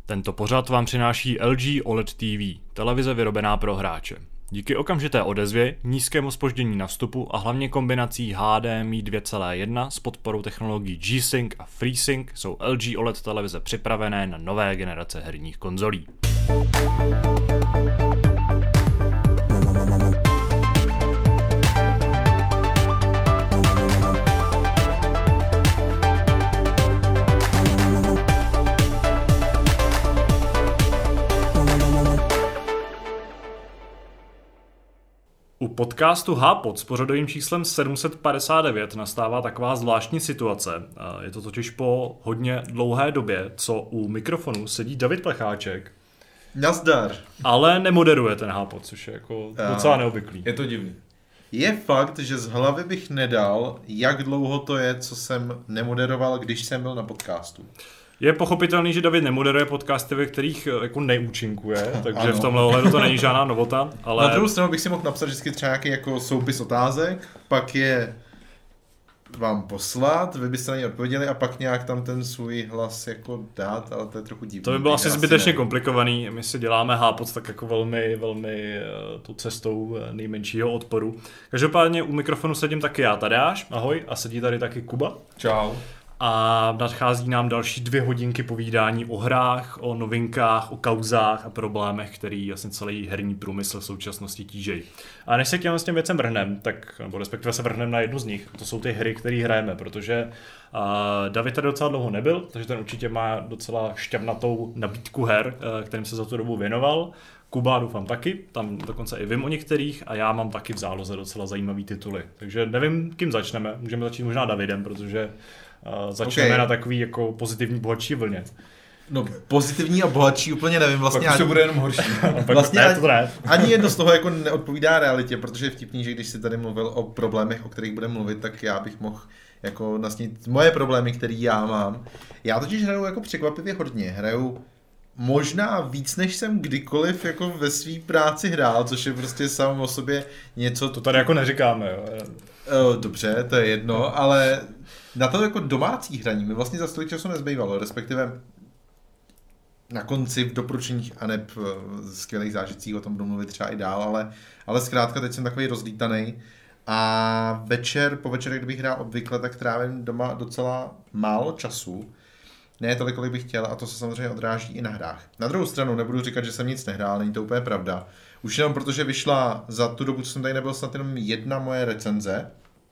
Tento pořad vám přináší LG OLED TV, televize vyrobená pro hráče. Díky okamžité odezvě, nízkému zpoždění na vstupu a hlavně kombinací HDMI 2.1 s podporou technologií G-Sync a FreeSync jsou LG OLED televize připravené na nové generace herních konzolí. U podcastu Hápod s pořadovým číslem 759 nastává taková zvláštní situace. Je to totiž po hodně dlouhé době, co u mikrofonu sedí David Plecháček. Nazdar. Ale nemoderuje ten Hápod, což je jako docela neobvyklý. Je to divný. Je fakt, že z hlavy bych nedal, jak dlouho to je, co jsem nemoderoval, když jsem byl na podcastu. Je pochopitelný, že David nemoderuje podcasty, ve kterých jako neúčinkuje, takže ano. V tomhle ohledu to není žádná novota. Ale... Na druhou stranu bych si mohl napsat vždycky třeba nějaký jako soupis otázek, pak je vám poslat, vy byste na ně odpověděli a pak nějak tam ten svůj hlas jako dát, ale to je trochu divný. To by bylo asi zbytečně komplikovaný. My si děláme Hápod tak jako velmi tu cestou nejmenšího odporu. Každopádně u mikrofonu sedím taky já, Tadeáš, ahoj, a sedí tady taky Kuba. Čau. A nadchází nám další 2 hodinky povídání o hrách, o novinkách, o kauzách a problémech, který vlastně celý herní průmysl v současnosti tížejí. A než se k těm věcem vrhneme, tak, nebo respektive se vrhneme na jednu z nich, to jsou ty hry, které hrajeme, protože David tady docela dlouho nebyl, takže ten určitě má docela šťavnatou nabídku her, kterým se za tu dobu věnoval. Kuba doufám taky, tam dokonce i vím o některých a já mám taky v záloze docela zajímavý tituly. Takže nevím, kým začneme, můžeme začít možná Davidem, protože začneme na takový jako pozitivní bohatší vlně. No pozitivní a bohatší úplně nevím, vlastně pak to bude jenom horší. Vlastně ani jedno z toho jako neodpovídá realitě, protože je vtipný, že když jsi tady mluvil o problémech, o kterých budeme mluvit, tak já bych mohl jako nasnít moje problémy, které já mám. Já totiž hraju jako překvapivě hodně, hraju možná víc, než jsem kdykoliv jako ve své práci hrál, což je prostě samo o sobě něco... To tady jako neříkáme, jo. Dobře, to je jedno, ale na to jako domácí hraní mi vlastně za tolik času nezbývalo, respektive na konci v doporučeních a neb skvělých zážitcích, o tom budu mluvit třeba i dál, ale zkrátka teď jsem takový rozlítanej a po večerech, kdybych hrál obvykle, tak trávím doma docela málo času. Ne tolik, kolik bych chtěl, a to se samozřejmě odráží i na hrách. Na druhou stranu nebudu říkat, že jsem nic nehrál, není to úplně pravda. Už jenom protože vyšla za tu dobu, co jsem tady nebyl, snad jenom jedna moje recenze.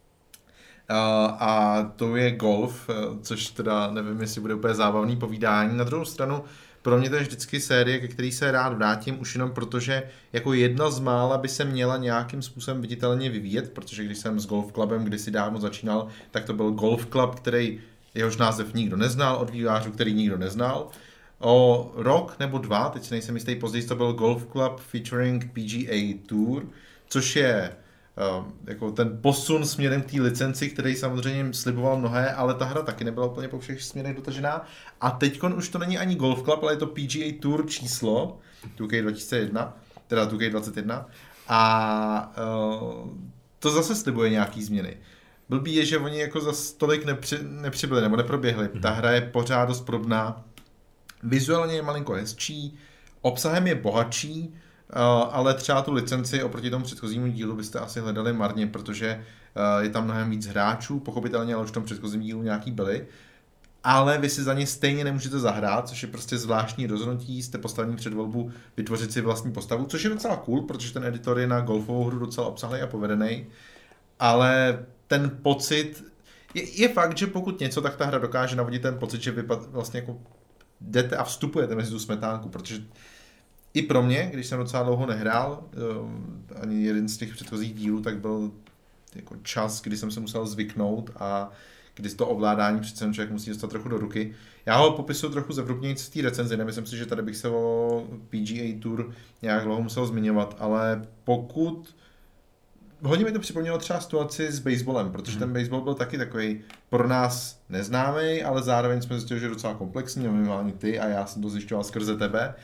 A to je Golf, což teda nevím, jestli bude úplně zábavný povídání. Na druhou stranu, pro mě to je vždycky série, ke který se rád vrátím, už jenom protože jako jedna z mála by se měla nějakým způsobem viditelně vyvíjet, protože když jsem s Golf Clubem kdysi dávno začínal, tak to byl Golf Club, který jehož název nikdo neznal, od vývojářů, který nikdo neznal. O rok nebo 2, teď si nejsem jistý, později to byl Golf Club featuring PGA Tour, což je jako ten posun směrem k té licenci, který samozřejmě sliboval mnohé, ale ta hra taky nebyla úplně po všech směrech dotažená. A teďkon už to není ani Golf Club, ale je to PGA Tour číslo 2K21, teda 2K21 a to zase slibuje nějaký změny. Blbý je, že oni jako za tolik nepřibyli nebo neproběhli. Ta hra je pořád dost podobná. Vizuálně je malinko hezčí, obsahem je bohatší, ale třeba tu licenci oproti tomu předchozímu dílu byste asi hledali marně, protože je tam mnohem víc hráčů, pochopitelně, ale už v tom předchozím dílu nějaký byli. Ale vy si za ně stejně nemůžete zahrát, což je prostě zvláštní rozhodnutí, jste postavení před volbu vytvořit si vlastní postavu, což je docela cool, protože ten editor je na golfovou hru docela obsahlý a povedený. Ale ten pocit, je fakt, že pokud něco, tak ta hra dokáže navodit ten pocit, že vy vlastně jako jdete a vstupujete mezi tu smetánku, protože i pro mě, když jsem docela dlouho nehrál, ani jeden z těch předchozích dílů, tak byl jako čas, kdy jsem se musel zvyknout a kdy to ovládání přece člověk musí dostat trochu do ruky. Já ho popisuju trochu zevrubnějc v té recenzi, nemyslím si, že tady bych se o PGA Tour nějak dlouho musel zmiňovat, ale pokud... Hodně mi to připomnělo třeba situaci s baseballem, protože ten baseball byl taky takový pro nás neznámý, ale zároveň jsme zjistili, že je docela komplexní, minimálně ty a já jsem to zjišťoval skrze tebe.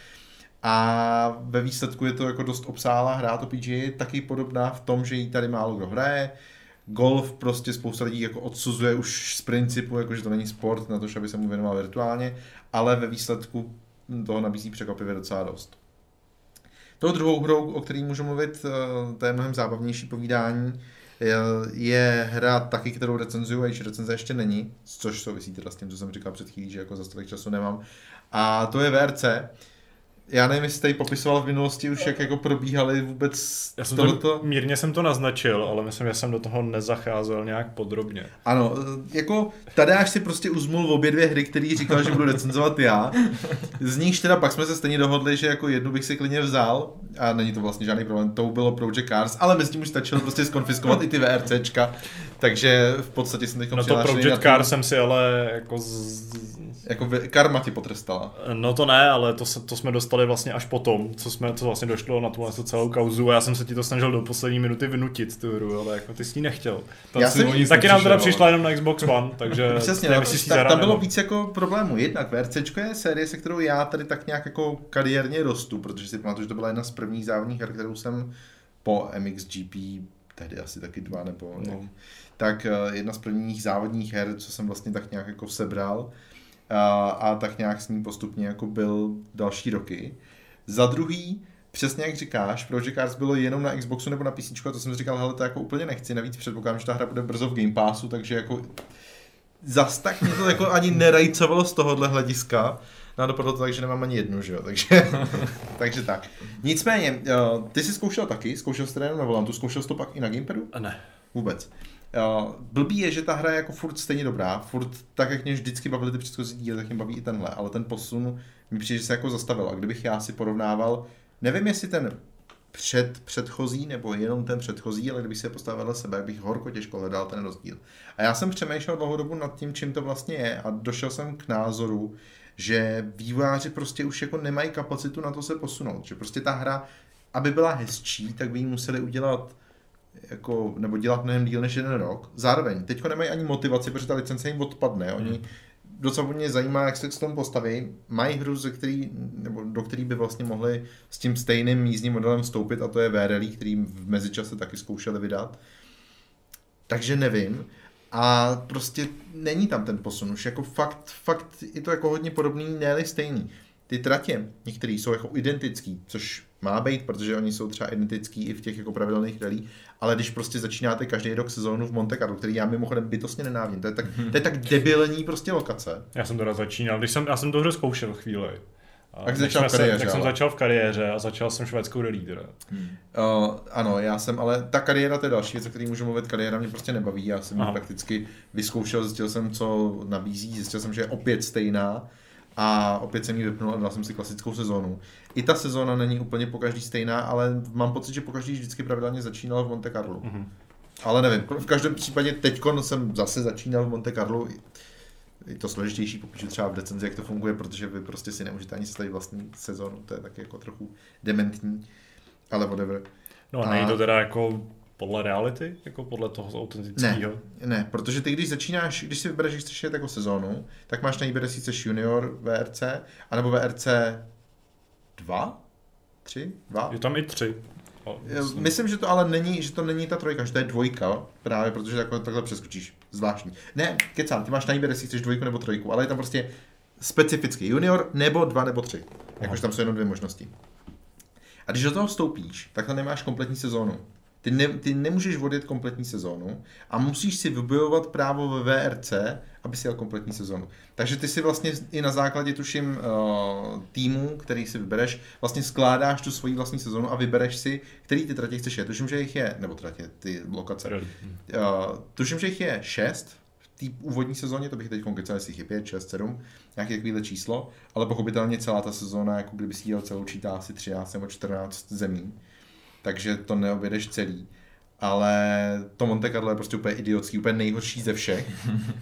A ve výsledku je to jako dost obsáhlá hra, to PGA je taky podobná v tom, že jí tady málo kdo hraje. Golf prostě spousta lidí jako odsuzuje už z principu, jako že to není sport na to, aby se mu věnoval virtuálně, ale ve výsledku toho nabízí překvapivě docela dost. Tou druhou hrou, o který můžu mluvit, to je mnohem zábavnější povídání, je hra taky, kterou recenzuju, a již recenze ještě není, což souvisí teda s tím, co jsem říkal před chvílí, že jako za tolik času nemám. A to je VRC. Já nevím, jestli tady popisoval v minulosti už, jak jako probíhaly vůbec tohleto. Mírně jsem to naznačil, ale myslím, že jsem do toho nezacházel nějak podrobně. Ano, jako Tadeáš si prostě uzmul obě dvě hry, který říkal, že budu recenzovat já. Z nichž teda pak jsme se stejně dohodli, že jako jednu bych si klidně vzal, a není to vlastně žádný problém, to bylo Project Cars, ale mezi tím už stačilo prostě skonfiskovat i ty VRCčka, takže v podstatě jsem teď to Project Cars jsem si ale jako jako karma ti potrestala. No to ne, ale to jsme dostali vlastně až potom, co vlastně došlo na tu celou kauzu, a já jsem se ti to snažil do poslední minuty vynutit tu hru, ale jako ty jsi ji nechtěl. Taky nám teda přišla jenom na Xbox One, takže přesně, tam bylo víc jako problémů. Jednak VRCčko je série, se kterou já tady tak nějak jako kariérně rostu, protože si pamatuju, že to byla jedna z prvních závodních her, kterou jsem po MXGP, tehdy asi taky 2 nebo tak jedna z prvních závodních her, co jsem vlastně tak nějak jako sebral. A tak nějak s ním postupně jako byl další roky. Za druhý, přesně jak říkáš, Project Cars bylo jenom na Xboxu nebo na PC, a to jsem si říkal, hele, to jako úplně nechci, navíc předpokládám, že ta hra bude brzo v Game Passu, takže jako zas tak mě to jako ani nerajcovalo z tohohle hlediska. No a dopadlo to tak, že nemám ani jednu, že jo, takže tak. Nicméně, ty jsi zkoušel jsi teda jenom na volantu, zkoušel jsi to pak i na Gamepadu? Ne. Vůbec. Blbý je, že ta hra je jako furt stejně dobrá, furt tak, jak mě vždycky bavily ty předchozí díly, tak mě baví i tenhle, ale ten posun mi přijde, že se jako zastavil. A kdybych já si porovnával, nevím, jestli ten předchozí nebo jenom ten předchozí, ale kdybych se postavil vedle sebe, bych horko těžko hledal ten rozdíl. A já jsem přemýšlel dlouhou dobu nad tím, čím to vlastně je, a došel jsem k názoru, že vývojáři prostě už jako nemají kapacitu na to se posunout, že prostě ta hra, aby byla hezčí, tak by ji museli udělat jako, nebo dělat mnohem díl než 1 rok. Zároveň, teďko nemají ani motivaci, protože ta licence jim odpadne. Oni docela mě zajímá, jak se k tomu postaví. Mají hru, do který by vlastně mohli s tím stejným jízdním modelem vstoupit, a to je VRL, který v mezičase taky zkoušeli vydat. Takže nevím. A prostě není tam ten posun. Už jako fakt je to jako hodně podobný, ne-li stejný. Ty tratě, některé jsou jako identický, což má být, protože oni jsou třeba identický i v těch jako pravidelných rally, ale když prostě začínáte každý rok sezónu v Monte Carlo, který já mimochodem bytostně nenávidím, to je tak debilní prostě lokace. Já jsem teda začínal, já jsem to hru zkoušel chvíli. Jak jsem začal v kariéře a začal jsem švédskou rally teda. Ano, já jsem, ale ta kariéra, to je další věc, o který můžu mluvit, kariéra mě prostě nebaví, já jsem ji prakticky vyzkoušel, zjistil jsem, co nabízí, zjistil jsem, že je opět stejná, a opět jsem ji vypnul a dal jsem si klasickou sezónu. I ta sezóna není úplně pokaždý stejná, ale mám pocit, že pokaždý vždycky pravidelně začínal v Monte Carlo. Ale nevím, v každém případě teďkon jsem zase začínal v Monte Carlo. Je to složitější, popíšu třeba v recenzi, jak to funguje, protože vy prostě si nemůžete ani sestavit vlastní sezónu, to je taky jako trochu dementní, ale whatever. No a není to teda jako podle reality, jako podle toho autentického? Ne, protože ty když si vybereš, že chceš jet jako sezónu, tak máš na výběr, jestli chceš junior VRC, anebo VRC 2? 3? 2? Je tam i 3. Myslím, že to ale není, že to není ta 3, že to je 2, právě protože takhle přeskočíš. Zvláštní. Ne, kecám, ty máš na výběr, jestli chceš 2 nebo 3, ale je tam prostě specificky junior nebo 2 nebo 3. Jakože tam jsou jenom 2 možnosti. A když do toho vstoupíš, tak tam nemáš kompletní sezónu. Ty nemůžeš odjet kompletní sezónu a musíš si vybojovat právo ve VRC, aby si jel kompletní sezónu. Takže ty si vlastně i na základě, tuším, týmu, který si vybereš, vlastně skládáš tu svoji vlastní sezónu a vybereš si, který ty tratě chceš jet. Tuším, že jich je, nebo tratě, ty lokace. Tuším, že jich je 6 v té úvodní sezóně, to bych teď kecal, jestli jich je 5, 6, 7, nějaké takovéhle číslo, ale pochopitelně celá ta sezóna, jako kdyby si jel celou, čítá asi 13 nebo 14 zemí. Takže to neobjedeš celý. Ale to Monte Carlo je prostě úplně idiotský, úplně nejhorší ze všech.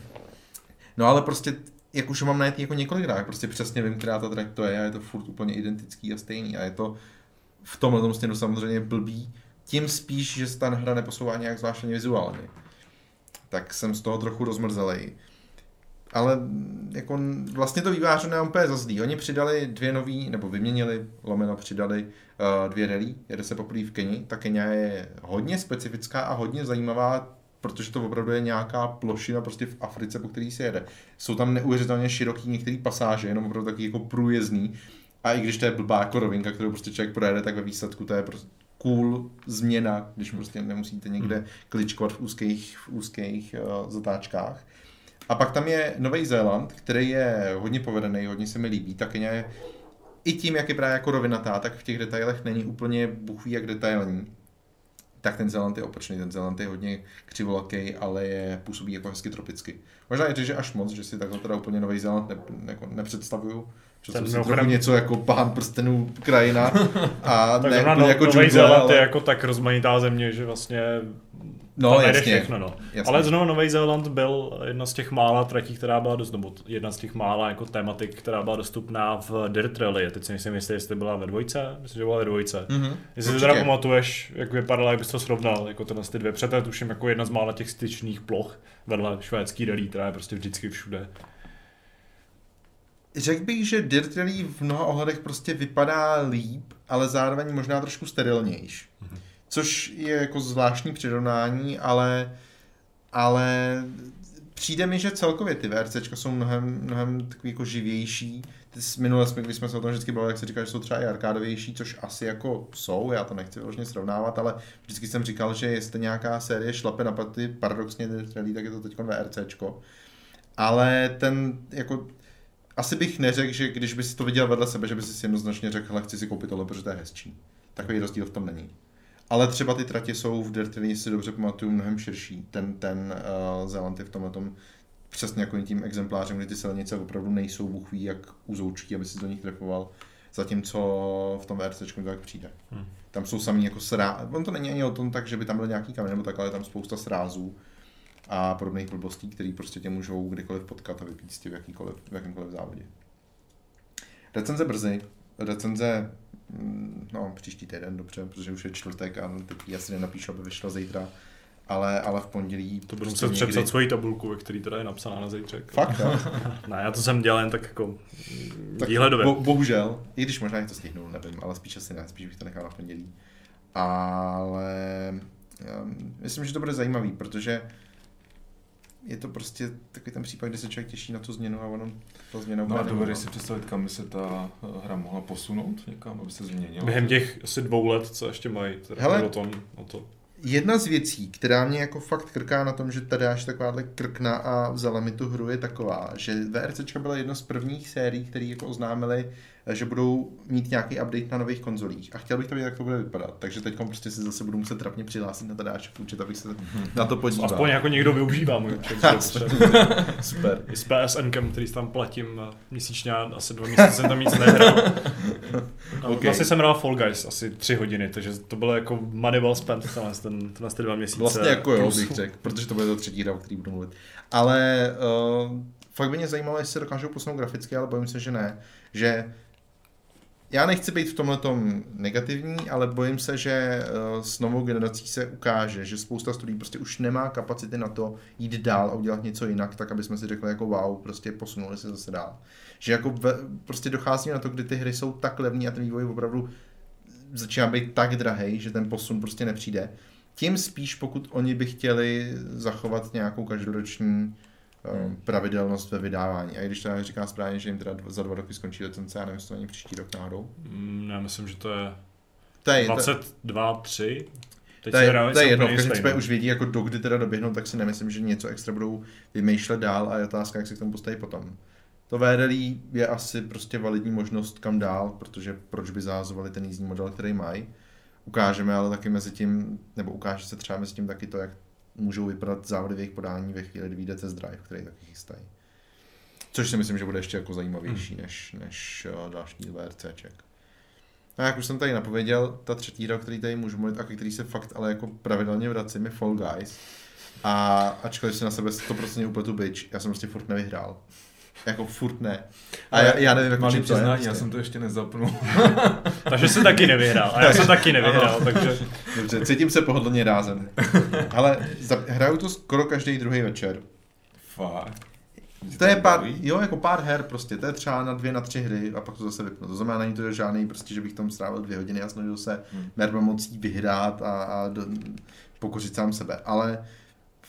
No ale prostě, jak už mám najet jako několikrát, prostě přesně vím, která ta trať to je a je to furt úplně identický a stejný. A je to v tomhle směru samozřejmě blbý, tím spíš, že se ta hra neposouvá nějak zvláštně vizuálně. Tak jsem z toho trochu rozmrzelej. Ale jako vlastně to vývojářů nemám úplně za zlý. Oni přidali 2 nový, nebo vyměnili, přidali 2 rally, jede se poprvé v Keni. Ta Kenia je hodně specifická a hodně zajímavá protože to opravdu je nějaká plošina prostě v Africe, po který se jede. Jsou tam neuvěřitelně široký některé pasáže, jenom opravdu taky jako průjezdný. A i když to je blbá jako rovinka, kterou prostě člověk projede, tak ve výsledku to je prostě cool změna, když prostě nemusíte někde kličkovat v úzkých zatáčkách. A pak tam je Nový Zéland, který je hodně povedený, hodně se mi líbí, tak je i tím, jak je právě jako rovinatá, tak v těch detailech není úplně buchví jak detailní. Tak ten Zéland je opačný, ten Zéland je hodně křivolaký, ale působí jako hezky tropicky. Možná je to, že až moc, že si takhle teda úplně Nový Zéland nepředstavuju. Představuji si trochu něco jako Pán prstenů krajina a tak ne jako Nový Zéland je jako tak rozmanitá země, že vlastně no, jasně, všechno, no. Jasně. Ale znovu Nový Zéland byl jedna z těch mála tratí, která byla jedna z těch mála jako tematik, která byla dostupná v Dirt Rally. Teď si myslím, jestli byla ve dvojce. Myslím, že byla ve dvojce. Jestli si teda pamatuješ, jak vypadala, jak bys to srovnal, jako tyhle ty dvě. Protože tuším jako jedna z mála těch styčných ploch vedle švédský rally, která je prostě vždycky všude. Řekl bych, že Dirt Rally v mnoha ohledech prostě vypadá líp, ale zároveň možná trošku sterilnější. Což je jako zvláštní přirovnání, ale přijde mi, že celkově ty VRCčka jsou mnohem takový jako živější. Minule, když jsme se o tom vždycky bavili, jak se říká, že jsou třeba i arkádovější, což asi jako jsou, já to nechci vyloženě srovnávat, ale vždycky jsem říkal, že jestli nějaká série šlape na paty, paradoxně Dirt Rally, tak je to teď VRCčko. Ale ten jako asi bych neřekl, že když bys to viděl vedle sebe, že bys si jednoznačně řekl, hele, chci si koupit tohle, protože to je hezčí. Takový rozdíl v tom není. Ale třeba ty tratě jsou v Dirt Rally, si dobře pamatuju, mnohem širší. Ten Zéland je v tomhletom přesně jako tím exemplářem, kdy ty silnice opravdu nejsou buchví jak uzoučký, aby si do nich trefoval, zatímco v tom VRCčku tak přijde. Tam jsou samý jako on to není ani o tom tak, že by tam byl nějaký kamen nebo tak, ale je tam spousta srázů a podobných blbostí, které prostě tě můžou kdykoliv potkat a vypíct v jakýmkoliv závodě. Recenze brzy, příští týden, dobře, protože už je čtvrtek a teď ji asi nenapíšu, aby vyšla zítra, ale v pondělí... To budu muset přepsat svoji tabulku, ve který teda je napsaná na zítřek. Fakt, jo? Ne, já to jsem dělal jen tak jako výhledově. Bohužel, i když možná to stihnu, nevím, ale spíš asi ne, spíš bych to nechal na pondělí. Ale myslím, že to bude zajímavý, protože je to prostě takový ten případ, kdy se člověk těší na tu změnu a ono ta změna úplně nemohla. Dovedeš si představit, kam by se ta hra mohla posunout někam, aby se změnila? Během těch asi 2 let, co ještě mají, hele, o to. Jedna z věcí, která mě jako fakt krká na tom, že tady až takováhle krkna a vzala mi tu hru, je taková, že VRCčka byla jedna z prvních sérií, které jako oznámili, že budou mít nějaký update na nových konzolích. A chtěl bych to vidět, jak to bude vypadat. Takže teď prostě si zase budu muset trapně přihlásit na Tadášek účet, abych se na to podíval. Aspoň jako někdo využívá můj účet. Super. I s PSNkem, který tam platím měsíčně, asi 2 měsíce jsem tam nic nehrál. Okay. Vlastně jsem hrál Fall Guys asi 3 hodiny, takže to bylo jako money well spent tenhle ty 2 měsíce. Vlastně jako jo, bych řekl, protože to bude to třetí hra, o který budu mluvit. Ale fakt by mě zajímalo, jestli se dokážou posunout graficky, ale bojím se, že ne. Že já nechci být v tomhletom negativní, ale bojím se, že s novou generací se ukáže, že spousta studií prostě už nemá kapacity na to jít dál a udělat něco jinak, tak aby jsme si řekli jako wow, prostě posunuli se zase dál. Že jako prostě dochází na to, kdy ty hry jsou tak levný a ten vývoj opravdu začíná být tak drahej, že ten posun prostě nepřijde. Tím spíš, pokud oni by chtěli zachovat nějakou každoroční pravidelnost ve vydávání. A když to říká správně, že jim teda za 2 roky skončí licence, já nevím, jestli to není příští rok náhodou. Já myslím, že to je 22, 3. To je jedno, každý už vědí, jako dokdy teda doběhnou, tak si nemyslím, že něco extra budou vymýšlet dál a je otázka, jak se k tomu postaví potom. To VRLI je asi prostě validní možnost kam dál, protože proč by zahazovali ten jízdní model, který mají. Ukážeme, ale taky mezi tím, nebo ukáže se třeba mezi tím taky to, jak můžou vypadat závody v jejich podání ve chvíli, kdy vyjde test drive, který taky chystají. Což si myslím, že bude ještě jako zajímavější než další VRCček. A jak už jsem tady napověděl, ta třetí hra, o který tady můžu mluvit a který se fakt ale jako pravidelně vracím, je Fall Guys. A ačkoliv si na sebe 100% upletu bič, já jsem prostě furt nevyhrál. Jako furt ne. A já nevím, jako čím to je. Já jsem to ještě nezapnul. Takže jsi taky nevyhrál. A já jsem taky nevyhrál, takže... Dobře, cítím se pohodlně rázem. Ale hraju to skoro každý druhý večer. Fakt. To je pár her prostě, to je třeba na 2, na 3 hry a pak to zase vypnu. To znamená, není to žádný prostě, že bych tam strávil 2 hodiny a snažil se merba mocí vyhrát a pokořit sám sebe. Ale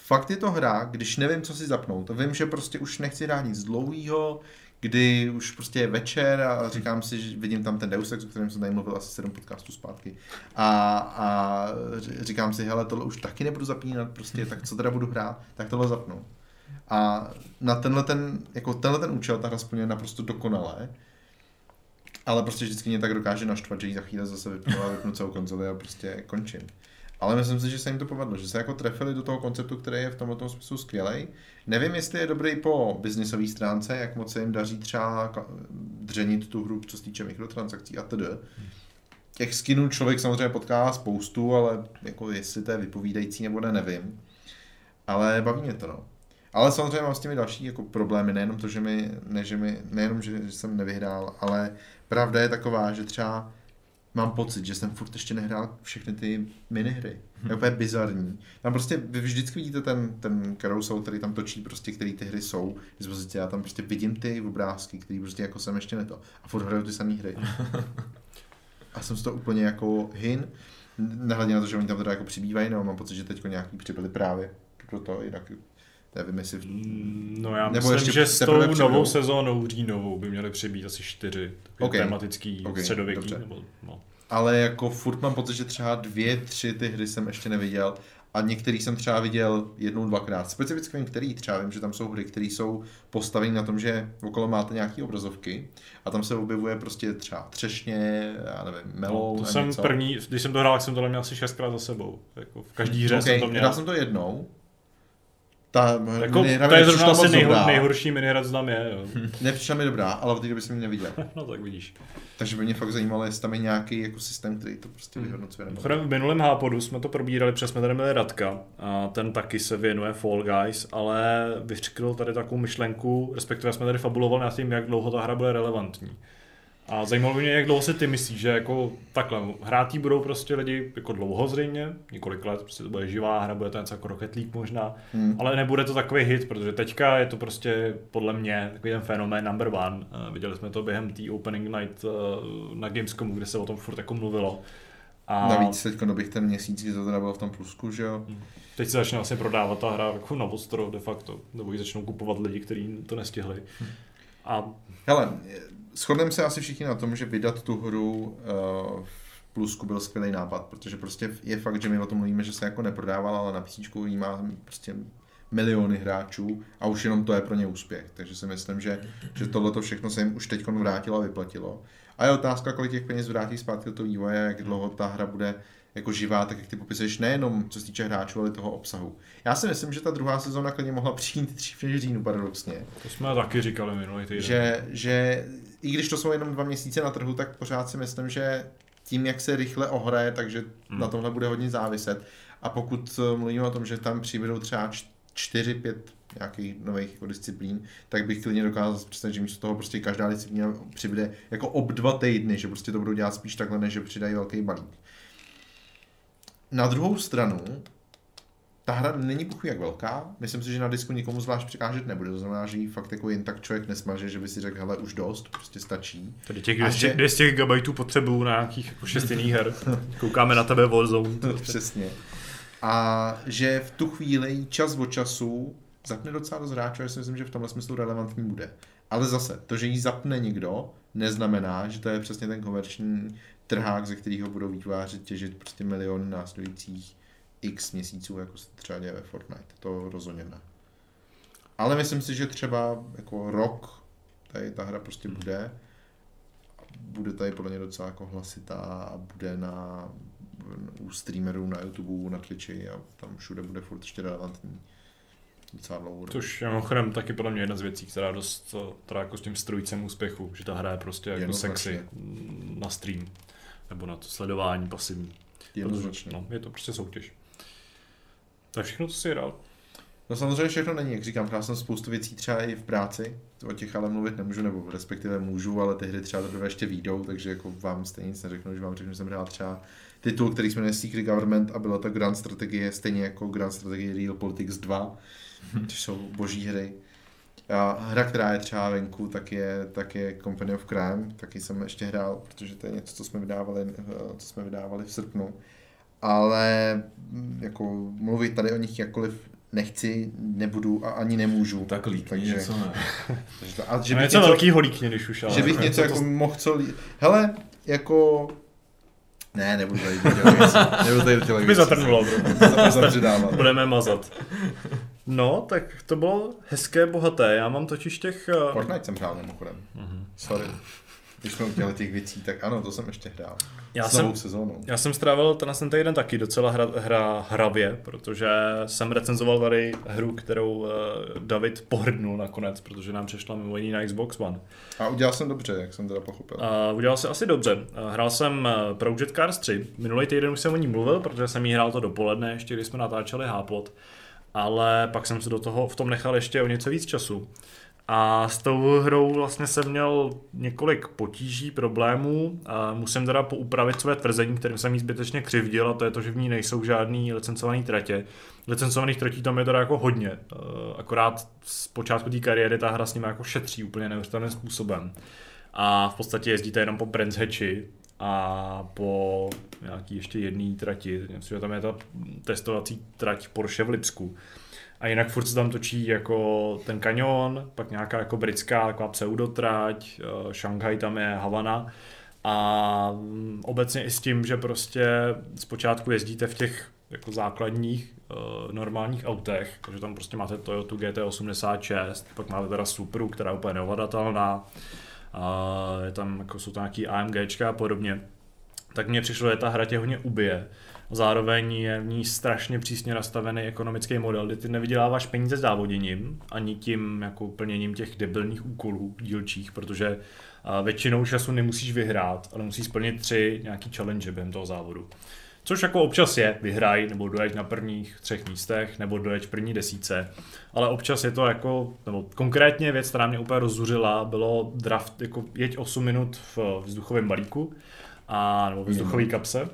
fakt je to hra, když nevím, co si zapnout. To vím, že prostě už nechci hrát nic dlouhýho, kdy už prostě je večer a říkám si, že vidím tam ten Deus Ex, o kterém jsem tady mluvil asi 7 podcastů zpátky. A říkám si, hele, tohle už taky nebudu zapínat, prostě, tak co teda budu hrát, tak tohle zapnu. A na tenhle ten účel ta hra splňuje naprosto dokonale, ale prostě vždycky mě tak dokáže naštvat, že ji za chvíli zase vypnu celou konzoli a prostě končím. Ale myslím si, že se jim to povedlo, že se jako trefili do toho konceptu, který je v tomto smyslu skvělej. Nevím, jestli je dobrý po biznisové stránce, jak moc se jim daří třeba dřenit tu hru, co se týče mikrotransakcí a td. Těch skinů člověk samozřejmě potkává spoustu, ale jako jestli to je vypovídající nebo ne, nevím. Ale baví mě to, no. Ale samozřejmě mám s těmi další jako problémy, nejenom to, že jsem nevyhrál, ale pravda je taková, že třeba mám pocit, že jsem furt ještě nehrál všechny ty minihry. Je úplně bizarní. Tam prostě vy vždycky vidíte ten carousel, který tam točí, prostě, který ty hry jsou. Já tam prostě vidím ty obrázky, který prostě jako jsem ještě neto. A furt hraju ty samé hry. A jsem z toho úplně jako hin. Nehledně na to, že oni tam teda jako přibývají, nebo mám pocit, že teďko nějaký přibyli právě proto, jinak nevím, jestli... No já myslím, že s tou novou sezónou říjnovou by měly přibýt asi 4 tematický středověký. Nebo, no. Ale jako furt mám pocit, že třeba 2, 3 ty hry jsem ještě neviděl a některý jsem třeba viděl 1, 2krát. Specificky vím, který třeba vím, že tam jsou hry, které jsou postaveny na tom, že okolo máte nějaké obrazovky a tam se objevuje prostě třeba třešně, já nevím, melon. No, to jsem něco. Když jsem to hrál, jsem tohle měl asi 6krát za sebou. Jako v každý hře jsem to měl. Hrál jsem to jednou. To je zrovna asi nejhorší minihra, co tam je. Nepřišla mi dobrá, ale v té době jsem ji neviděl. No tak vidíš. Takže by mě fakt zajímalo, jestli tam je nějaký jako systém, který to prostě vyhodnocuje. V minulém hápodu jsme to probírali, protože jsme tady měli Radka a ten taky se věnuje Fall Guys, ale vyřkl tady takovou myšlenku, respektive jsme tady fabulovali nad tím, jak dlouho ta hra bude relevantní. A zajímalo mě, jak dlouho si ty myslíš, že jako takhle hrátí budou prostě lidi jako dlouho zřejmě, několik let, prostě to bude živá hra, bude to něco jako Rocket League možná, ale nebude to takový hit, protože teďka je to prostě podle mě takový ten fenomén number one. Viděli jsme to během té opening night na Gamescomu, kde se o tom furt jako mluvilo. A navíc teďka doběh ten měsíc, kdy to teda bylo v tom plusku, že jo? Teď se začne vlastně prodávat ta hra jako na ostro de facto, nebo ji začnou kupovat lidi, kteří to nestihli. A hele, shodneme se asi všichni na tom, že vydat tu hru v plusku byl skvělý nápad, protože prostě je fakt, že my o tom mluvíme, že se jako neprodával, ale na písničku jí má prostě miliony hráčů a už jenom to je pro ně úspěch. Takže si myslím, že tohleto všechno se jim už teď vrátilo a vyplatilo. A je otázka, kolik těch peněz vrátí zpátky do toho vývoje, jak dlouho ta hra bude jako živá, tak jak ty popisuješ, nejenom co se týče hráčů, ale toho obsahu. Já si myslím, že ta druhá sezóna klidně mohla přijít dřív než říjnu, paradoxně. To jsme taky říkali minulý týden. Že i když to jsou jenom 2 měsíce na trhu, tak pořád si myslím, že tím, jak se rychle ohraje, takže na tomhle bude hodně záviset. A pokud mluvíme o tom, že tam přibydou třeba 4-5 nějakých nových jako disciplín, tak bych klidně dokázal představit, že místo toho prostě každá disciplína přibyde jako ob 2 týdny, že prostě to budou dělat spíš takhle, než že přidají velký balík. Na druhou stranu, ta hra není puchuj jak velká, myslím si, že na disku nikomu zvlášť překážet nebude, to znamená, že ji fakt jako jen tak člověk nesmaže, že by si řekl, hele, už dost, prostě stačí. Tady těch 200 GB potřebuju na nějakých jako 6 jiných her, koukáme na tebe Warzone. Přesně. A že v tu chvíli čas od času zapne docela dost hráčů, já si myslím, že v tomhle smyslu relevantní bude. Ale zase, to, že ji zapne někdo, neznamená, že to je přesně ten komerční trhák, ze kterého budou vývojáři těžit prostě miliony následujících x měsíců, jako se třeba děje ve Fortnite. To rozhodně ne. Ale myslím si, že třeba jako rok tady ta hra prostě bude tady podle mě docela jako hlasitá a bude u streamerů na YouTube, na Twitchi a tam všude bude furt ještě relevantní. Docela dlouho. Což je mimochodem taky podle mě jedna z věcí, která dost teda jako s tím strujcem úspěchu, že ta hra je prostě jako sexy na stream nebo na to sledování pasivní. Jednoznačně. No, je to prostě soutěž. To je všechno, co jsi hrál. No samozřejmě všechno není, jak říkám, hrál jsem spoustu věcí třeba i v práci, o těch ale mluvit nemůžu, nebo respektive můžu, ale ty hry třeba teprve ještě vyjdou, takže jako vám stejně nic neřeknu, že vám řeknu, že jsem hrál třeba titul, který se jmenuje Secret Government a byla to Grand Strategie, stejně jako Grand Strategie Real Politics 2, což jsou boží hry. A hra, která je třeba venku, tak je Company of Crime, taky jsem ještě hrál, protože to je něco, co jsme vydávali v srpnu. Ale jako mluvit tady o nich jakkoliv nechci, nebudu a ani nemůžu. Tak líkni něco ne. A že bych něco velkýho líkni, když už. Že bych něco jako mohl hele, jako... Ne, nebudu tady do těch mi zatrnulo, bro. Budeme mazat. No, tak to bylo hezké, bohaté. Já mám totiž těch... Fortnite jsem hrál mimochodem. Sorry. Když jsme udělali těch věcí, tak ano, to jsem ještě hrál. Já jsem strávil ten týden taky docela hravě, protože jsem recenzoval tady hru, kterou David pohrdnul nakonec, protože nám přešla mimo jiný na Xbox One. A udělal jsem dobře, jak jsem teda pochopil. Udělal jsem asi dobře. Hrál jsem Project Cars 3. Minulý týden už jsem o ní mluvil, protože jsem jí hrál to dopoledne, ještě když jsme natáčeli Hápot. Ale pak jsem se do toho v tom nechal ještě o něco víc času. A s tou hrou vlastně jsem měl několik potíží, problémů. A musím teda poupravit své tvrzení, kterým jsem jí zbytečně křivdil, a to je to, že v ní nejsou žádný licencovaný tratě. Licencovaných tratí tam je teda jako hodně. Akorát z počátku té kariéry ta hra s nimi jako šetří úplně neuvěřitelným způsobem. A v podstatě jezdíte jenom po Brands Hatchi a po nějaký ještě jedné trati. Myslím, že tam je ta testovací trať Porsche v Lipsku. A jinak furt se tam točí jako ten kanion, pak nějaká jako britská taková pseudotrať, Šanghaj tam je, Havana. A obecně i s tím, že prostě zpočátku jezdíte v těch jako základních normálních autech, takže tam prostě máte Toyota GT86, pak máte teda Supru, která je úplně neovladatelná, je tam, jako jsou tam nějaký AMGčka a podobně. Tak mně přišlo, že ta hra tě hodně ubije. Zároveň je v ní strašně přísně nastavený ekonomický model, kdy ty nevyděláváš peníze závoděním, ani tím jako plněním těch debilních úkolů dílčích, protože většinou času nemusíš vyhrát, ale musíš splnit 3 nějaký challenge během toho závodu. Což jako občas je, vyhraj, nebo dojeď na prvních 3 místech, nebo dojeď v první 10, ale občas je to jako, nebo konkrétně věc, která mě úplně rozzuřila, bylo draft, jako jeď 8 minut v vzduchovém balíku, nebo v vzduchové kapse.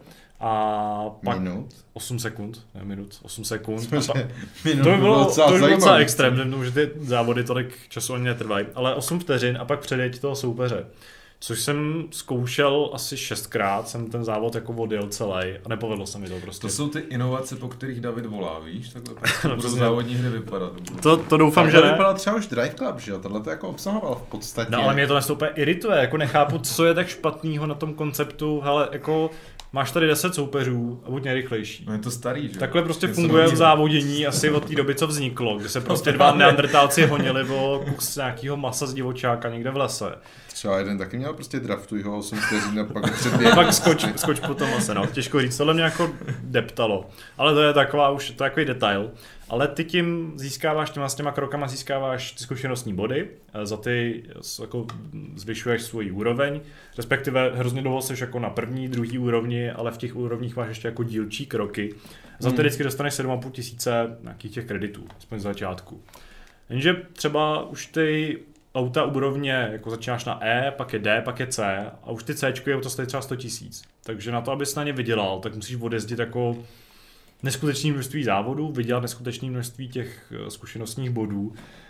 A pak 8 sekund, ne minut, 8 sekund. To by bylo docela extrém, že ty závody tolik času ani netrvají, ale 8 vteřin a pak předjeď toho soupeře. Což jsem zkoušel asi 6krát, jsem ten závod jako odjel celý a nepovedlo se mi to prostě. To jsou ty inovace, po kterých David volá, víš? Takhle prostě budou závodní hry vypadat. To doufám, že ne. To vypadá třeba už Drive Club, že jo? Tohle to jako obsahoval v podstatě. No ale mě to úplně irituje, jako nechápu, co je tak špatného na tom konceptu, hele, jako máš tady 10 soupeřů a buď nejrychlejší. No je to starý, že? Takhle prostě funguje v závodění asi od té doby, co vzniklo, kdy se prostě 2 neandertálci honili o kus nějakého masa z divočáka někde v lese. Třeba jeden taky měl prostě draftuj ho 8 vteřin a pak předběh. Pak skoč po tomase, no. Těžko říct, tohle mě jako deptalo. Ale to je takový detail. Ale ty tím získáváš, těma krokama získáváš ty zkušenostní body, za ty jako zvyšuješ svoji úroveň, respektive hrozně dlouho seš jako na první, druhý úrovni, ale v těch úrovních máš ještě jako dílčí kroky. Za to vždycky dostaneš 7,5 tisíce nějakých těch kreditů, aspoň z začátku. Jenže třeba už ty auta úrovně, jako začínáš na E, pak je D, pak je C a už ty Cčko je to stojí třeba 100 tisíc. Takže na to, abys na ně vydělal, tak musíš odjezdit jako neskutečné množství závodů, vydělat neskutečné množství těch zkušenostních bodů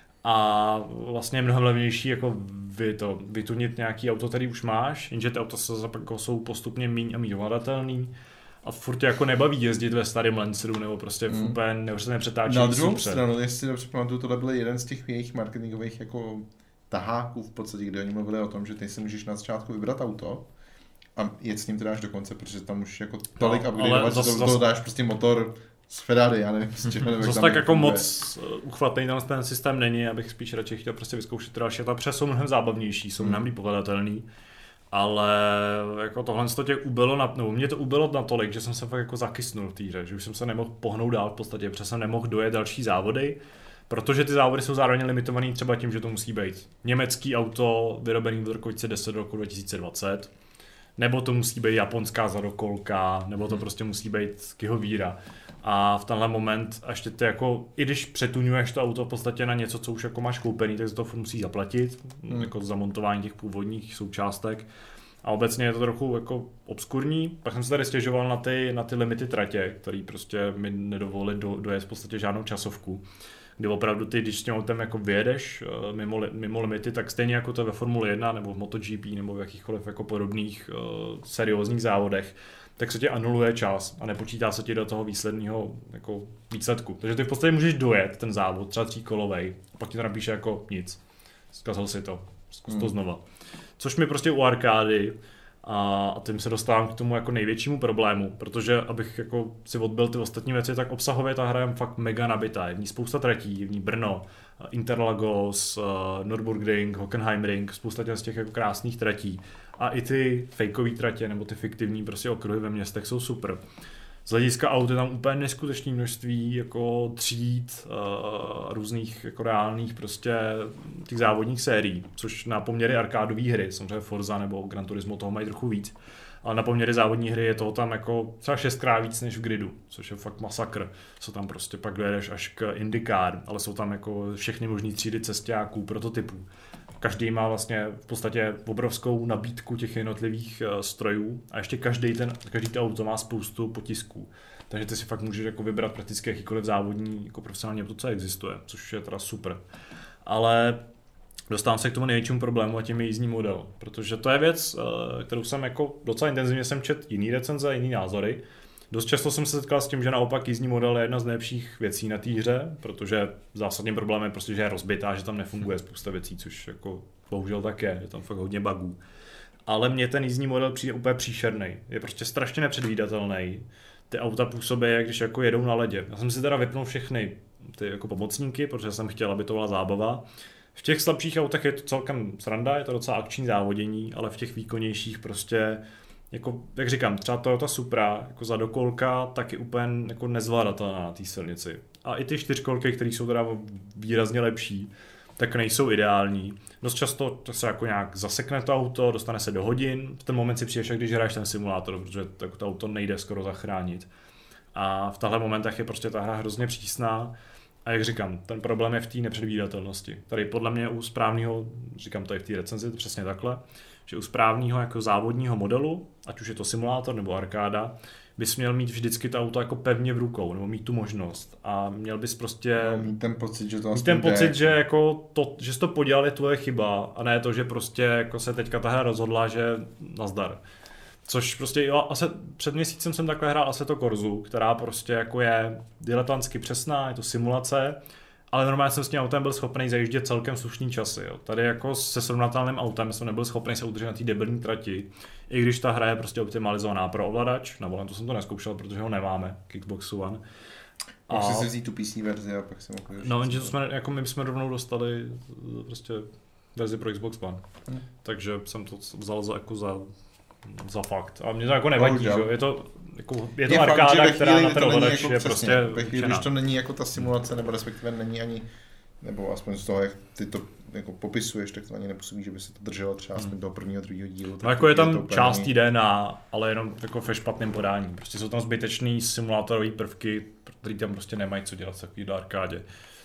a vlastně je mnohem levnější jako vytunit nějaký auto, který už máš, jenže ty auta jsou postupně míň a míň ovladatelný a furt tě jako nebaví jezdit ve starém Lanceru nebo prostě úplně neuvěřitelně přetáčení. Na druhou stranu, jestli dobře pamatuju, tohle byl jeden z těch jejich marketingových jako taháků v podstatě, kde oni mluvili o tom, že ty si můžeš na začátku vybrat auto a jet s ním teda až do konce, protože tam už jako tolik upgradeovat, že to dáš prostě motor z Ferrari, já nevím, z čeho nevím. Zase tak jako moc uchvatný ten systém není, abych spíš radši chtěl prostě vyzkoušet další a protože jsou mnohem zábavnější, jsou mnohem líp ovladatelný, ale jako tohle to tě ubilo, nebo mě to ubilo natolik, že jsem se fakt jako zakysnul v té hře, že už jsem se nemohl pohnout dál v podstatě, protože jsem nemohl dojet další závody, protože ty závody jsou zároveň limitovaný třeba tím, že to musí být německý auto vyrobený v roku 10 do roku 2020, nebo to musí být japonská zadokolka, nebo to prostě musí být Kihovíra. A v tenhle moment, až ty jako, i když přetuňuješ to auto v podstatě na něco, co už jako máš koupený, tak za to musí zaplatit, jako za montování těch původních součástek. A obecně je to trochu jako obskurní. Pak jsem se tady stěžoval na ty limity tratě, které prostě mi nedovolily dojet v podstatě žádnou časovku. Kdy opravdu ty, když s tím autem jako vyjedeš mimo limity, tak stejně jako to ve Formule 1 nebo v MotoGP nebo v jakýchkoliv jako podobných seriózních závodech, tak se ti anuluje čas a nepočítá se ti do toho výsledného jako výsledku. Takže ty v podstatě můžeš dojet ten závod, třeba 3kolovej, a pak ti to napíše jako nic. Zkazil si to, zkus to znova. Což mi prostě u arkády a tím se dostávám k tomu jako největšímu problému, protože abych jako si odbil ty ostatní věci, tak obsahově ta hra je fakt mega nabitá. Je v ní spousta tratí, je v ní Brno, Interlagos, Nürburgring, Hockenheimring, spousta z těch jako krásných tratí. A i ty fejkové tratě nebo ty fiktivní prostě okruhy ve městech jsou super. Z hlediska aut je tam úplně neskutečné množství jako tříd, různých jako reálných prostě těch závodních sérií, což na poměry arkádové hry, samozřejmě Forza nebo Gran Turismo toho mají trochu víc, ale na poměry závodní hry je toho tam jako třeba 6krát víc než v gridu, což je fakt masakr. Jsou tam prostě pak dojedeš až k IndyCar, ale jsou tam jako všechny možný třídy cestáků, prototypů. Každý má vlastně v podstatě obrovskou nabídku těch jednotlivých strojů a ještě každý to auto má spoustu potisků. Takže ty si fakt můžeš jako vybrat prakticky jakýkoliv závodní jako profesionální auto, co existuje, což je teda super. Ale dostávám se k tomu největšímu problému a tím je jízdní model, protože to je věc, kterou jsem jako docela intenzivně jsem četl jiný recenze, jiný názory. Dost často jsem se setkal s tím, že naopak jízdní model je jedna z nejlepších věcí na té hře, protože zásadním problémem je prostě, že je rozbitá, že tam nefunguje spousta věcí, což jako bohužel tak je tam fakt hodně bugů. Ale mně ten jízdní model přijde úplně příšerný, je prostě strašně nepředvídatelný. Ty auta působí, jak když jako jedou na ledě. Já jsem si teda vypnul všechny ty jako pomocníky, protože jsem chtěl, aby to byla zábava. V těch slabších autech je to celkem sranda, je to docela akční závodění, ale v těch výkonnějších prostě jako, jak říkám, třeba Toyota Supra, jako zadokolka, tak je úplně jako nezvládatelná na té silnici. A i ty 4kolky, které jsou teda výrazně lepší, tak nejsou ideální. Dost často to se jako nějak zasekne to auto, dostane se do hodin, v ten moment si přijdeš, když hraješ ten simulátor, protože to auto nejde skoro zachránit. A v těchto momentech je prostě ta hra hrozně přísná. A jak říkám, ten problém je v té nepředvídatelnosti. Tady podle mě u správného, říkám to i v té recenzi, to přesně takhle, že u správného jako závodního modelu, ať už je to simulátor nebo arkáda, bys měl mít vždycky to auto jako pevně v rukou, nebo mít tu možnost. A měl bys prostě mít ten pocit, že to mít ten pocit, že jako to, že jsi to podělal, je tvoje chyba, a ne to, že prostě jako se teďka ta hra rozhodla, že nazdar. Což prostě jo, před měsícem jsem takhle hrál Assetto Corsu, která prostě jako je diletantsky přesná, je to simulace, ale normálně jsem s tím autem byl schopný zajíždět celkem slušný časy. Jo. Tady jako se srovnatelným autem jsem nebyl schopný se udržet na té debilní trati, i když ta hra je prostě optimalizovaná pro ovladač, na volantu jsem to neskoušel, protože ho nemáme, Xboxu One. A musíš si vzít tu PC verzi a pak se mohl. No, jenže jako my jsme rovnou dostali prostě verzi pro Xbox One, takže jsem to vzal za fakt. A mě to jako nevadí, že je to arkáda, fakt, která na ten ovladač jako je prostě určená. Když to není jako ta simulace, nebo respektive není ani, nebo aspoň z toho, jak ty to jako popisuješ, tak to ani nepůsobí, že by se to drželo třeba aspoň toho prvního, druhého dílu. No jako je tam část DNA, ale jenom jako ve špatném podání. Prostě jsou tam zbytečný simulátorové prvky, které tam prostě nemají co dělat v takový arkádě.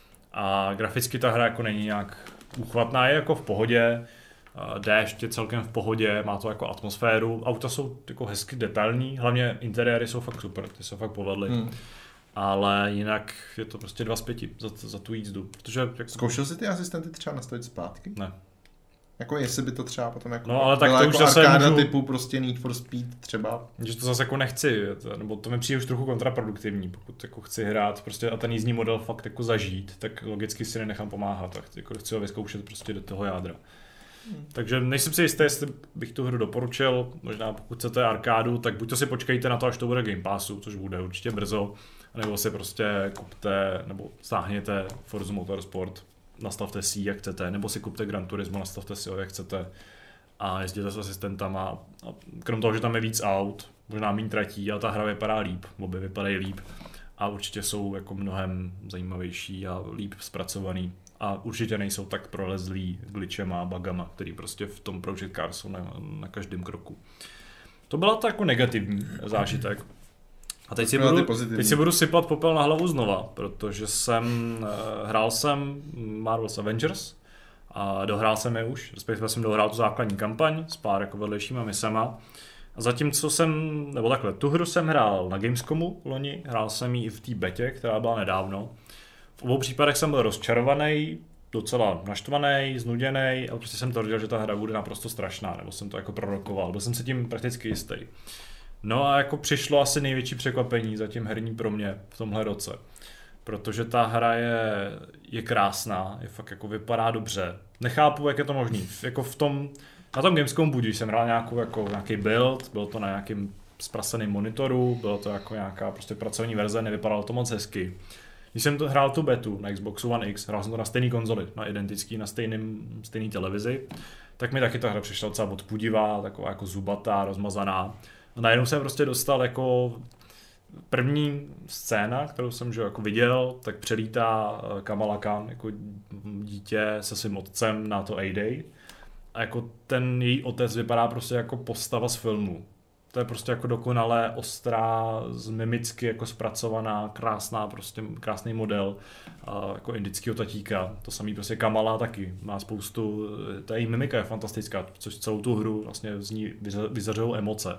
A graficky ta hra jako není nějak úchvatná, je jako v pohodě. Déšť je celkem v pohodě, má to jako atmosféru, auta jsou jako hezky detailní, hlavně interiéry jsou fakt super, ty se fakt povedly. Ale jinak je to prostě 2 z 5 za tu jízdu. Protože jako... Zkoušel jsi ty asistenty třeba nastavit zpátky? Ne. Jako jestli by to třeba potom jako no, ale tak to jako už zase arkáda typu prostě Need for Speed třeba. Že to zase jako nechci, nebo to mi přijde už trochu kontraproduktivní, pokud jako chci hrát prostě a ten jízdní model fakt jako zažít, tak logicky si nenechám pomáhat, tak jako chci ho vyzkoušet prostě do toho jádra. Takže nejsem si jistý, jestli bych tu hru doporučil, možná pokud chcete arkádu, tak buď to si počkejte na to, až to bude Game Passu, což bude určitě brzo, nebo si prostě kupte, nebo stáhněte Forza Motorsport, nastavte si jak chcete, nebo si kupte Gran Turismo, nastavte si ho jak chcete a jezděte s asistentama. A krom toho, že tam je víc aut, možná méně tratí, ale ta hra vypadá líp, obě vypadají líp a určitě jsou jako mnohem zajímavější a líp zpracovaný. A určitě nejsou tak prolezlý glitchema a bugama, který prostě v tom Project Cars jsou na každém kroku. To byla to jako negativní zážitek. A teď si budu sypat popel na hlavu znova, protože hrál jsem Marvel's Avengers a dohrál jsem je už, respektive jsem dohrál tu základní kampaň s pár jako vedlejšíma misema. A zatímco tu hru jsem hrál na Gamescomu loni, hrál jsem ji i v té betě, která byla nedávno. V obou případech jsem byl rozčarovaný, docela naštvaný, znuděný, ale prostě jsem tvrdil, že ta hra bude naprosto strašná, nebo jsem to jako prorokoval, byl jsem se tím prakticky jistý. No a jako přišlo asi největší překvapení zatím herní pro mě v tomhle roce. Protože ta hra je krásná, je fakt jako vypadá dobře. Nechápu, jak je to možný. Jako na tom Gamescomu budíš, jsem hrál nějaký build, bylo to na nějakým zpraseným monitoru, bylo to jako nějaká prostě pracovní verze, nevypadalo to moc hezky. Když jsem hrál tu betu na Xboxu One X, hrál jsem to na stejný konzoli, na identický, na stejný televizi, tak mi taky ta hra přišla docela odpudivá, taková jako zubatá, rozmazaná. A najednou jsem prostě dostal jako první scéna, kterou jsem jako viděl, tak přelítá Kamala Khan jako dítě se svým otcem na to A-Day. A jako ten její otec vypadá prostě jako postava z filmu. To je prostě jako dokonale ostrá, mimicky jako zpracovaná, krásná, prostě krásný model jako indického tatíka. To samý prostě Kamala taky. Má spoustu, ta její mimika je fantastická, což celou tu hru vlastně z ní vyzařují emoce.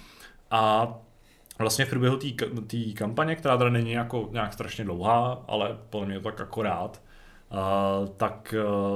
A vlastně v průběhu té kampaně, která teda není nějak strašně dlouhá, ale podle mě tak akorát, tak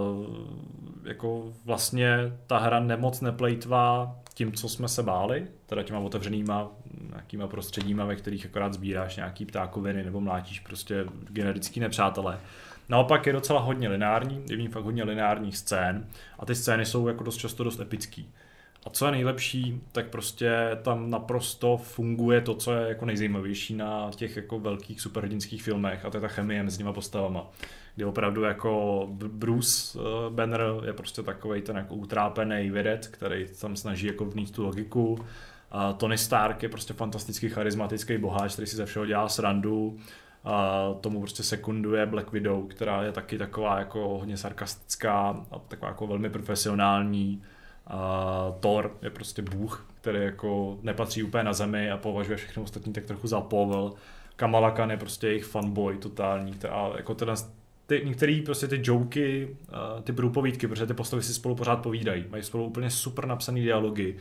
jako vlastně ta hra nemoc neplejtvá tím, co jsme se báli, teda těma otevřenýma nějakýma prostředíma, ve kterých akorát sbíráš nějaký ptákoviny nebo mlátíš prostě generický nepřátelé. Naopak je docela hodně lineární, je v ní fakt hodně lineárních scén a ty scény jsou jako dost často dost epický. A co je nejlepší, tak prostě tam naprosto funguje to, co je jako nejzajímavější na těch jako velkých superhrdinských filmech, a to je ta chemie mezi těma postavama. Kdy opravdu jako Bruce Banner je prostě takovej ten jako utrápený vědec, který tam snaží jako vnést tu logiku. A Tony Stark je prostě fantasticky charismatický boháč, který si ze všeho dělá srandu. A tomu prostě sekunduje Black Widow, která je taky taková jako hodně sarkastická a taková jako velmi profesionální. Thor je prostě bůh, který jako nepatří úplně na zemi a považuje všechno ostatní tak trochu za povel. Kamala Khan je prostě jejich fanboy totální, a jako některé prostě ty joky, ty průpovídky, protože ty postavy si spolu pořád povídají, mají spolu úplně super napsaný dialogy,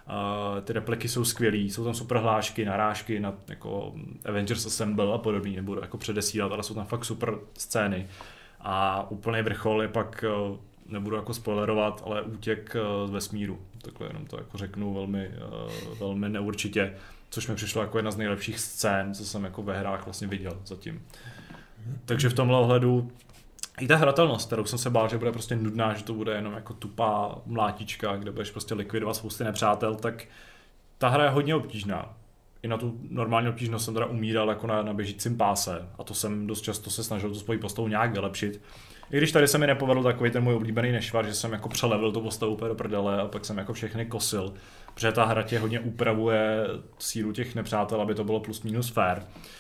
ty repliky jsou skvělý, jsou tam super hlášky, narážky na jako Avengers Assemble a podobně, nebudu jako předesílat, ale jsou tam fakt super scény. A úplný vrchol je pak, nebudu jako spoilerovat, ale útěk z vesmíru. Takhle jenom to jako řeknu velmi neurčitě, což mi přišlo jako jedna z nejlepších scén, co jsem jako ve hrách vlastně viděl zatím. Takže v tomhle ohledu i ta hratelnost, kterou jsem se bál, že bude prostě nudná, že to bude jenom jako tupá mlátička, kde budeš prostě likvidovat spousty nepřátel, tak ta hra je hodně obtížná. I na tu normální obtížnost jsem teda umíral jako na běžícím páse a to jsem dost často se snažil tu svoji postavu nějak vylepšit. I když tady se mi nepovedl takový ten můj oblíbený nešvar, že jsem jako přelevil tu postavu úplně do prdele a pak jsem jako všechny kosil, protože ta hra tě hodně upravuje sílu těch nepřátel, aby to bylo plus minus fair.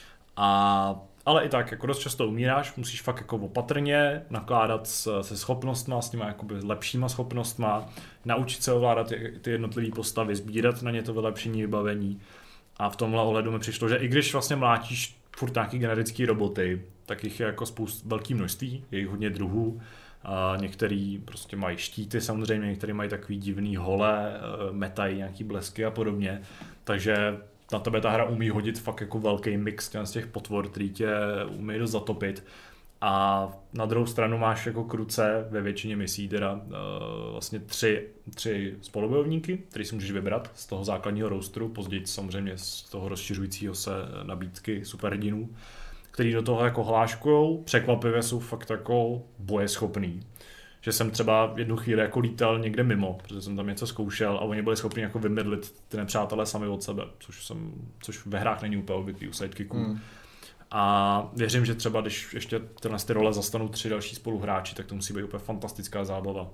Ale i tak, jako dost často umíráš, musíš fakt jako opatrně nakládat se schopnostma, s těma jakoby lepšíma schopnostma, naučit se ovládat ty jednotlivé postavy, sbírat na ně to vylepšení vybavení. A v tomhle ohledu mi přišlo, že i když vlastně mlátíš furt nějaký generický roboty, tak jich je jako velký množství, je jich hodně druhů. Některý prostě mají štíty samozřejmě, některý mají takový divný hole, metají nějaký blesky a podobně. Takže na tebe ta hra umí hodit fakt jako velký mix z těch potvor, který tě umí dost zatopit. A na druhou stranu máš jako kruce ve většině misí teda vlastně tři spolubojovníky, který si můžeš vybrat z toho základního rosteru, později samozřejmě z toho rozšiřujícího se nabídky superhrdinů, který do toho jako hláškujou, překvapivě jsou fakt jako bojeschopný. Že jsem třeba jednu chvíli jako lítal někde mimo, protože jsem tam něco zkoušel a oni byli schopni jako vymydlit ty nepřátelé sami od sebe, což ve hrách není úplně obvyklý u sidekicků. A věřím, že třeba když ještě ty role zastanou 3 další spoluhráči, tak to musí být úplně fantastická zábava.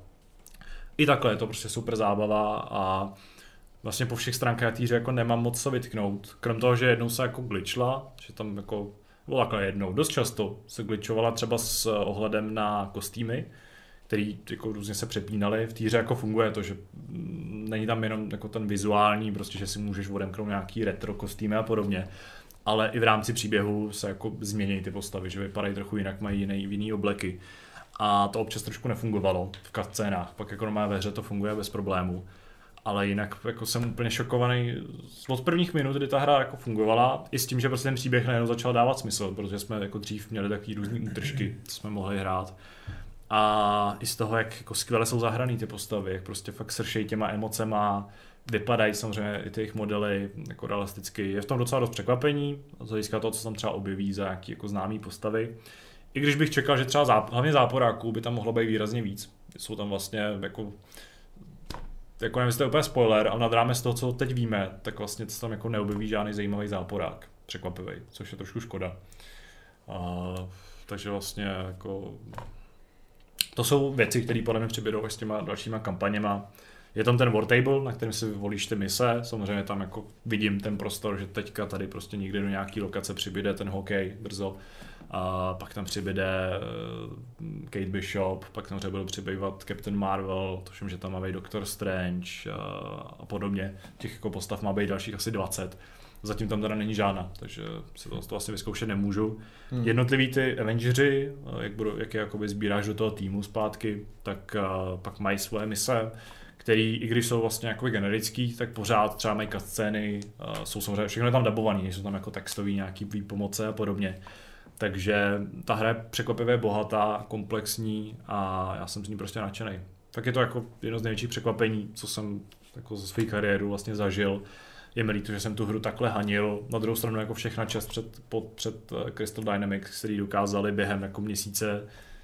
I takhle je to prostě super zábava a vlastně po všech stránkách týře jako nemám moc co vytknout. Krom toho, že jednou se jako glitchla, že tam jako bylo takhle jednou, dost často se glitchovala třeba s ohledem na kostýmy, který jako různě se přepínaly. V týře jako funguje to, že není tam jenom jako ten vizuální, prostě, že si můžeš odemknout nějaký retro kostýmy a podobně, ale i v rámci příběhu se jako změní ty postavy, že vypadají trochu jinak, mají jiný obleky. A to občas trošku nefungovalo v cutscénách, pak jako normálně ve hře to funguje bez problémů. Ale jinak jako jsem úplně šokovaný od prvních minut, kdy ta hra jako fungovala, i s tím, že prostě ten příběh najednou začal dávat smysl, protože jsme jako dřív měli takový různý útržky, co jsme mohli hrát. A i z toho, jak jako skvěle jsou zahraný ty postavy, jak prostě fakt sršej těma emocema, vypadají samozřejmě i ty jejich modely jako realisticky. Je v tom docela dost překvapení, z hlediska toho, co tam třeba objeví za nějaký jako známý postavy. I když bych čekal, že třeba hlavně záporáků by tam mohlo být výrazně víc. Jsou tam vlastně jako nevím, jestli to je úplně spoiler, ale nad rámec toho, co teď víme, tak vlastně se tam jako neobjeví žádný zajímavý záporák. Překvapivý, což je trošku škoda. Takže vlastně jako to jsou věci, které podle mě přibydou až s těma dalšíma kampaněma. Je tam ten War Table, na kterém si volíš ty mise, samozřejmě tam jako vidím ten prostor, že teďka tady prostě někde do nějaký lokace přibyde ten hokej brzo. A pak tam přibyde Kate Bishop, pak tam třeba budou přibývat Captain Marvel, tuším, že tam má být Doctor Strange a podobně. Těch jako postav má být dalších asi 20. Zatím tam teda není žádná, takže si to vlastně vyzkoušet nemůžu. Jednotliví ty Avengeri, jak je jakoby sbíráš do toho týmu zpátky, tak pak mají svoje mise, který, i když jsou vlastně jako generický, tak pořád třeba mají cutscény, jsou samozřejmě všechno je tam dabovaný, jsou tam jako textový nějaký výpomoce a podobně. Takže ta hra je překvapivě bohatá, komplexní a já jsem z ní prostě nadšený. Tak je to jako jedno z největších překvapení, co jsem jako za svou kariéru vlastně zažil. Je mi líto, že jsem tu hru takhle hanil. Na druhou stranu jako všechna čest před Crystal Dynamics, který dokázali během jako měsíce,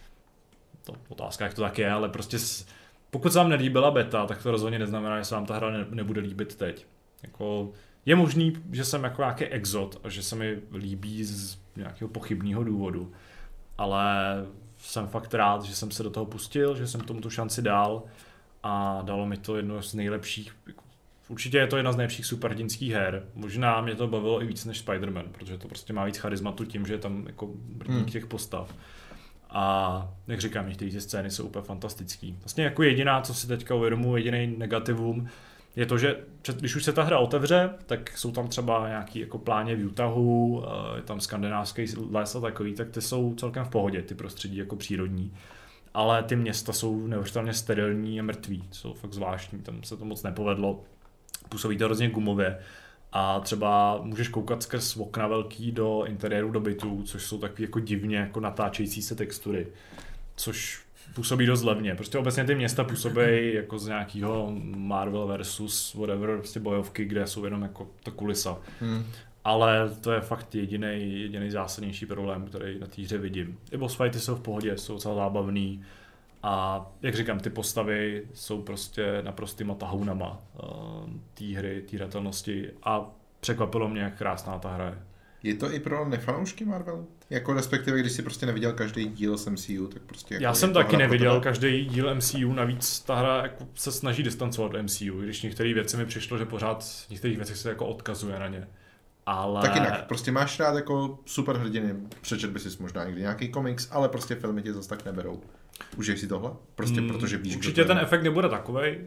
to otázka, jak to tak je, ale prostě pokud se vám nelíbila beta, tak to rozhodně neznamená, že se vám ta hra nebude líbit teď. Jako, je možný, že jsem jako nějaký exot a že se mi líbí z nějakého pochybného důvodu, ale jsem fakt rád, že jsem se do toho pustil, že jsem tomu tu šanci dal a dalo mi to jedno z nejlepších, určitě je to jedna z nejlepších superhrdinských her. Možná mě to bavilo i víc než Spider-Man, protože to prostě má víc charizmatu tím, že je tam jako brník těch postav. A jak říkám, některé ty scény jsou úplně fantastický. Vlastně jako jediná, co si teďka uvědomuji, jediný negativum, je to, že když už se ta hra otevře, tak jsou tam třeba nějaký jako pláně v Utahu, je tam skandinávský les a takový, tak ty jsou celkem v pohodě, ty prostředí jako přírodní. Ale ty města jsou neuvěřitelně sterilní a mrtví, jsou fakt zvláštní, tam se to moc nepovedlo. Působí to hrozně gumově a třeba můžeš koukat skrz okna velký do interiéru do bytů, což jsou takový jako divně jako natáčející se textury, což působí dost levně. Prostě obecně ty města působí jako z nějakého Marvel versus whatever, prostě bojovky, kde jsou jenom jako ta kulisa. Ale to je fakt jediný zásadnější problém, který na té hře vidím. I boss fighty jsou v pohodě, jsou docela zábavný. A jak říkám, ty postavy jsou prostě naprostýma tahounama té hry, té hratelnosti a překvapilo mě, jak krásná ta hra je. Je to i pro nefanoušky Marvelu? Jako respektive, když jsi prostě neviděl každý díl z MCU, tak prostě... Jako já jsem taky neviděl každý díl MCU, navíc ta hra jako se snaží distancovat od MCU, když některé věci mi přišlo, že pořád v některých věcech se jako odkazuje na ně. Ale... Tak jinak, prostě máš rád jako superhrdiny, přečet by si možná někdy nějaký komiks, ale prostě filmy tě zase tak neberou. Užij si tohle? Prostě protože víš, určitě ten efekt nebude takovej,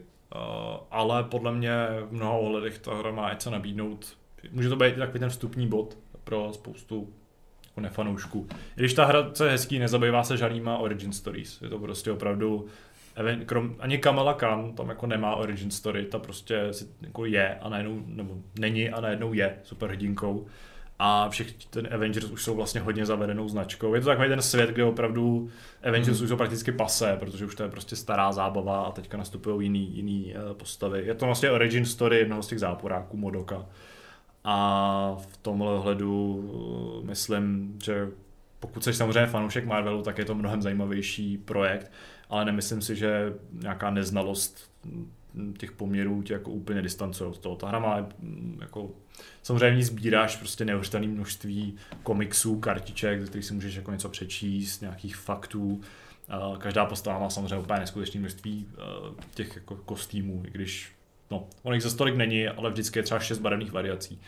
ale podle mě v mnoha ohledech ta hra má co nabídnout. Může to být takový ten vstupní bod pro spoustu jako nefanoušků. I když ta hra, co je hezký, nezabývá se žádnýma origin stories. Je to prostě opravdu, ani Kamala Khan tam jako nemá origin story, ta prostě jako je a najednou, nebo není a najednou je superhrdinkou. A všichni ten Avengers už jsou vlastně hodně zavedenou značkou. Je to takový ten svět, kde opravdu Avengers už jsou prakticky pasé, protože už to je prostě stará zábava a teďka nastupují jiný postavy. Je to vlastně origin story jednoho z těch záporáků Modoka. A v tomhle ohledu myslím, že pokud jsi samozřejmě fanoušek Marvelu, tak je to mnohem zajímavější projekt, ale nemyslím si, že nějaká neznalost těch poměrů tě jako úplně distancuje od toho. Ta hra má jako, samozřejmě v ní sbíráš prostě neuvěřitelné množství komiksů, kartiček, ze kterých si můžeš jako něco přečíst, nějakých faktů. Každá postava má samozřejmě úplně neskutečné množství těch jako kostýmů, i když ono jich za stolik není, ale vždycky je třeba 6 barevných variací.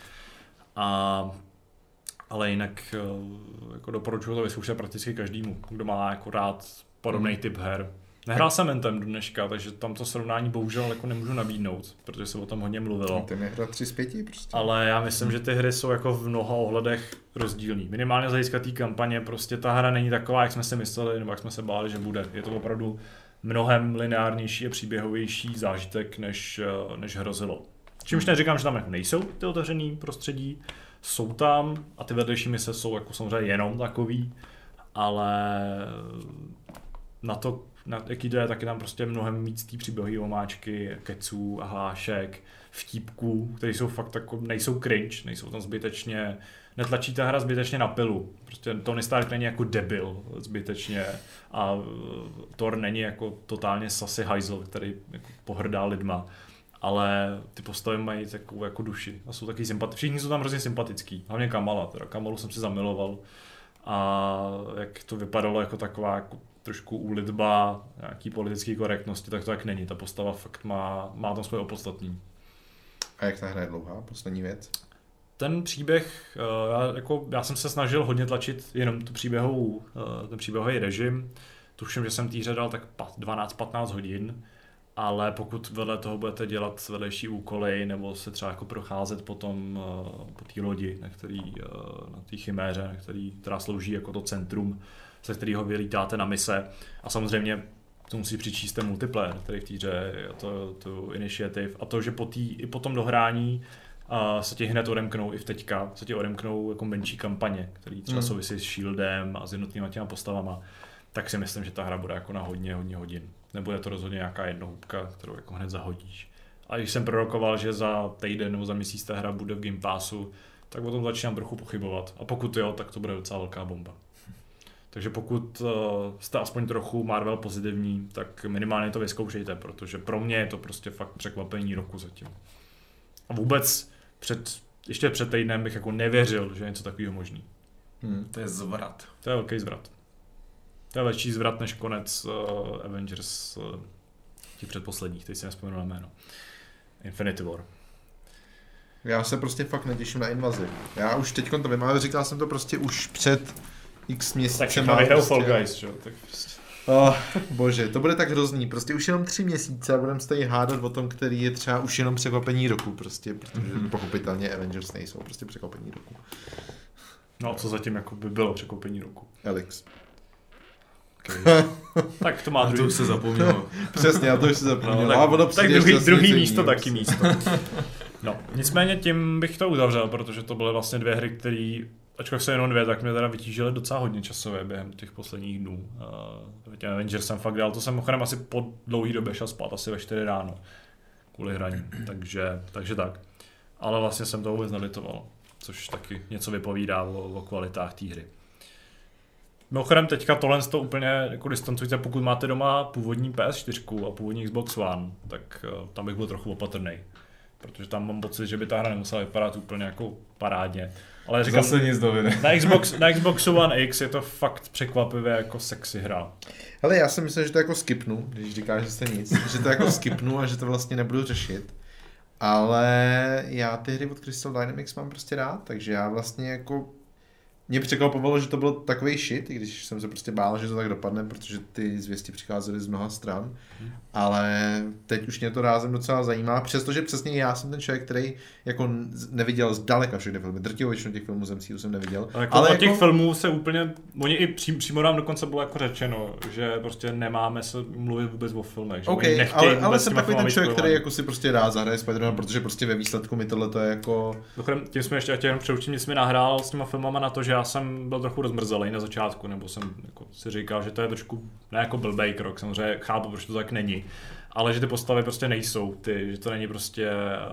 Ale jinak jako doporučuji to vyzkoušet prakticky každému, kdo má jako rád podobný typ her. Nehrál jsem Anthem do dneška, takže tam to srovnání bohužel jako nemůžu nabídnout, protože se o tom hodně mluvilo. Ten je hra 3 z 5 prostě. Ale já myslím, že ty hry jsou jako v mnoha ohledech rozdílný. Minimálně z hlediska té kampaně, prostě ta hra není taková, jak jsme si mysleli, nebo jak jsme se báli, že bude. Je to opravdu mnohem lineárnější a příběhovější zážitek, než hrozilo. Čímž neříkám, že tam jako nejsou ty otevřený prostředí, jsou tam a ty vedlejší mise jsou jako samozřejmě jenom takový, ale na to, jaký to je, tak je tam prostě mnohem víc té příběhové omáčky, keců a hlášek, vtípků, které jsou fakt jako, nejsou cringe, nejsou tam zbytečně, netlačí ta hra zbytečně na pilu. Prostě Tony Stark není jako debil zbytečně a Thor není jako totálně sassy hajzl, který jako pohrdá lidma. Ale ty postavy mají takovou jako duši a jsou taky sympatický. Všichni jsou tam hrozně sympatický, hlavně Kamala, teda Kamalu jsem si zamiloval a jak to vypadalo jako taková jako trošku úlitba nějaký politické korektnosti, tak to tak není, ta postava fakt má tam svoje opodstatnění. A jak ta hra je dlouhá, poslední věc? Ten příběh, já jsem se snažil hodně tlačit jenom ten příběhový režim, tuším, že jsem týře dal tak 12-15 hodin, ale pokud vedle toho budete dělat vedlejší úkoly nebo se třeba jako procházet potom po té lodi, na té chiméře, která slouží jako to centrum, ze kterého vylítáte na mise a samozřejmě to musí přičíst ten multiplayer, který v té hře je to initiative a to, že i po tom dohrání se ti hned odemknou i v teďka, se ti odemknou jako menší kampaně, který třeba souvisí s Shieldem a s jednotnými těma postavama, tak si myslím, že ta hra bude jako na hodně hodin. Nebude to rozhodně nějaká jednohubka, kterou jako hned zahodíš. A když jsem prorokoval, že za týden nebo za měsíc ta hra bude v Game Passu, tak o tom začínám trochu pochybovat. A pokud jo, tak to bude docela velká bomba. Takže pokud jste aspoň trochu Marvel pozitivní, tak minimálně to vyzkoušejte, protože pro mě je to prostě fakt překvapení roku zatím. A vůbec ještě před týdnem bych jako nevěřil, že je něco takového možný. To je zvrat. To je velký zvrat. To je větší zvrat než konec Avengers těch předposledních, teď si nespomenu na jméno. Infinity War. Já se prostě fakt netěším na invazi. Já už teďkon to vím, ale říkal jsem to prostě už před x měsícem. Tak všechno vyhrál Fall Guys, jo? Tak prostě. Bože, to bude tak hrozný. Prostě už jenom 3 měsíce a budeme se tady hádat o tom, který je třeba už jenom překvapení roku, prostě, protože pochopitelně Avengers nejsou prostě překvapení roku. No a co zatím jako by bylo překvapení roku? Elix. Okay. Tak to má druhý. To už se zapomnělo. Přesně, já to už se zapomnělo. No, tak druhý místo taky místo. No, nicméně tím bych to uzavřel, protože to byly vlastně 2 hry, které, ačkoliv se jenom 2, tak mě teda vytížily docela hodně časově během těch posledních dnů. Avengers jsem fakt dal, to jsem mimochodem asi po dlouhý době šel spát, asi ve 4 ráno, kvůli hraní, takže tak. Ale vlastně jsem to vůbec nelitoval, což taky něco vypovídá o kvalitách té hry. Mimochodem teďka tohle to úplně jako distancujte, pokud máte doma původní PS4 a původní Xbox One, tak tam bych byl trochu opatrnej. Protože tam mám pocit, že by ta hra nemusela vypadat úplně jako parádně. Ale říkám, zase nic dovede. Na Xboxu One X je to fakt překvapivě jako sexy hra. Ale já si myslím, že to jako skipnu, když říkáš, že jste nic, že to jako skipnu a že to vlastně nebudu řešit. Ale já ty hry od Crystal Dynamics mám prostě rád, takže já vlastně jako mě překvapovalo, že to byl takový shit, i když jsem se prostě bál, že to tak dopadne, protože ty zvěsti přicházely z mnoha stran. Ale teď už mě to rázem docela zajímá, přestože přesně já jsem ten člověk, který jako neviděl zdaleka všechny filmy. Drtivou většinu těch filmů z MCU jsem neviděl. Ale jako těch filmů se úplně, oni i přímo nám dokonce bylo jako řečeno, že prostě nemáme se mluvit vůbec o filmech. Že okay, ale jsem takový ten člověk, který jako si prostě rád zahraje Spider-Man, protože prostě ve výsledku mi tohle to je jako... Tím jsme ještě, jenom přeučím, jsme nahrál s těma filmama na to, že já jsem byl trochu rozmrzelý na začátku, nebo jsem jako si říkal, že to je trošku ne jako blbej krok, samozřejmě chápu, proč to tak není, ale že ty postavy prostě nejsou že to není prostě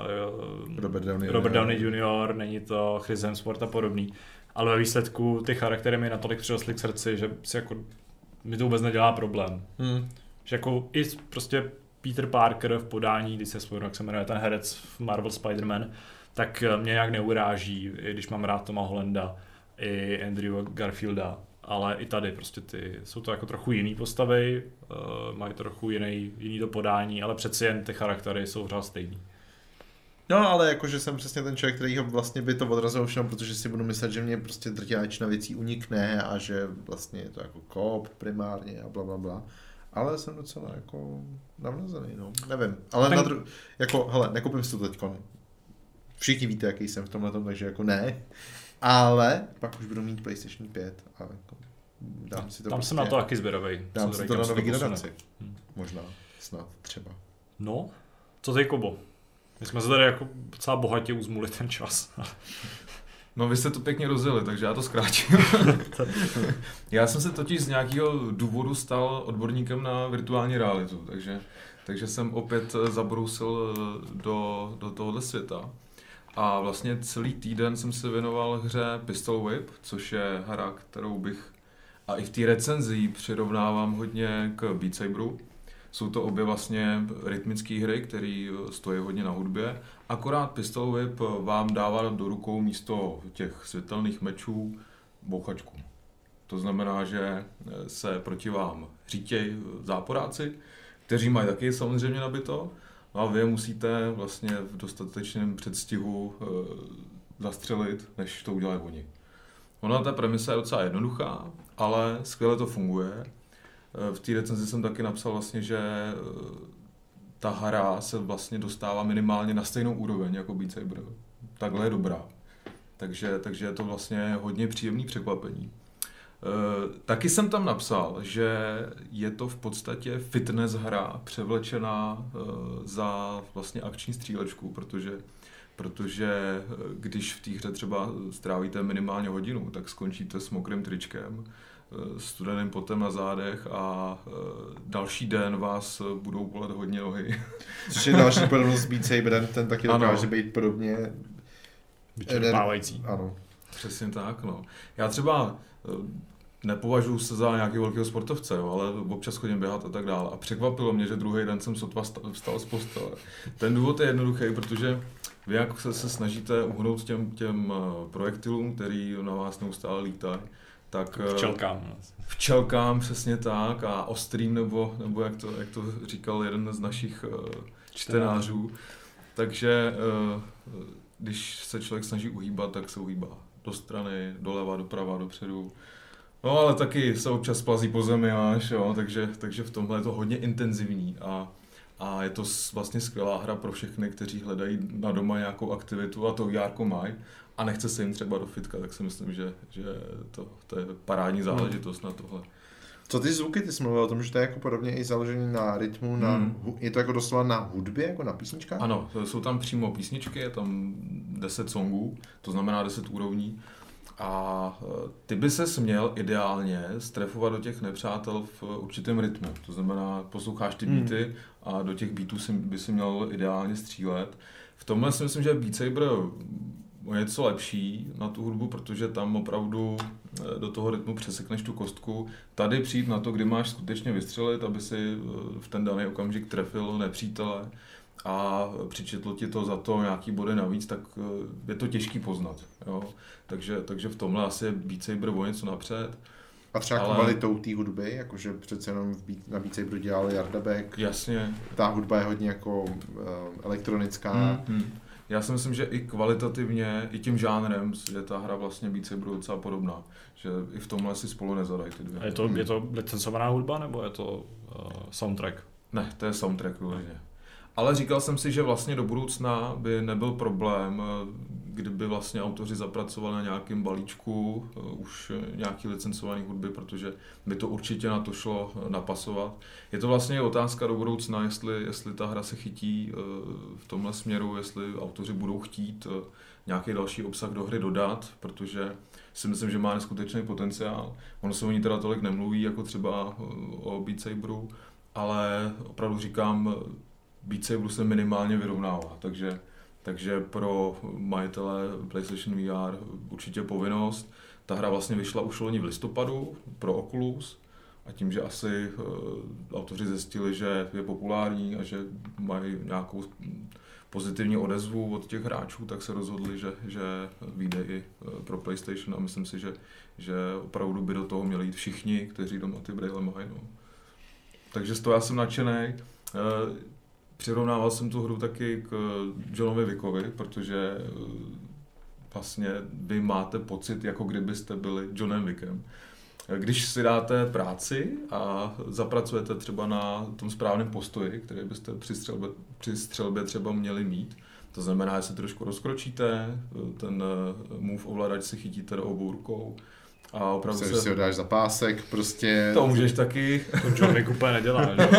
Robert Downey Jr., není to Chris Hemsworth a podobný, ale ve výsledku ty charaktery mi natolik přirostly k srdci, že si jako mi to vůbec nedělá problém. Že jako i prostě Peter Parker v podání, když se spojím, jak se jmenuje ten herec v Marvel Spider-Man, tak mě nějak neuráží, i když mám rád Toma Hollanda, i Andrewa Garfielda, ale i tady prostě jsou to jako trochu jiný postavy, mají trochu jiný to podání, ale přeci jen ty charaktery jsou pořád stejný. No, ale jakože jsem přesně ten člověk, který ho vlastně by to odrazilo všechno, protože si budu myslet, že mě prostě drtivá většina věcí unikne a že vlastně je to jako koop primárně a blablabla. Ale jsem docela jako navnazený, no, nevím. Ale hele, nekupím si to teďko. Všichni víte, jaký jsem v tomhletom, takže jako ne. Ale pak už budu mít PlayStation 5 a jako dám si to. Tam prostě, jsem na to taky zběrovej. Dám si to na nový generaci. Možná, snad, třeba. No, co ty, Kobo? My jsme se tady jako docela bohatě uzmuli ten čas. No vy jste to pěkně rozjeli, takže já to zkrátím. Já jsem se totiž z nějakého důvodu stal odborníkem na virtuální realitu, takže jsem opět zabrousil do tohohle světa. A vlastně celý týden jsem se věnoval hře Pistol Whip, což je hra, kterou bych a i v té recenzi přirovnávám hodně k Beat Saberu. Jsou to obě vlastně rytmické hry, které stojí hodně na hudbě. Akorát Pistol Whip vám dává do rukou místo těch světelných mečů bouchačku. To znamená, že se proti vám řítěj záporáci, kteří mají taky samozřejmě nabito, a vy musíte vlastně v dostatečném předstihu zastřelit, než to udělají oni. Ona ta premisa je docela jednoduchá, ale skvěle to funguje. V té recenzi jsem taky napsal vlastně, že ta hra se vlastně dostává minimálně na stejnou úroveň jako Beat Saber. Takhle je dobrá. Takže je to vlastně hodně příjemný překvapení. Taky jsem tam napsal, že je to v podstatě fitness hra převlečená za vlastně akční střílečku, protože když v té hře třeba strávíte minimálně hodinu, tak skončíte s mokrým tričkem, studeným potem na zádech a další den vás budou bolet hodně nohy. Což je další podobnost s Beat Saberem, ten taky dokáže být podobně vyčerpávající. Ano. Přesně tak, no. Já třeba nepovažuji se za nějakého velkého sportovce, jo, ale občas chodím běhat a tak dále. A překvapilo mě, že druhý den jsem sotva vstal z postele. Ten důvod je jednoduchý, protože vy jak se snažíte uhnout těm projektilům, který na vás neustále lítají, tak včelkám přesně tak a ostrým, nebo jak to říkal jeden z našich čtenářů. Takže když se člověk snaží uhýbat, tak se uhýbá do strany, doleva, doprava, dopředu. No ale taky se občas plazí po zemi až, jo, takže v tomhle je to hodně intenzivní a je to vlastně skvělá hra pro všechny, kteří hledají na doma nějakou aktivitu a to VR mají a nechce se jim třeba do fitka, tak si myslím, že to je parádní záležitost na tohle. Co ty zvuky, ty jsi mluvil o tom, že to je jako podobně i založený na rytmu, je to jako doslova na hudbě, jako na písničkách? Ano, jsou tam přímo písničky, je tam 10 songů, to znamená 10 úrovní. A ty by ses měl ideálně strefovat do těch nepřátel v určitém rytmu. To znamená, posloucháš ty beaty a do těch beatů by si měl ideálně střílet. V tomhle si myslím, že Beat Saber je něco lepší na tu hudbu, protože tam opravdu do toho rytmu přesekneš tu kostku. Tady přijít na to, kdy máš skutečně vystřelit, aby si v ten daný okamžik trefil nepřítele a přičetlo ti to za to nějaký body navíc, tak je to těžký poznat. Jo? Takže v tomhle asi je Beat Saber o něco napřed. A třeba kvalitou té hudby, jakože přece jenom na Beat Saberu dělal Jarda Beck. Jasně. Ta hudba je hodně jako elektronická. Já si myslím, že i kvalitativně, i tím žánrem je ta hra vlastně Beat Saberu docela podobná. Že i v tomhle si spolu nezadají ty dvě. Je to licencovaná hudba, nebo je to soundtrack? Ne, to je soundtrack vyloženě. Ale říkal jsem si, že vlastně do budoucna by nebyl problém, kdyby vlastně autoři zapracovali na nějakém balíčku už nějaký licencovaný hudby, protože by to určitě na to šlo napasovat. Je to vlastně otázka do budoucna, jestli ta hra se chytí v tomhle směru, jestli autoři budou chtít nějaký další obsah do hry dodat, protože si myslím, že má neskutečný potenciál. Ono se o ní teda tolik nemluví, jako třeba o Beat Saberu, ale opravdu říkám, Beat Saberu se minimálně vyrovnává, takže pro majitele PlayStation VR určitě povinnost. Ta hra vlastně vyšla už loni v listopadu pro Oculus a tím, že asi autoři zjistili, že je populární a že mají nějakou pozitivní odezvu od těch hráčů, tak se rozhodli, že vyjde i pro PlayStation a myslím si, že opravdu by do toho měli jít všichni, kteří doma ty brejle mají. No. Takže z toho já jsem nadšenej. Přirovnával jsem tu hru taky k Johnovi Wickovi, protože vlastně vy máte pocit, jako kdybyste byli Johnem Wickem. Když si dáte práci a zapracujete třeba na tom správném postoji, který byste při střelbě třeba měli mít, to znamená, že se trošku rozkročíte, ten move ovladač si chytíte do obou rukou, a opravdu si ho dáš za pásek, prostě... To můžeš taky. To John Wick úplně nedělá, že?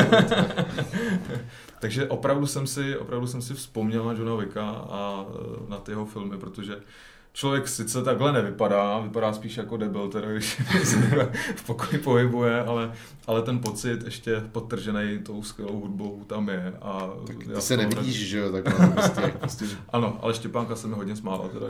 Takže opravdu jsem si vzpomněl na Johna Wicka a na ty jeho filmy, protože Člověk sice takhle nevypadá, vypadá spíš jako debil, teda, když se takhle v pokoji pohybuje, ale ten pocit ještě podtržený tou skvělou hudbou tam je. A tak ty se nevidíš, že jo, takhle prostě. Ano, ale Štěpánka se mi hodně smála. Teda.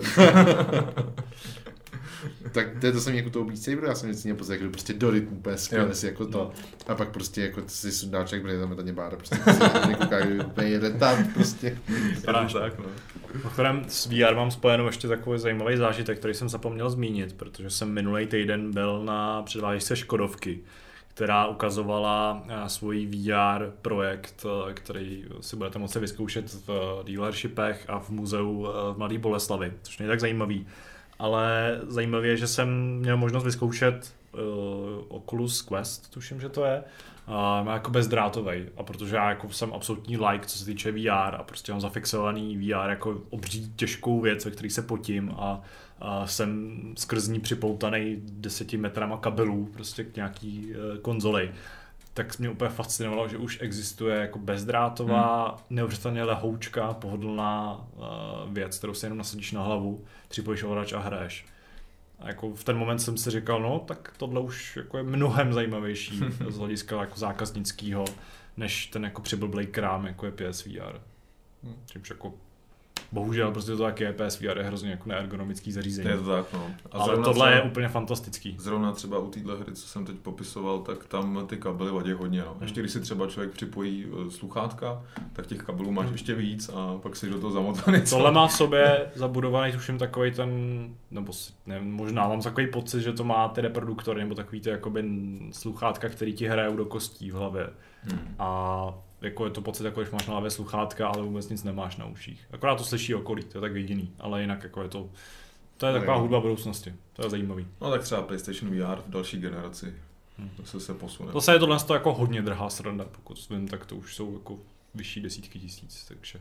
Tak to jsem jako toho Beat Saberu, já jsem vždycky měl pocit, jako prostě do rytmu, úplně skvěle si jako to. No. A pak prostě jako si sundáček, protože tam je ta bára, prostě nekouká, úplně jede tam prostě. Vypadáš tak, no. Mimochodem s VR mám spojenou ještě takový zajímavý zážitek, který jsem zapomněl zmínit, protože jsem minulý týden byl na předváděčce Škodovky, která ukazovala svůj VR projekt, který si budete moci vyzkoušet v dealershipech a v muzeu v Mladé Boleslavi, což není tak zajímavý. Ale zajímavé je, že jsem měl možnost vyzkoušet Oculus Quest, tuším, že to je, má jako bezdrátovej. A protože já jako jsem absolutní like, co se týče VR a prostě mám zafixovaný VR jako obří těžkou věc, ve který se potím a jsem skrz ní připoutaný 10 metrama kabelů prostě k nějaký konzoli. Tak mě úplně fascinovalo, že už existuje jako bezdrátová, neuvěřitelně lehoučká, pohodlná věc, kterou si jenom nasadíš na hlavu, připojíš ovladač a hraješ. A jako v ten moment jsem si říkal, no tak tohle už jako je mnohem zajímavější z hlediska jako zákaznického, než ten jako přiblblej krám, jako je PSVR. Čímž jako bohužel prostě to tak je, PSVR je hrozně jako neergonomický zařízení. Je to tak, no. Ale tohle je úplně fantastický. Zrovna třeba u téhle hry, co jsem teď popisoval, tak tam ty kabely vadí hodně. No. Ještě když si třeba člověk připojí sluchátka, tak těch kabelů máš ještě víc a pak si do toho zamotaný. Tohle má v sobě zabudovaný, tuším, takový ten, nebo ne, možná mám takový pocit, že to má ty reproduktory, nebo takový ty jakoby sluchátka, který ti hrajou do kostí v hlavě. A jako je to pocit, jako když máš na hlavě sluchátka, ale vůbec nic nemáš na uších. Akorát to slyší okolí, to je tak jediný, ale jinak jako je to je taková hudba budoucnosti, to je zajímavý. No tak třeba PlayStation VR v další generaci, to se posune. To se je tohle jako hodně drahá sranda, pokud vím, tak to už jsou jako vyšší desítky tisíc, takže.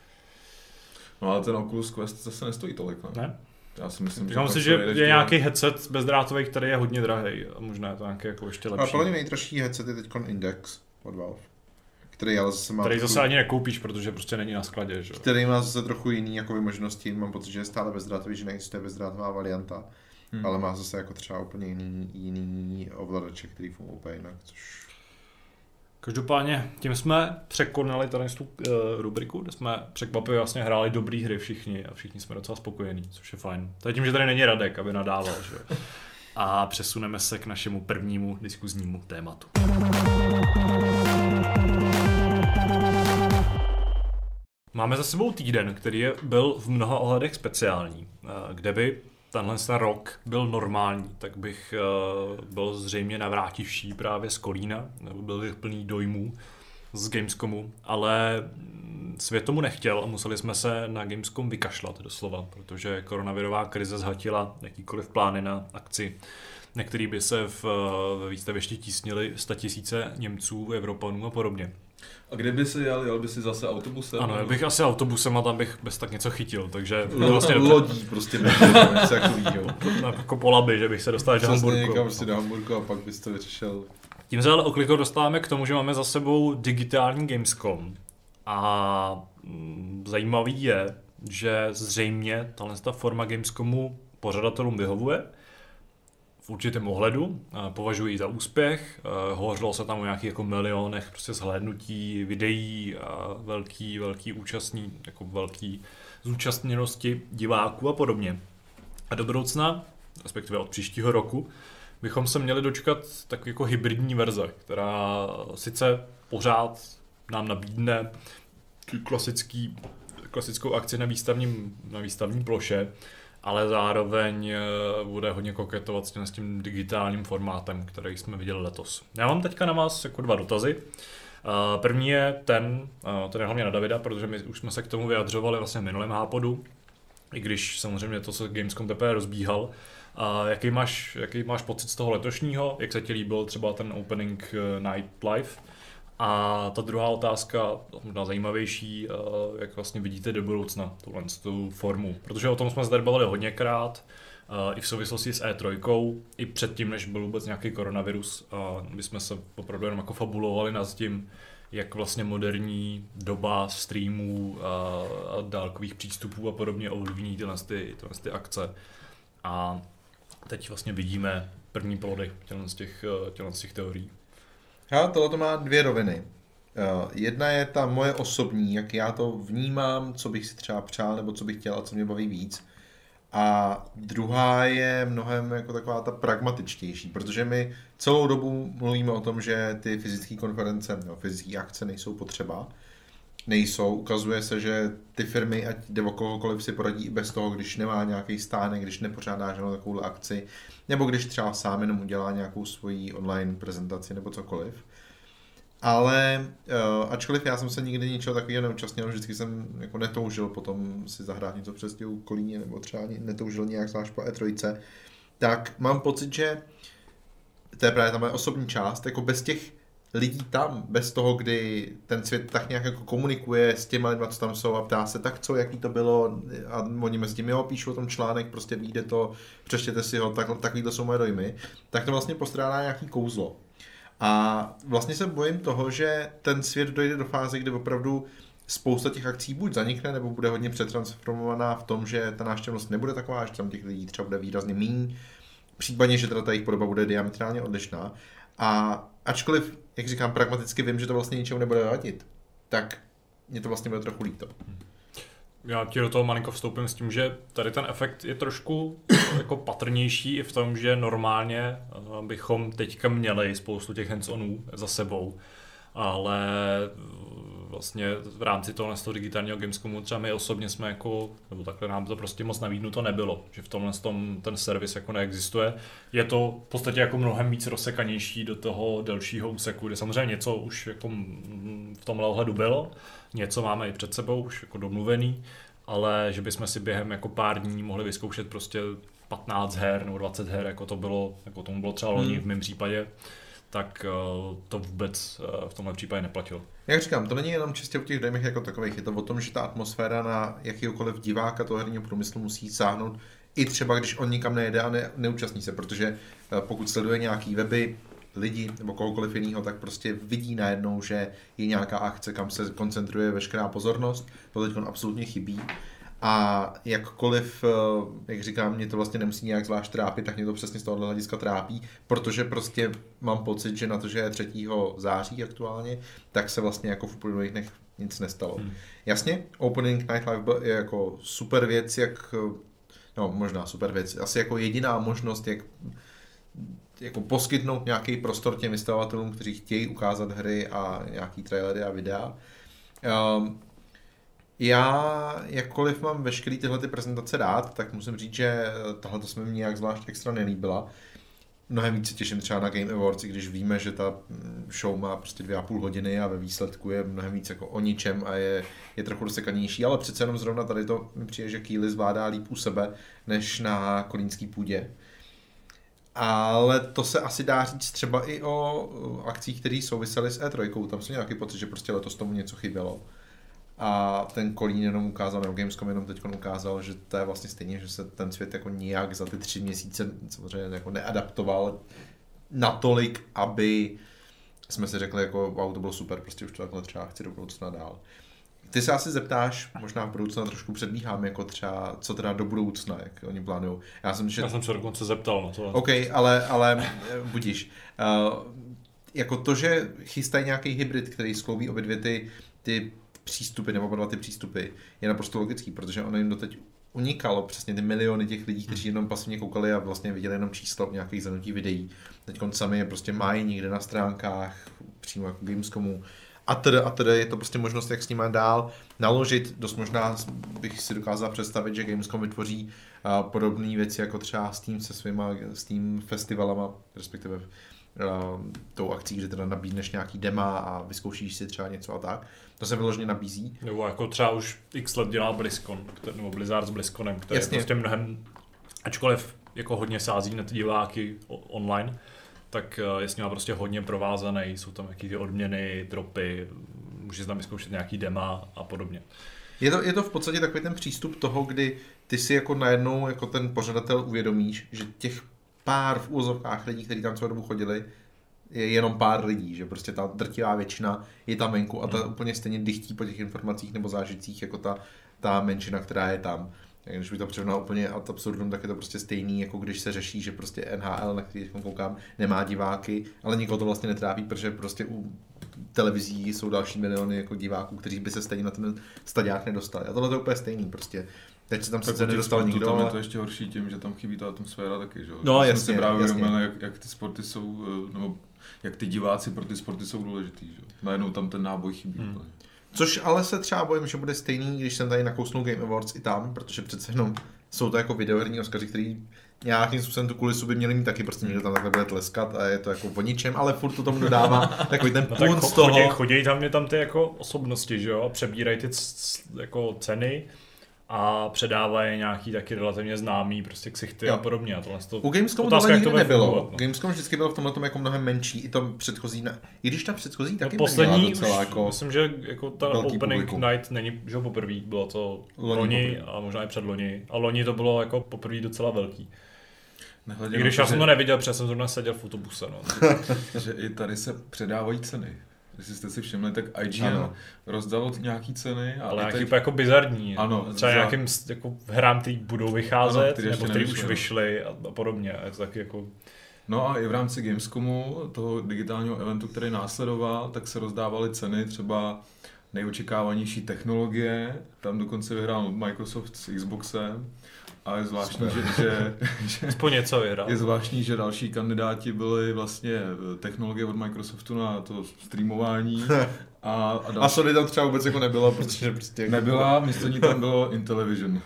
No ale ten Oculus Quest zase nestojí tolik, ne? Ne? Já si myslím, že je nějaký headset bezdrátový, který je hodně drahý a možná je to nějaký jako ještě lepší. A podle mě nejdražší headset je teď Index od Valve. Který ale zase má zase ani nekoupíš, protože prostě není na skladě, že? Který má zase trochu jiný jako možnosti, mám pocit, že je stále bezdrátový, že neexistuje bezdrátová varianta, ale má zase jako třeba úplně jiný ovladače, který fungují úplně jinak, což... Každopádně tím jsme překonali tady tu rubriku, kde jsme překvapivě vlastně hráli dobrý hry všichni a všichni jsme docela spokojení, což je fajn. To je tím, že tady není Radek, aby nadával, že? A přesuneme se k našemu prvnímu diskuznímu tématu. Máme za sebou týden, který byl v mnoha ohledech speciální. Kde by tenhle rok byl normální, tak bych byl zřejmě navrátivší právě z Kolína, nebo byl bych plný dojmů z Gamescomu, ale svět tomu nechtěl a museli jsme se na Gamescom vykašlat doslova, protože koronavirová krize zhatila jakýkoliv plány na akci, na který by se ve výstavěště tísnili 100 000 Němců, Evropanů a podobně. A kde by si jel by si zase autobusem? Ano, já bych asi autobusem a tam bych bez tak něco chytil, takže... vlastně lodí prostě něco takovýho. Jako po Labi, že bych se dostal do Hamburku. Někam prostě do Hamburku a pak bys to vyřešel. Tím se ale oklikou dostáváme k tomu, že máme za sebou digitální Gamescom. A zajímavý je, že zřejmě tato forma Gamescomu pořadatelům vyhovuje. V určitém ohledu, považuji za úspěch, hovořilo se tam o nějakých jako milionech prostě zhlédnutí videí a velký účastní, jako velký zúčastněnosti diváků a podobně. A do budoucna, respektive od příštího roku, bychom se měli dočkat tak jako hybridní verze, která sice pořád nám nabídne klasickou akci na výstavní ploše, ale zároveň bude hodně koketovat s tím digitálním formátem, který jsme viděli letos. Já mám teďka na vás jako 2 dotazy. První je ten je hlavně na Davida, protože my už jsme se k tomu vyjadřovali vlastně v minulém hápodu, i když samozřejmě to se Gamescom teprve rozbíhal. Jaký máš pocit z toho letošního? Jak se ti líbil třeba ten opening Night Live? A ta druhá otázka, možná zajímavější, jak vlastně vidíte do budoucna tu formu. Protože o tom jsme se tady bavili hodněkrát, i v souvislosti s E3, i předtím, než byl vůbec nějaký koronavirus. My jsme se opravdu jenom jako fabulovali nad tím, jak vlastně moderní doba streamů a dálkových přístupů a podobně ovlivní tyhle akce. A teď vlastně vidíme první plody z těch teorií. Tohle to má dvě roviny. Jedna je ta moje osobní, jak já to vnímám, co bych si třeba přál, nebo co bych chtěl a co mě baví víc. A druhá je mnohem jako taková ta pragmatičtější, protože my celou dobu mluvíme o tom, že ty fyzické konference, fyzické akce nejsou potřeba. Nejsou. Ukazuje se, že ty firmy, ať jde o kohokoliv, si poradí i bez toho, když nemá nějaký stánek, když nepořádá žádnou takovou akci, nebo když třeba sám jenom udělá nějakou svoji online prezentaci nebo cokoliv. Ale ačkoliv já jsem se nikdy ničeho takového neúčastnil, vždycky jsem jako netoužil potom si zahrát něco přes těm Kolíně, nebo třeba netoužil nějak zvlášť po E3, tak mám pocit, že to je právě ta moje osobní část, jako bez těch lidí tam, bez toho, kdy ten svět tak nějak jako komunikuje s těma lidma, co tam jsou a ptá se, tak co, jaký to bylo a oni mezi tím, píšu o tom článek, prostě vyjde to, přečtěte si ho, takovýhle jsou moje dojmy, tak to vlastně postrádá nějaký kouzlo. A vlastně se bojím toho, že ten svět dojde do fáze, kdy opravdu spousta těch akcí buď zanikne, nebo bude hodně přetransformovaná v tom, že ta návštěvnost nebude taková, že tam těch lidí třeba bude výrazně míň, případně, že teda ta jejich podoba bude diametrálně odlišná. A ačkoliv, jak říkám, pragmaticky vím, že to vlastně ničemu nebude vadit, tak mě to vlastně bude trochu líto. Já ti do toho malinko vstoupím s tím, že tady ten efekt je trošku jako patrnější i v tom, že normálně bychom teďka měli spoustu těch hands-onů za sebou, ale vlastně v rámci toho digitálního Gamescomu třeba my osobně jsme jako, nebo takhle nám to prostě moc nabídnuto nebylo, že v tomhle ten servis jako neexistuje. Je to v podstatě jako mnohem víc rozsekanější do toho delšího úseku, kde samozřejmě něco už jako v tomhle ohledu bylo, něco máme i před sebou už jako domluvený, ale že bychom si během jako pár dní mohli vyzkoušet prostě 15 her nebo 20 her, jako tomu bylo třeba loni v mém případě, tak to vůbec v tomhle případě neplatilo. Jak říkám, to není jenom čistě o těch dojmech jako takových, je to o tom, že ta atmosféra na jakýkoliv diváka toho herního průmyslu musí sáhnout, i třeba když on nikam nejde a neúčastní se, protože pokud sleduje nějaký weby, lidi nebo kohokoliv jiného, tak prostě vidí najednou, že je nějaká akce, kam se koncentruje veškerá pozornost, to teď absolutně chybí. A jakkoliv, jak říkám, mě to vlastně nemusí nějak zvlášť trápit, tak mě to přesně z tohohle hlediska trápí, protože prostě mám pocit, že na to, že je 3. září aktuálně, tak se vlastně jako v uplynulých dnech nic nestalo. Jasně, Opening Night Live je jako super věc, možná super věc, asi jako jediná možnost, jak jako poskytnout nějaký prostor těm vystavovatelům, kteří chtějí ukázat hry a nějaký trailery a videa. Já, jakkoliv mám veškerý tyhle ty prezentace rád, tak musím říct, že tahle to se mi nějak zvlášť extra nelíbila. Mnohem víc se těším třeba na Game Awards, i když víme, že ta show má prostě 2,5 hodiny a ve výsledku je mnohem víc jako o ničem a je trochu rozsekanější, ale přece jenom zrovna tady to mi přijde, že Keighley zvládá líp u sebe, než na kolínský půdě. Ale to se asi dá říct třeba i o akcích, které souvisely s E3. Tam jsem nějaký pocit, že prostě letos tomu něco chybělo. A ten Kolín jenom ukázal, nebo Gamescom jenom teď ukázal, že to je vlastně stejně, že se ten svět jako nijak za ty 3 měsíce samozřejmě jako neadaptoval natolik, aby jsme si řekli, jako wow, to bylo super, prostě už to takhle třeba chci do budoucna dál. Ty se asi zeptáš, možná v budoucna trošku předbíhám, jako třeba, co teda do budoucna, jak oni plánujou. Já jsem se dokonce zeptal na to. OK, ale budíš. Jako to, že chystají nějaký hybrid, který skloubí obě dvě ty přístupy, nebo oba dva ty přístupy, je naprosto logický, protože ono jim doteď unikalo přesně ty miliony těch lidí, kteří jenom pasivně koukali a vlastně viděli jenom číslo nějakých zanutých videí. Teď sami je prostě mají někde na stránkách, přímo jako Gamescomu, a tedy je to prostě možnost, jak s nimi dál naložit. Dost možná bych si dokázal představit, že Gamescom vytvoří podobné věci jako třeba Steam se svýma Steam festivalama, respektive tou akcí, kde teda nabídneš nějaký dema a vyzkoušíš si třeba něco a tak. To se vyloženě nabízí. Nebo jako třeba už x let dělá BlizzCon, nebo Blizzard s BlizzConem, který je prostě mnohem, ačkoliv jako hodně sází na ty diváky online, tak je s nima prostě hodně provázaný, jsou tam jaký ty odměny, dropy, můžeš tam vyzkoušet nějaký dema a podobně. Je to v podstatě takový ten přístup toho, kdy ty si jako najednou jako ten pořadatel uvědomíš, že těch pár v úvozovkách lidí, kteří tam celou dobu chodili, je jenom pár lidí, že prostě ta drtivá většina je tam venku a ta úplně stejně dychtí po těch informacích nebo zážitcích jako ta menšina, která je tam. Když by to přehnal úplně ad absurdum, tak je to prostě stejný, jako když se řeší, že prostě NHL, na který koukám, nemá diváky, ale nikoho to vlastně netrápí, protože prostě u televizí jsou další miliony jako diváků, kteří by se stejně na ten stadiák nedostali. A tohle to je úplně stejný prostě. Teď se tam sice nedostal nikdo. Tam je to ještě horší tím, že tam chybí ta atmosféra taky, že? No jasně, jak ty sporty jsou, nebo jak ty diváci pro ty sporty jsou důležitý, že? Najednou tam ten náboj chybí. Což ale se třeba bojím, že bude stejný, když jsem tady nakousnul Game Awards i tam, protože přece jenom jsou to jako videoherní Oscaři, který nějakým způsobem tu kulisu by měli mít taky, prostě někdo tam takhle bude tleskat a je to jako o ničem, ale furt to tomu dodává takový ten punt z toho. Chodí tam ty jako osobnosti, že jo, a přebírají ty jako ceny a předávají nějaký taky relativně známý prostě ksichty a podobně. A u Gamescomu tohle nikdy nebylo. Gamescom vždycky byl v tomhle tom jako mnohem menší, i to předchozí, i když ta předchozí taky poslední měla docela jako myslím, že jako ta Opening Night není, že poprvé, bylo to loni a možná i předloni. A loni to bylo jako poprvé docela velký. I když já jsem to neviděl, protože jsem zrovna seděl v autobuse. No. Že i tady se předávají ceny. Jestli jste si všimli, tak IGN rozdalo nějaký ceny. Ale nějaký jako bizarní. Ano. Třeba nějakým jako hrám, který budou vycházet, nebo který už vyšly a podobně. A je to taky jako... No a i v rámci Gamescomu, toho digitálního eventu, který následoval, tak se rozdávaly ceny třeba nejočekávanější technologie. Tam dokonce vyhrál Microsoft s Xboxem. A je zvláštní, je zvláštní, že další kandidáti byli vlastně technologie od Microsoftu na to streamování. A Sony tam třeba vůbec jako nebyla, protože prostě... Nebyla, místo ní tam bylo Intellivision.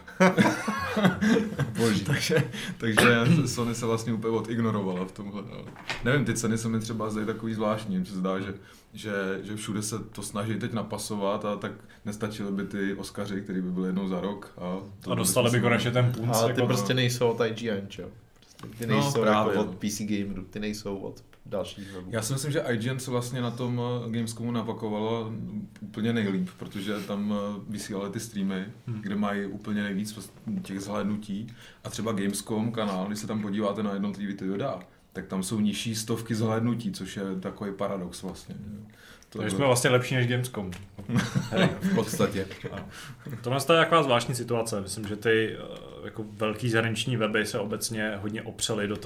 Boží. takže Sony se vlastně úplně odignorovala v tomhle. No. Nevím, ty ceny se mi třeba zdají takový zvláštní, mně se zdá, že všude se to snaží teď napasovat a tak nestačily by ty Oscaři, který by byli jednou za rok. A dostali by konečně ten punc. Ale ty jako prostě nejsou od IGN, čo? Ty nejsou jako od PC Gameru, ty nejsou od dalších webů. Já si myslím, že IGN se vlastně na tom Gamescomu napakovala úplně nejlíp, protože tam vysílali ty streamy, kde mají úplně nejvíc těch zhlédnutí. A třeba Gamescom kanál, když se tam podíváte na jednotlivý ty videa, tak tam jsou nižší stovky zhlédnutí, což je takový paradox vlastně. Takže jsme vlastně lepší než Gamescom. V podstatě. Tohle je taková zvláštní situace. Myslím, že ty jako velký zahraniční weby se obecně hodně opřely do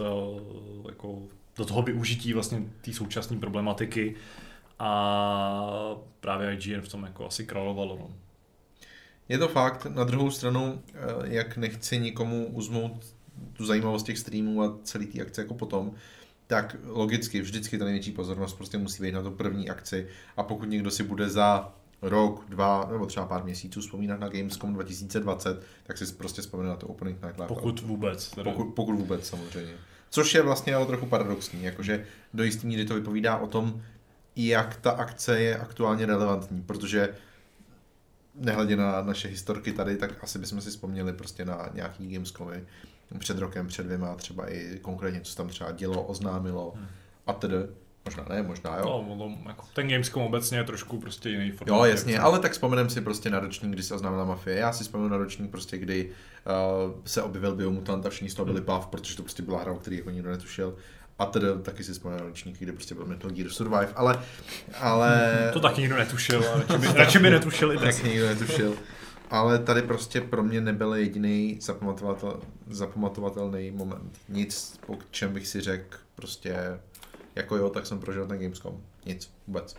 toho využití vlastně té současné problematiky a právě IGN v tom jako asi královalo. No. Je to fakt. Na druhou stranu, jak nechci nikomu uzmout tu zajímavost těch streamů a celý té akce jako potom, tak logicky vždycky ta největší pozornost prostě musí být na tu první akci a pokud někdo si bude za rok, 2 nebo třeba pár měsíců vzpomínat na Gamescom 2020, tak si prostě vzpomene na to Opening Night Live. Pokud vůbec. Pokud vůbec samozřejmě. Což je vlastně ale trochu paradoxní, jakože do jistý míry to vypovídá o tom, jak ta akce je aktuálně relevantní, protože nehledě na naše historky tady, tak asi bychom si vzpomněli prostě na nějaký Gamescomy před rokem, před 2, třeba i konkrétně, co tam třeba dělo, oznámilo a tedy. Možná ne, možná jo. No, jako ten Gamescom obecně je trošku prostě jiný formát. Jo, jasně, ale tak vzpomenem si prostě na ročník, kdy se oznámila Mafie. Já si vzpomenu na ročník prostě, kdy se objevil Biomutant a všichni z toho byli bav, protože to prostě byla hra, o který jako nikdo netušil. A tedy taky si vzpomenu na ročník, kde prostě byl Metal Gear Survive, ale... To taky nikdo netušil, ale radši by netušil i tak. Nikdo netušil. Ale tady prostě pro mě nebyl jediný zapamatovatelný moment. Nic, po čem bych si řekl prostě jako jo, tak jsem prožil ten Gamescom. Nic, vůbec.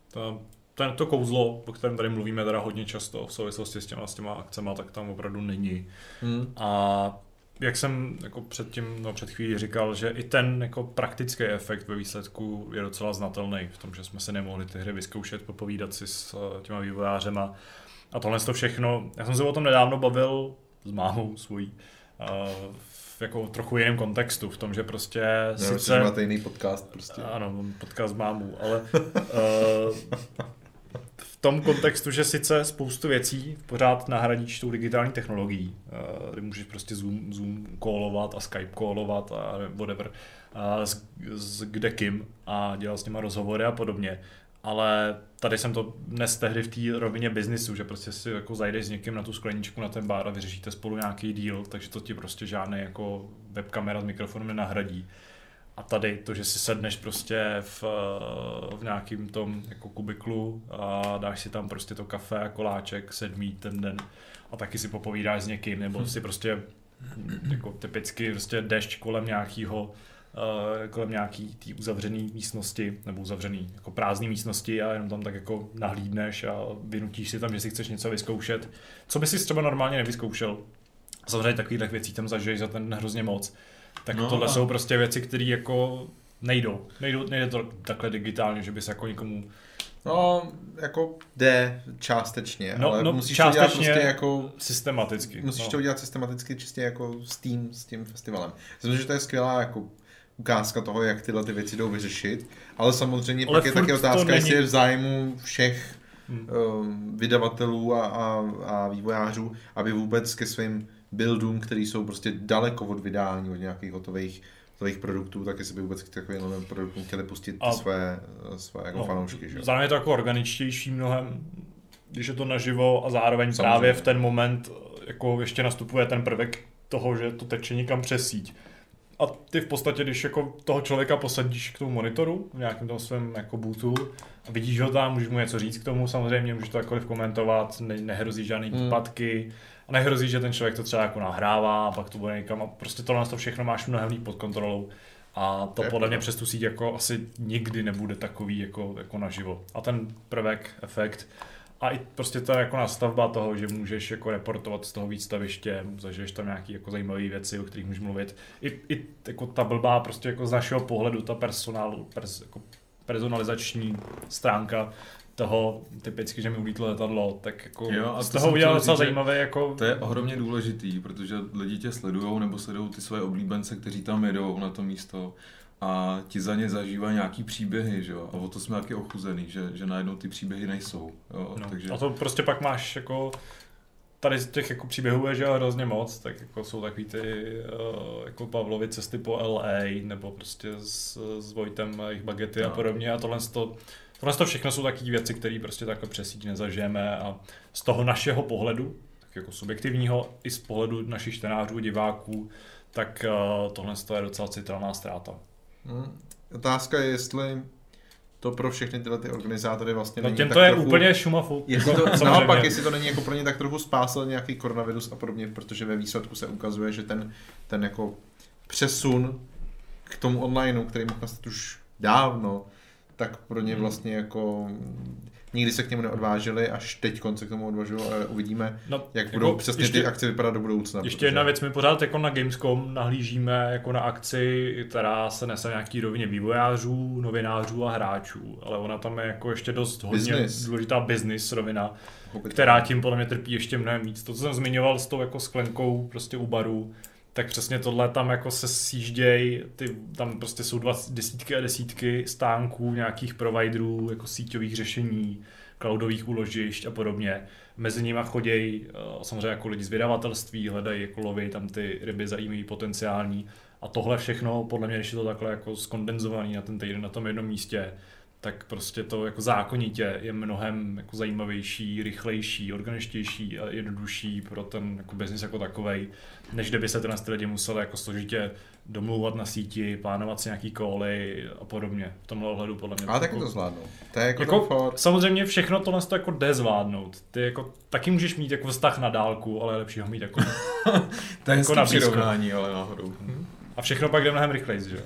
To kouzlo, o kterém tady mluvíme teda hodně často v souvislosti s těma akcema, tak tam opravdu není. A jak jsem jako před chvílí říkal, že i ten jako praktický efekt ve výsledku je docela znatelný v tom, že jsme se nemohli ty hry vyzkoušet, popovídat si s těma vývojářema. A tohle to všechno, já jsem se o tom nedávno bavil s mámou svojí, v jako trochu jiném kontextu, v tom, že prostě sice... máte jiný podcast prostě. Ano, podcast mámu, ale v tom kontextu, že sice spoustu věcí pořád nahradíš tou digitální technologií, kdy můžeš prostě Zoom callovat a Skype callovat a whatever, s kdekým a dělat s nima rozhovory a podobně. Ale tady jsem to dnes tehdy v té rovině biznisu, že prostě si jako zajdeš s někým na tu skleničku, na ten bar a vyřešíte spolu nějaký deal, takže to ti prostě žádný jako webkamera s mikrofonem nenahradí. A tady to, že si sedneš prostě v nějakým tom jako kubiklu a dáš si tam prostě to kafe a koláček 7. ten den a taky si popovídáš s někým, nebo si prostě jako typicky prostě jdeš kolem nějaký tý uzavřený místnosti, nebo uzavřený jako prázdný místnosti a jenom tam tak jako nahlídneš a vynutíš si tam, že si chceš něco vyzkoušet, co by si třeba normálně nevyzkoušel. Samozřejmě takových věcí tam zažiješ za ten hrozně moc. Tak tohle jsou prostě věci, které jako nejde to takhle digitálně, že bys jako někomu... No, jako jde částečně, ale musíš to dělat prostě jako... systematicky. Musíš to dělat systematicky čistě jako s tím festivalem. Myslím, že to je skvělá jako ukázka toho, jak tyhle ty věci jdou vyřešit, ale samozřejmě pak je taky otázka, jestli je v zájmu všech vydavatelů a vývojářů, aby vůbec ke svým buildům, který jsou prostě daleko od vydání, od nějakých hotových produktů, tak jestli by vůbec k takovým novým produktům chtěli pustit ty své jako fanoušky. Že? Zároveň je to jako organičtější mnohem, když je to naživo a zároveň samozřejmě. Právě v ten moment jako ještě nastupuje ten prvek toho, že to teče někam přes síť. A ty v podstatě, když jako toho člověka posadíš k tomu monitoru v nějakém tom svém jako bootu a vidíš ho tam, můžeš mu něco říct k tomu, samozřejmě můžeš to jakkoliv komentovat, nehrozí žádný výpadky a nehrozí, že ten člověk to třeba jako nahrává a pak to bude někam a prostě tohle to všechno máš mnohem líp pod kontrolou a to podle mě přes tu síť jako asi nikdy nebude takový jako naživo. A ten prvek, efekt a i prostě ta jako nastavba toho, že můžeš jako reportovat z toho výstaviště, zažiješ tam nějaký jako zajímavé věci, o kterých můžeš mluvit. I jako ta blbá prostě jako z našeho pohledu ta personalizační stránka toho typicky, že mi ulítlo letadlo, tak jako jo, z toho udělal docela zajímavé jako... To je ohromně důležitý, protože lidi tě sledujou nebo sledují ty svoje oblíbence, kteří tam jedou na to místo a ti za ně zažívají nějaký příběhy, že jo? A o to jsme taky ochuzený, že najednou ty příběhy nejsou. Jo? No. Takže... A to prostě pak máš jako... Tady z těch jako příběhů je že hrozně moc, tak jako jsou takový ty jako Pavlovy cesty po LA, nebo prostě s Vojtem jejich bagety a podobně a tohle všechno jsou takové věci, které prostě takhle přes síť nezažijeme a z toho našeho pohledu, tak jako subjektivního, i z pohledu našich čtenářů, diváků, tak tohle je docela citelná ztráta. Otázka je, jestli to pro všechny tyhle ty organizátory vlastně není těm tak to je trochu, úplně šumafu. Naopak, jestli to není jako pro ně tak trochu spásl nějaký koronavirus a podobně, protože ve výsledku se ukazuje, že ten jako přesun k tomu onlineu, který mohl nastat už dávno, tak pro ně vlastně jako nikdy se k němu neodvážili, až teď se k tomu odvažují, ale uvidíme, jak budou jako přesně ty akce vypadat do budoucna. Ještě jedna věc, my pořád jako na Gamescom nahlížíme jako na akci, která se nese nějaký rovině vývojářů, novinářů a hráčů, ale ona tam je jako ještě dost hodně důležitá business rovina, která tím podle mě trpí ještě mnohem víc. To, co jsem zmiňoval s tou jako sklenkou prostě u baru, tak přesně tohle tam jako se sjížděj, tam prostě jsou desítky a desítky stánků nějakých providerů, jako síťových řešení, cloudových úložišť a podobně. Mezi nimi chodějí samozřejmě jako lidi z vydavatelství, hledají jako loví tam ty ryby zajímavý, potenciální a tohle všechno, podle mě, když je to takhle jako skondenzovaný na ten týden na tom jednom místě, tak prostě to jako zákonitě je mnohem jako zajímavější, rychlejší, organičtější a jednodušší pro ten jako business jako takovej, než kdyby se ty lidi museli jako složitě domlouvat na síti, plánovat si nějaký cally a podobně. V tomhle ohledu podle mě. Ale taky to zvládnou. To je jako samozřejmě všechno tohle to jako jde zvládnout. Ty jako taky můžeš mít jako vztah na dálku, ale je lepší ho mít jako to je jako přirovnání, ale náhodou. A všechno pak jde mnohem rychleji, že?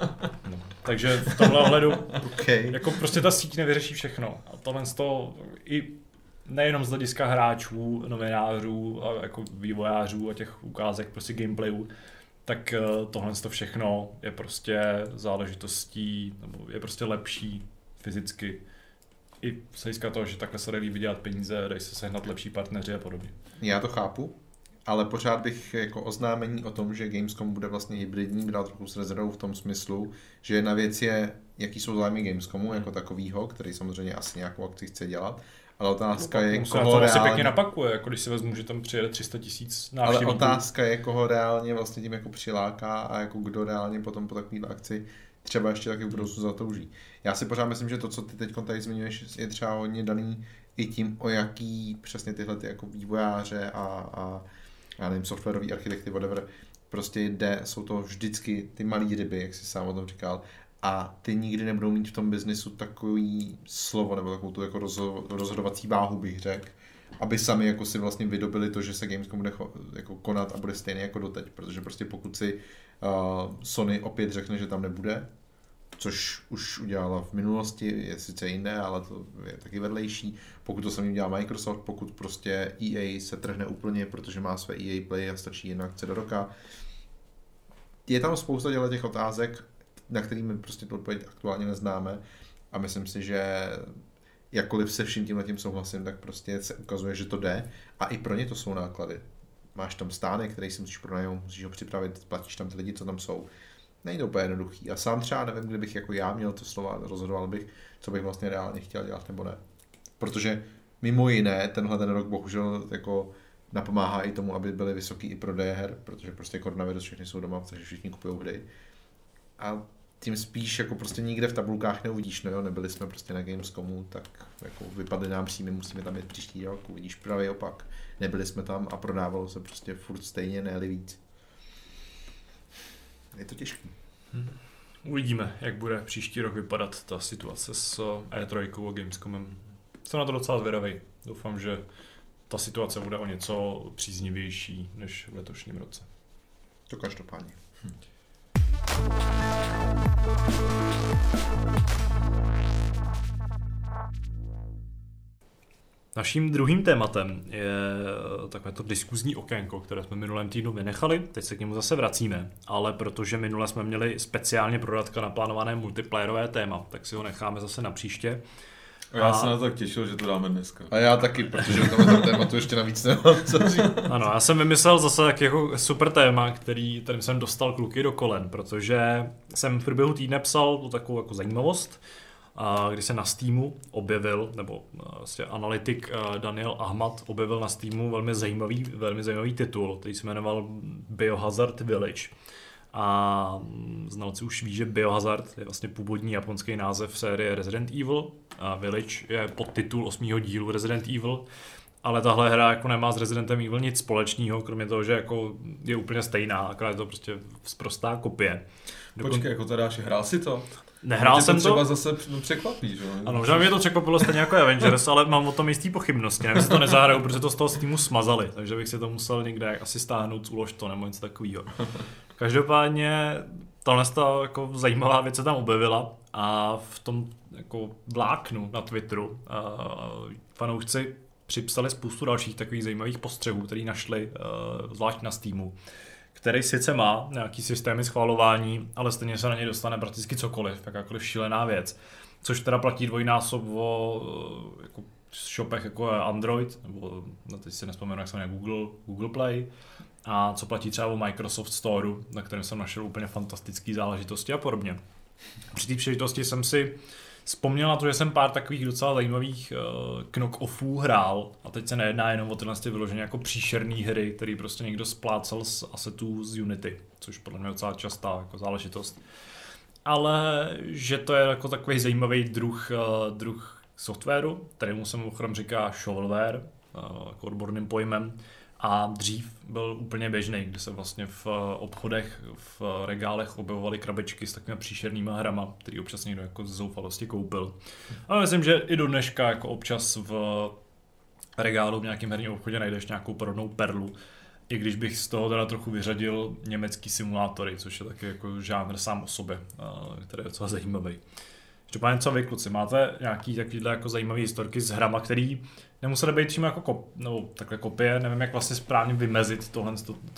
No. Takže v tomhle ohledu jako prostě ta síť nevyřeší všechno. A tohle to i nejenom z hlediska hráčů, novinářů a jako vývojářů a těch ukázek prostě gameplayů, tak tohle to všechno je prostě záležitostí, nebo je prostě lepší fyzicky. I z hlediska toho, že takhle se dají vydělat peníze, dají se sehnat lepší partneři a podobně. Já to chápu, ale pořád bych jako oznámení o tom, že Gamescom bude vlastně hybridní, bral trochu s rezervou v tom smyslu, že jedna věc je, jaký jsou zájmy Gamescomu jako takovýho, který samozřejmě asi nějakou akci chce dělat, ale otázka je, koho reálně... pěkně napakuje, jako když si vezmu, že tam přijede 300 000 návštěvníků. Ale otázka je, koho reálně vlastně tím jako přiláká a jako kdo reálně potom po takové akci třeba ještě taky v budoucnu zatouží. Já si pořád myslím, že to, co ty teď tady zmiňuješ, je třeba hodně daný i tím, o jaký přesně tyhle ty jako vývojáře a já nevím, softwarový architekty, whatever, prostě jsou to vždycky ty malý ryby, jak jsi sám o tom říkal, a ty nikdy nebudou mít v tom biznisu takový slovo nebo takovou tu jako rozhodovací váhu, bych řekl, aby sami jako si vlastně vydobili to, že se Gamescom bude jako konat a bude stejný jako doteď, protože prostě pokud si Sony opět řekne, že tam nebude, což už udělala v minulosti, je sice jiné, ale to je taky vedlejší. Pokud to samý udělá Microsoft, pokud prostě EA se trhne úplně, protože má své EA Play a stačí jedna akce do roka. Je tam spousta těch otázek, na kterými prostě tu odpověď aktuálně neznáme a myslím si, že jakkoliv se vším tímhletím souhlasím, tak prostě se ukazuje, že to jde a i pro ně to jsou náklady. Máš tam stánek, který si musíš pronajmout, musíš ho připravit, platíš tam ty lidi, co tam jsou. Není to úplně jednoduchý. A sám třeba nevím, kdybych jako já měl to slova, rozhodoval bych, co bych vlastně reálně chtěl dělat nebo ne. Protože mimo jiné, tenhle ten rok bohužel jako napomáhá i tomu, aby byly vysoký i prodeje her, protože prostě koronavirus, všechny jsou doma, takže všichni kupují hry. A tím spíš jako prostě nikde v tabulkách neuvidíš, no jo, nebyli jsme prostě na Gamescomu, tak jako vypadly nám příjmy, musíme tam jít příští rok, uvidíš pravý opak. Nebyli jsme tam a prodávalo se prostě furt stejně, ne-li víc. Je to těžký. Uvidíme, jak bude příští rok vypadat ta situace s E3 a Gamescomem. Jsem na to docela zvědavý. Doufám, že ta situace bude o něco příznivější než v letošním roce. To každopádně. Naším druhým tématem je takové to diskuzní okénko, které jsme minulém týdnu vynechali, teď se k němu zase vracíme, ale protože minule jsme měli speciálně pro Radka naplánované multiplayerové téma, tak si ho necháme zase na příště. A já se na to tak těšil, že to dáme dneska. A já taky, protože v tomhle tématu ještě navíc nemám co říct. Ano, já jsem vymyslel zase tak jako super téma, kterým jsem dostal kluky do kolen, protože jsem v průběhu týdne psal takovou jako zajímavost, kdy se na Steamu objevil, nebo vlastně analytik Daniel Ahmad objevil na Steamu velmi zajímavý titul, který se jmenoval Biohazard Village. A znalci už ví, že Biohazard je vlastně původní japonský název série Resident Evil. A Village je podtitul 8. dílu Resident Evil. Ale tahle hra jako nemá s Residentem Evil nic společného, kromě toho, že jako je úplně stejná, akorát je to prostě sprostá kopie. Počkej, jako to dáš, hrál si to? Nehrál jsem to. Třeba zase překvapí, že? Ano, možná mě to překvapilo stejně jako Avengers, ale mám o tom jistý pochybnosti. Nevím, jestli to nezahraju, protože to z toho Steamu smazali, takže bych si to musel někde asi stáhnout, ulož to nebo něco takového. Každopádně tohle jako zajímavá věc se tam objevila a v tom jako vláknu na Twitteru fanoušci připsali spoustu dalších takových zajímavých postřehů, který našli zvlášť na Steamu, který sice má nějaký systémy schvalování, ale stejně se na něj dostane prakticky cokoliv, jakákoliv šílená věc. Což teda platí dvojnásob o jako shopech jako je Android, nebo teď si nespomenu, jak se jmenuje Google Play, a co platí třeba o Microsoft Storeu, na kterém jsem našel úplně fantastické záležitosti a podobně. Při té příležitosti jsem si vzpomněl na to, že jsem pár takových docela zajímavých knock-offů hrál a teď se nejedná jenom o tyhle vyloženě jako příšerné hry, který prostě někdo splácal z assetů z Unity, což podle mě je docela častá jako záležitost. Ale že to je jako takový zajímavý druh softwaru, kterému se mimochodem říká shovelware, jako odborným pojmem, a dřív byl úplně běžný, kde se vlastně v obchodech, v regálech objevovaly krabičky s takovými příšernýma hrama, který občas někdo jako z zoufalosti koupil. A myslím, že i do dneška jako občas v regálu v nějakém herním obchodě najdeš nějakou podobnou perlu. I když bych z toho teda trochu vyřadil německý simulátory, což je taky jako žánr sám o sobě, který je docela zajímavý. Ještě co vy, kluci, máte nějaký takovýhle jako zajímavý historky s hrama, který nemuseli být přímo jako nebo takhle kopie, nevím jak vlastně správně vymezit tohle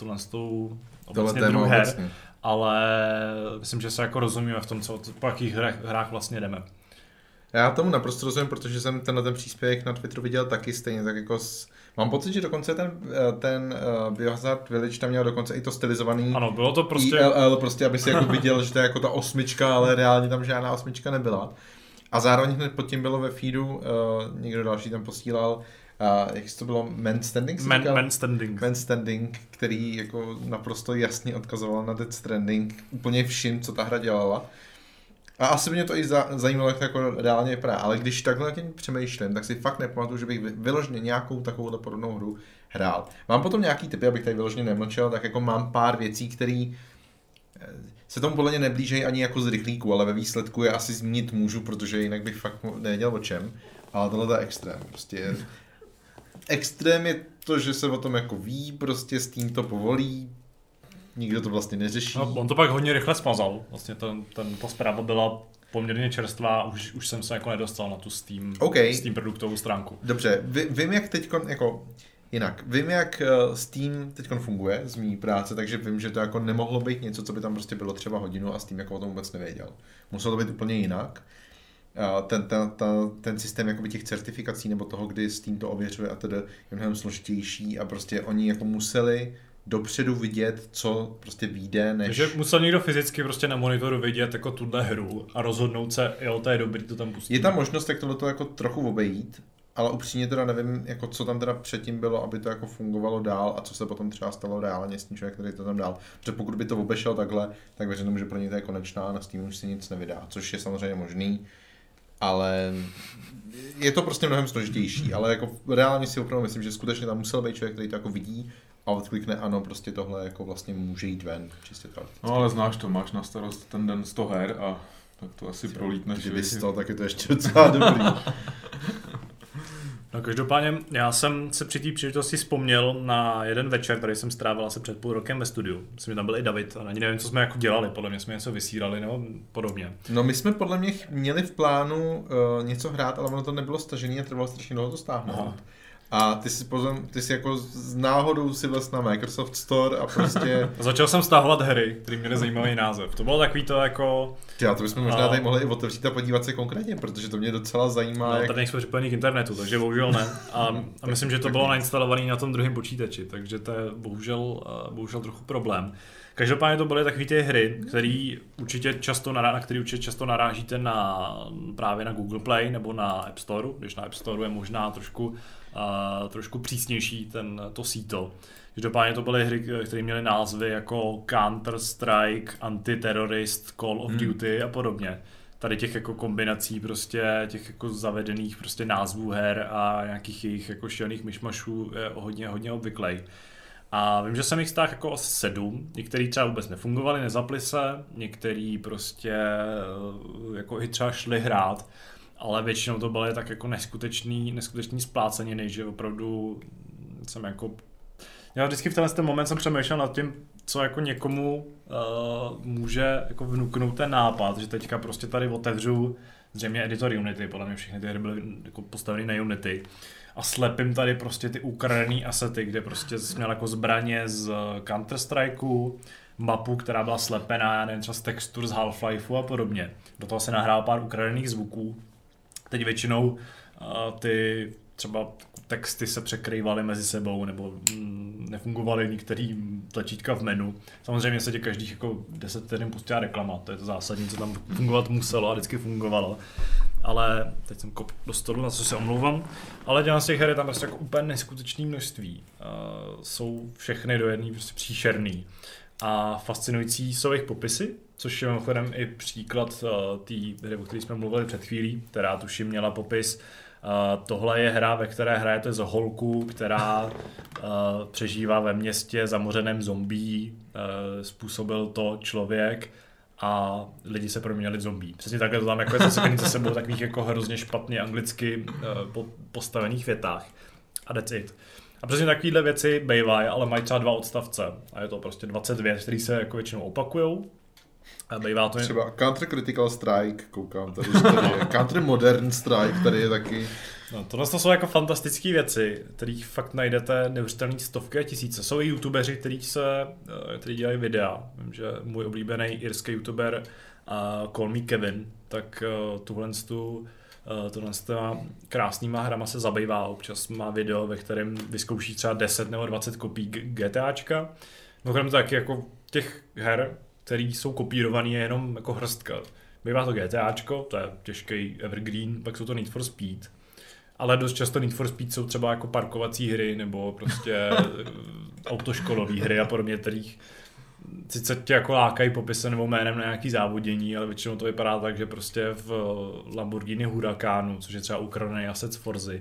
obecně druh her, ale myslím, že se jako rozumíme v tom, po jakých hrách vlastně jdeme. Já tomu naprosto rozumím, protože jsem ten příspěvek na Twitteru viděl taky stejně, tak jako mám pocit, že dokonce ten Biohazard Village tam měl dokonce i to stylizovaný. Ano, bylo to prostě ILL, prostě aby si jako viděl, že to je jako ta 8, ale reálně tam žádná 8 nebyla. A zároveň hned pod tím bylo ve feedu, někdo další tam posílal, jak to bylo, Man Standing, který jako naprosto jasně odkazoval na Death Stranding, úplně vším, co ta hra dělala. A asi mě to i zajímalo, jak to jako reálně vypadá, ale když takhle na tím přemýšlím, tak si fakt nepamatuju, že bych vyloženě nějakou takovouhle podobnou hru hrál. Mám potom nějaký tipy, abych tady vyloženě nemlčel, tak jako mám pár věcí, které se tomu podle mě neblížejí ani jako z rychlíku, ale ve výsledku je asi zmínit můžu, protože jinak bych fakt nevěděl o čem. Ale tohle je extrém. Prostě extrém je to, že se o tom jako ví, prostě Steam to povolí, nikdo to vlastně neřeší. No, on to pak hodně rychle smazal. Vlastně ta zpráva byla poměrně čerstvá, už jsem se jako nedostal na tu Steam produktovou stránku. Dobře, vím jak teďkon, jako jinak, vím jak Steam teďkon funguje z mý práce, takže vím, že to jako nemohlo být něco, co by tam prostě bylo třeba hodinu a Steam jako o tom vůbec nevěděl. Muselo to být úplně jinak. Ten systém jakoby těch certifikací nebo toho, kdy Steam to ověřuje a tedy je mnohem složitější a prostě oni jako museli dopředu vidět, co prostě vyjde, než... Takže musel někdo fyzicky prostě na monitoru vidět jako tuhle hru a rozhodnout se, jo, to je dobrý, to tam pustím. Je tam možnost, jak tohleto jako trochu obejít, ale upřímně teda nevím, jako co tam teda předtím bylo, aby to jako fungovalo dál a co se potom třeba stalo reálně s tím člověk, který to tam dál. Protože pokud by to obešel takhle, tak věřím tomu, že pro něj to je konečná a na Steamu už si nic nevydá, což je samozřejmě možný. Ale je to prostě mnohem složitější, ale jako reálně si opravdu myslím, že skutečně tam musel být člověk, který to jako vidí a odklikne ano, prostě tohle jako vlastně může jít ven, čistě teoreticky. No ale znáš to, máš na starost ten den 100 her a tak to asi prolítneš. Kdyby 100, tak je to ještě docela dobrý. No každopádně já jsem se při té příležitosti vzpomněl na jeden večer, který jsem strávil asi před půl rokem ve studiu. Myslím, že tam byl i David a ani nevím, co jsme jako dělali, podle mě jsme něco vysílali nebo podobně. No my jsme podle mě měli v plánu něco hrát, ale ono to nebylo stažené a trvalo strašně dlouho to stáhnout. Aha. A ty si jako z náhodou si vlastně na Microsoft Store a prostě... Začal jsem stahovat hry, které měly zajímavý název. To bylo takový to jako... Já to bychom možná tady mohli i otevřít a podívat se konkrétně, protože to mě docela zajímá. No, tady nejsme připojený k internetu, takže bohužel ne. A myslím, že to bylo nainstalované na tom druhém počítači, takže to je bohužel trochu problém. Každopádně to byly takové ty hry, na které určitě často narážíte právě na Google Play nebo na App Store, když na App Store je možná trošku přísnější to síto. Každopádně to byly hry, které měly názvy jako Counter-Strike, Antiterrorist, Call of Duty a podobně. Tady těch jako kombinací prostě těch jako zavedených prostě názvů her a nějakých jejich jako šílených myšmašů je hodně obvyklej. A vím, že jsem jich stáhl jako asi 7, některý třeba vůbec nefungovali, nezapli se, některý prostě jako i třeba šli hrát, ale většinou to byly tak jako neskutečný spláceniny, že opravdu jsem jako... Já vždycky v ten moment jsem přemýšlel nad tím, co jako někomu může jako vnuknout ten nápad, že teďka prostě tady otevřu zřejmě editor Unity, podle mě všechny ty hry byly jako postaveny na Unity. A slepím tady prostě ty ukradený asety, kde prostě jsi měl jako zbraně z Counter-Strikeu, mapu, která byla slepená, já nevím, třeba z textur z Half-Lifeu a podobně. Do toho se nahrál pár ukradených zvuků. Teď většinou ty třeba texty se překrývaly mezi sebou nebo nefungovaly některý tlačítka v menu. Samozřejmě se tě každých jako 10 vteřin pustila reklama, to je to zásadní, co tam fungovat muselo a vždycky fungovalo. Ale teď jsem kop do stolu, na co se omlouvám, ale dělám z těch her je tam prostě jako úplně neskutečné množství. Jsou všechny do jedné prostě příšerný. A fascinující jsou jejich popisy, což je mimochodem i příklad té hry, o které jsme mluvili před chvílí, která tuším měla popis. Tohle je hra, ve které hrajete za holku, která přežívá ve městě zamořeném zombie, způsobil to člověk a lidi se proměnili v zombie. Přesně takhle to tam jako je zasekený se sebou takových jako hrozně špatně anglicky postavených větách. A that's it. A přesně takovéhle věci bývají, ale mají třeba 2 odstavce. A je to prostě 20 vět, které se jako většinou opakujou. A bývá to třeba Counter Critical Strike, koukám tady, že tady je Counter Modern Strike, tady je taky. No, tohle jsou jako fantastické věci, kterých fakt najdete neuvěřitelné stovky a tisíce. Jsou i youtubeři, kteří dělají videa. Vím, že můj oblíbený irský youtuber Call Me Kevin, tak tohle krásnýma hrama se zabývá. Občas má video, ve kterém vyzkouší třeba 10 nebo 20 kopií GTAčka. Mimochodem taky jako těch her, které jsou kopírované, je jenom jako hrstka. Bývá to GTAčko, to je těžký evergreen, pak jsou to Need for Speed. Ale dost často Need for Speed jsou třeba jako parkovací hry nebo prostě autoškolové hry a podobně, kterých sice tě jako lákají popisem nebo jménem na nějaký závodění, ale většinou to vypadá tak, že prostě v Lamborghini Huracanu, což je třeba ukradený asset z Forzy,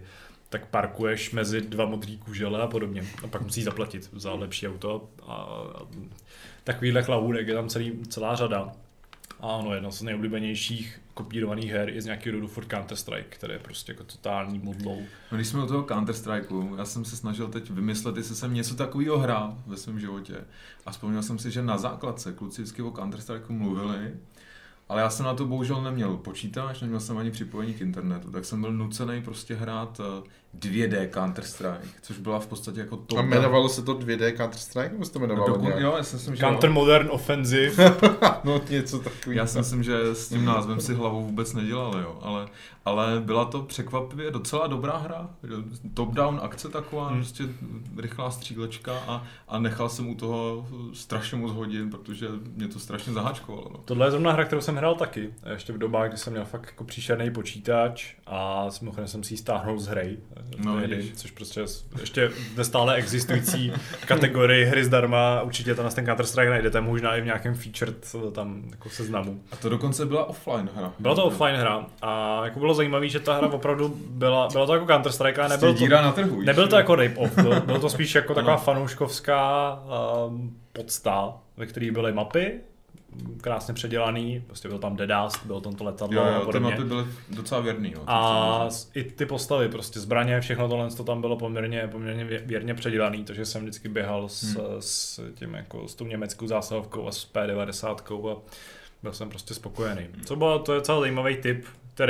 tak parkuješ mezi dva modrý kužele a podobně. A pak musíš zaplatit za lepší auto. A takovýhle chlapůdek je tam celá řada. A ano, jedna z nejoblíbenějších kopírovaných her je z nějakého důvodu furt Counter-Strike, který je prostě jako totální modlou. No, když jsme u toho Counter-Strikeu, já jsem se snažil teď vymyslet, jestli jsem něco takového hrál ve svém životě. A vzpomněl jsem si, že na základce kluci vždycky o Counter-Strikeu mluvili, ale já jsem na to bohužel neměl počítač, neměl jsem ani připojení k internetu, tak jsem byl nucený prostě hrát 2D Counter-Strike, což byla v podstatě jako to. A jmenovalo se to 2D Counter-Strike, nebo se to jmenovalo nějak? Jo, já si myslím, že Counter Modern Offensive. No něco takového. Já si myslím, že s tím názvem si hlavou vůbec nedělali, jo. Ale byla to překvapivě docela dobrá hra. Top-down akce taková, prostě rychlá střílečka a nechal jsem u toho strašně moc hodin, protože mě to strašně zaháčkovalo. No. Tohle je zrovna hra, kterou jsem hrál taky. Ještě v dobách, kdy jsem měl fakt jako příšerný počítač a mimochodem jsem si ji stáhnul z hry. No, což prostě ještě ve stále existující kategorii hry zdarma. Určitě to na ten Counter-Strike najdete, možná i v nějakém featured tam jako seznamu. A to dokonce byla offline hra. Byla to offline hra a jako bylo zajímavé, že ta hra opravdu byla to jako Counter-Strike, ale nebyl to jako rip-off, bylo to spíš jako taková fanouškovská podsta, ve které byly mapy, krásně předělaný, prostě byl tam Dedast, byl tam to letadlo a podobně. Ty mapy byly docela věrný. Jo, a i ty postavy, prostě zbraně, všechno tohle to tam bylo poměrně věrně předělaný, takže jsem vždycky běhal s tou německou zásahovkou a s P90 a byl jsem prostě spokojený. To je celý zajímavý typ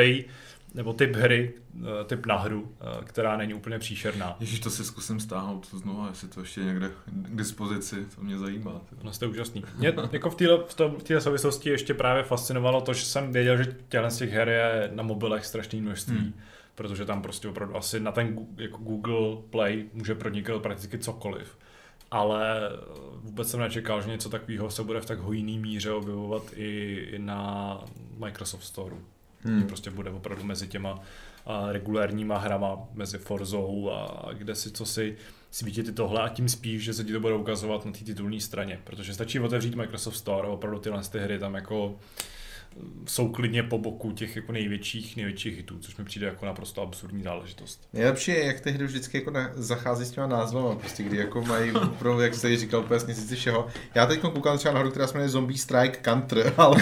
hry, typ na hru, která není úplně příšerná. Ježíš, to si zkusím stáhnout znovu, jestli to ještě někde k dispozici, to mě zajímá. No, jste úžasný. Mě jako v této souvislosti ještě právě fascinovalo to, že jsem věděl, že těchto z těch her je na mobilech strašné množství, protože tam prostě opravdu asi na ten jako Google Play může proniknout prakticky cokoliv. Ale vůbec jsem nečekal, že něco takového se bude v tak hojný míře objevovat i na Microsoft Store. Prostě bude opravdu mezi těma regulérníma hrama, mezi Forzou a kde si co si svítí tohle a tím spíš, že se ti to bude ukazovat na té titulní straně, protože stačí otevřít Microsoft Store a opravdu tyhle hry tam jako jsou klidně po boku těch jako největších hitů, což mi přijde jako naprosto absurdní záležitost. Nejlepší je, jak ty hry vždycky jako zachází s těma názvama, prostě kdy jako mají pro, jak jste říkal, úplně směsici všeho. Já teď koukám třeba na hru, která se jmenuje Zombie Strike Counter, ale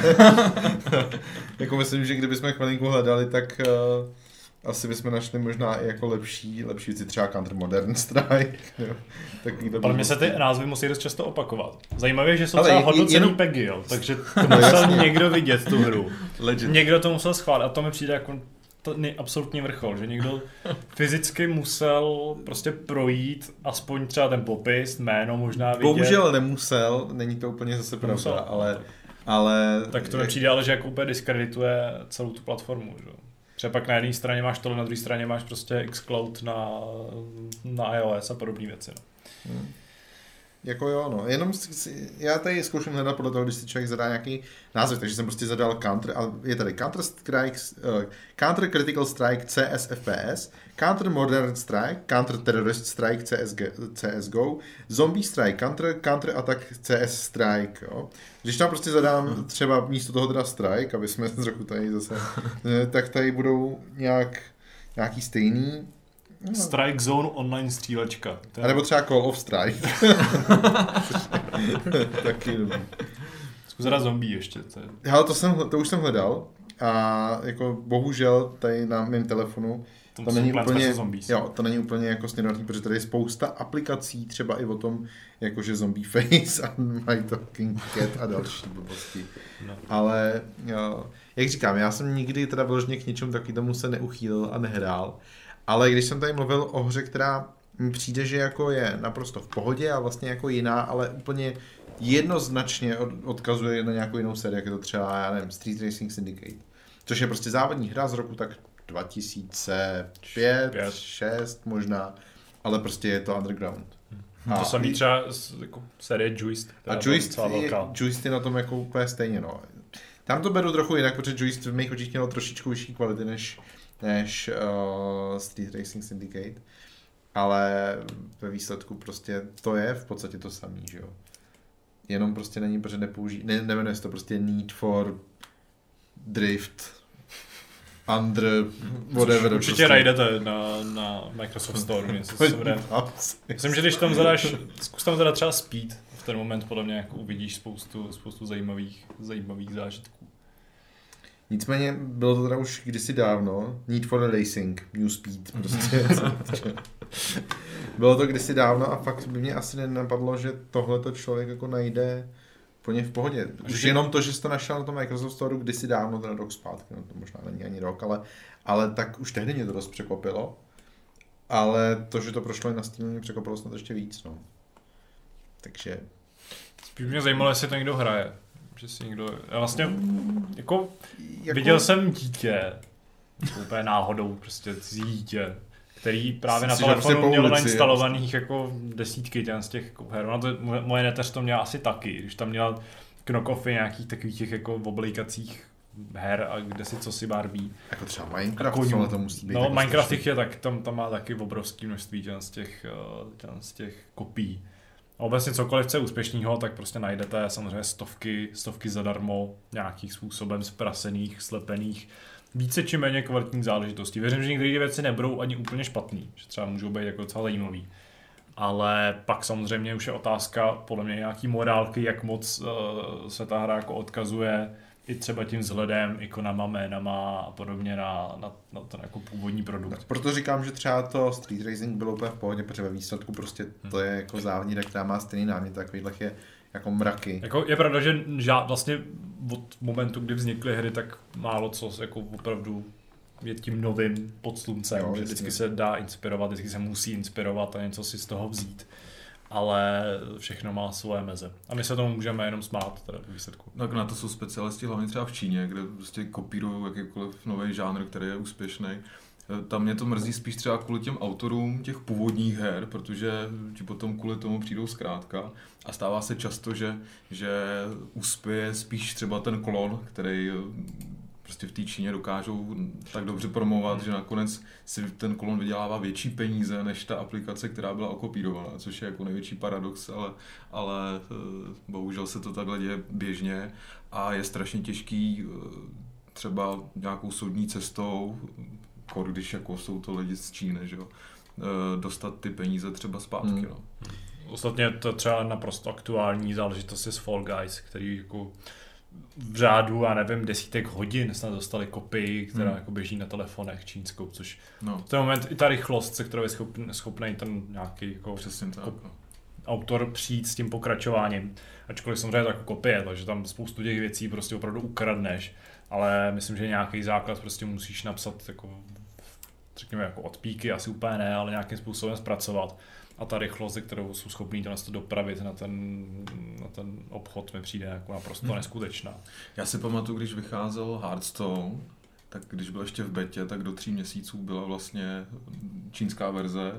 jako myslím, že kdybychom chvilinku hledali, tak asi bychom našli možná i jako lepší věci, třeba Counter Modern Strike. Ale mě se ty názvy musí dost často opakovat. Zajímavé je, že jsou třeba hodnocený PEGI, jo, takže to musel někdo vidět tu hru. Legend. Někdo to musel schválit a to mi přijde jako absolutní vrchol, že někdo fyzicky musel prostě projít aspoň třeba ten popis, jméno možná vidět. Bohužel nemusel, není to úplně zase pravda, ale... Tak to mi přijde, ale že jako úplně diskredituje celou tu platformu, že? Třeba pak na jedné straně máš tohle, na druhé straně máš prostě xCloud na iOS a podobné věci. No. Jako jo, no. Jenom já tady zkouším hledat podle toho, když si člověk zadá nějaký název, takže jsem prostě zadal Counter, a je tady Counter Critical Strike CS FPS, Counter Modern Strike, Counter Terrorist Strike CSGO, Zombie Strike Counter Attack CS Strike, jo. Když tam prostě zadám třeba místo toho teda Strike, aby jsme trochu tady zase, tak tady budou nějaký stejný. No. Strike Zone online střílečka. A nebo třeba Call of Strike. Taky dobrý. Zkus zadat zombie ještě. Hele, to už jsem hledal a jako bohužel tady na mém telefonu to není úplně, to není úplně jako snědovaný, protože tady je spousta aplikací, třeba i o tom, jakože Zombie Face a My Talking Cat a další blbosti. No. Ale jak říkám, já jsem nikdy teda vyloženě k něčemu taky tomu se neuchýlil a nehrál. Ale když jsem tady mluvil o hře, která mi přijde, že jako je naprosto v pohodě a vlastně jako jiná, ale úplně jednoznačně odkazuje na nějakou jinou sérii, jak je to třeba, já nevím, Street Racing Syndicate. Což je prostě závodní hra z roku tak 2005, 6 možná, ale ale je to underground. To samý třeba jako série Juiced. A Juiced je na tom jako úplně stejně, no. Tam to beru trochu jinak, protože Juiced v mých očích mělo trošičku vyšší kvality než Street Racing Syndicate, ale ve výsledku prostě to je v podstatě to samý, že jo. Jenom prostě není, protože nemenuje se to prostě Need for Drift whatever. Určitě prostě. najdete na Microsoft Store. Myslím, že když tam zadáš, zkus tam zadat třeba Speed, v ten moment podle mě jako uvidíš spoustu zajímavých zážitků. Nicméně bylo to teda už kdysi dávno, Need for Racing, New Speed prostě. Bylo to kdysi dávno a fakt by mě asi nenapadlo, že tohleto člověk jako najde úplně v pohodě. Už jenom to, že jsi to našel na tom Microsoft Store kdysi dávno, teda rok zpátky, no to možná není ani rok, ale tak už tehdy mě to dost překvapilo. Ale to, že to prošlo i na Steam, mě překvapilo snad ještě víc, no. Takže... Spíš mě zajímalo, jestli to někdo hraje. Že si někdo... Já vlastně jako viděl jsem dítě, úplně náhodou, prostě dítě, který právě na telefonu mělo nainstalovaných jako desítky z těch her. Ona to, moje neteř to měla asi taky, když tam měla knock-offy nějakých takových těch jako oblíkacích her a kde si co si Barbie. Jako třeba Minecraft, ale to musí být. No jako Minecraft je tak, tam má taky obrovský množství z těch kopií. A obecně cokoliv, co je úspěšnýho, tak prostě najdete samozřejmě stovky zadarmo nějakých způsobem zprasených, slepených, více či méně kvalitních záležitostí. Věřím, že některé věci nebudou ani úplně špatný, že třeba můžou být jako docela zajímavý. Ale pak samozřejmě už je otázka podle mě nějaký morálky, jak moc se ta hra jako odkazuje i třeba tím vzhledem, ikonama, jménama a podobně na ten jako původní produkt. Tak proto říkám, že třeba to Street Racing bylo úplně v pohodě, protože ve výsledku prostě to je jako závodní, která má stejný námět, takových je jako mraky. Jako je pravda, že vlastně od momentu, kdy vznikly hry, tak málo co jako opravdu je tím novým pod sluncem, jo, že vždycky se dá inspirovat, vždycky se musí inspirovat a něco si z toho vzít. Ale všechno má svoje meze. A my se tomu můžeme jenom smát teda v výsledku. Tak na to jsou specialisti hlavně třeba v Číně, kde prostě kopírují jakýkoliv nový žánr, který je úspěšný. Tam mě to mrzí spíš třeba kvůli těm autorům těch původních her, protože ti potom kvůli tomu přijdou zkrátka a stává se často, že uspěje spíš třeba ten klon, který prostě v té Číně dokážou tak dobře promovat, že nakonec si ten klon vydělává větší peníze než ta aplikace, která byla okopírovaná, což je jako největší paradox, ale bohužel se to takhle děje běžně a je strašně těžký třeba nějakou soudní cestou, když jako jsou to lidi z Číny, že jo, dostat ty peníze třeba zpátky. No. Ostatně to třeba naprosto aktuální záležitost je s Fall Guys, který jako v řádu, já nevím, desítek hodin snad dostali kopii, která jako běží na telefonech čínskou, což v ten moment i ta rychlost, se kterou je schopný ten nějaký jako autor přijít s tím pokračováním, ačkoliv samozřejmě to jako kopie, takže tam spoustu těch věcí prostě opravdu ukradneš, ale myslím, že nějaký základ prostě musíš napsat jako, řekněme, jako od píky, asi úplně ne, ale nějakým způsobem zpracovat. A ta rychlost, se kterou jsou schopní to dopravit na ten obchod, mi přijde jako naprosto neskutečná. Já si pamatuju, když vycházel Hearthstone, tak když byl ještě v betě, tak do 3 měsíců byla vlastně čínská verze.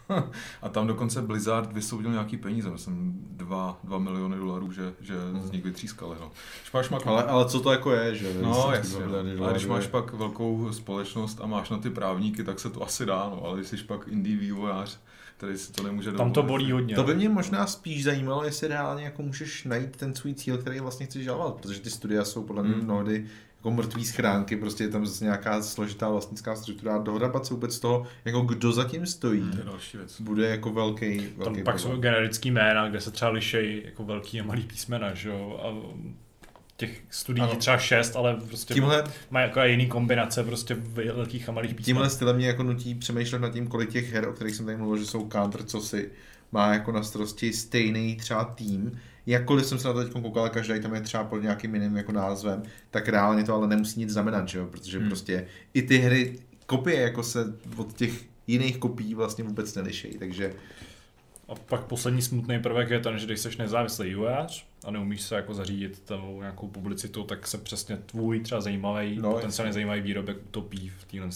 A tam dokonce Blizzard vysoudil nějaký peníze, myslím $2 miliony, že z nich vytřískali. No. Ale co to jako je, že? No jasně, ale když máš pak velkou společnost a máš na ty právníky, tak se to asi dá, no. Ale když jsi pak indie vývojář, který si to nemůže dovolit. Tam to bolí hodně. To by mě možná spíš zajímalo, jestli reálně jako můžeš najít ten svůj cíl, který vlastně chceš žalovat, protože ty studia jsou podle mě mnohdy jako mrtvý schránky, prostě je tam zase nějaká složitá vlastnická struktura, dohrabat se vůbec toho, jako kdo zatím stojí, to je další věc. Bude jako velký tam pak jsou generický jména, kde se třeba lišejí jako velký a malý písmena, že jo, a těch studií třeba 6, ale prostě mají jako jiný kombinace prostě velkých a malých písmen. Tímhle stylem mě jako nutí přemýšlet nad tím, kolik těch her, o kterých jsem tady mluvil, že jsou counter, co si má jako na starosti stejný třeba tým. Jakkoliv jsem se na to teď koukal, každý tam je třeba pod nějakým jiným jako názvem, tak reálně to ale nemusí nic znamenat, že jo? Protože prostě i ty hry, kopie jako se od těch jiných kopií vlastně vůbec nelišejí, takže... A pak poslední smutný prvek je ten, že když jsi nezávislý vývojář a neumíš se jako zařídit tou nějakou publicitu, tak se přesně tvůj třeba zajímavý, potenciálně zajímavý výrobek utopí v téhle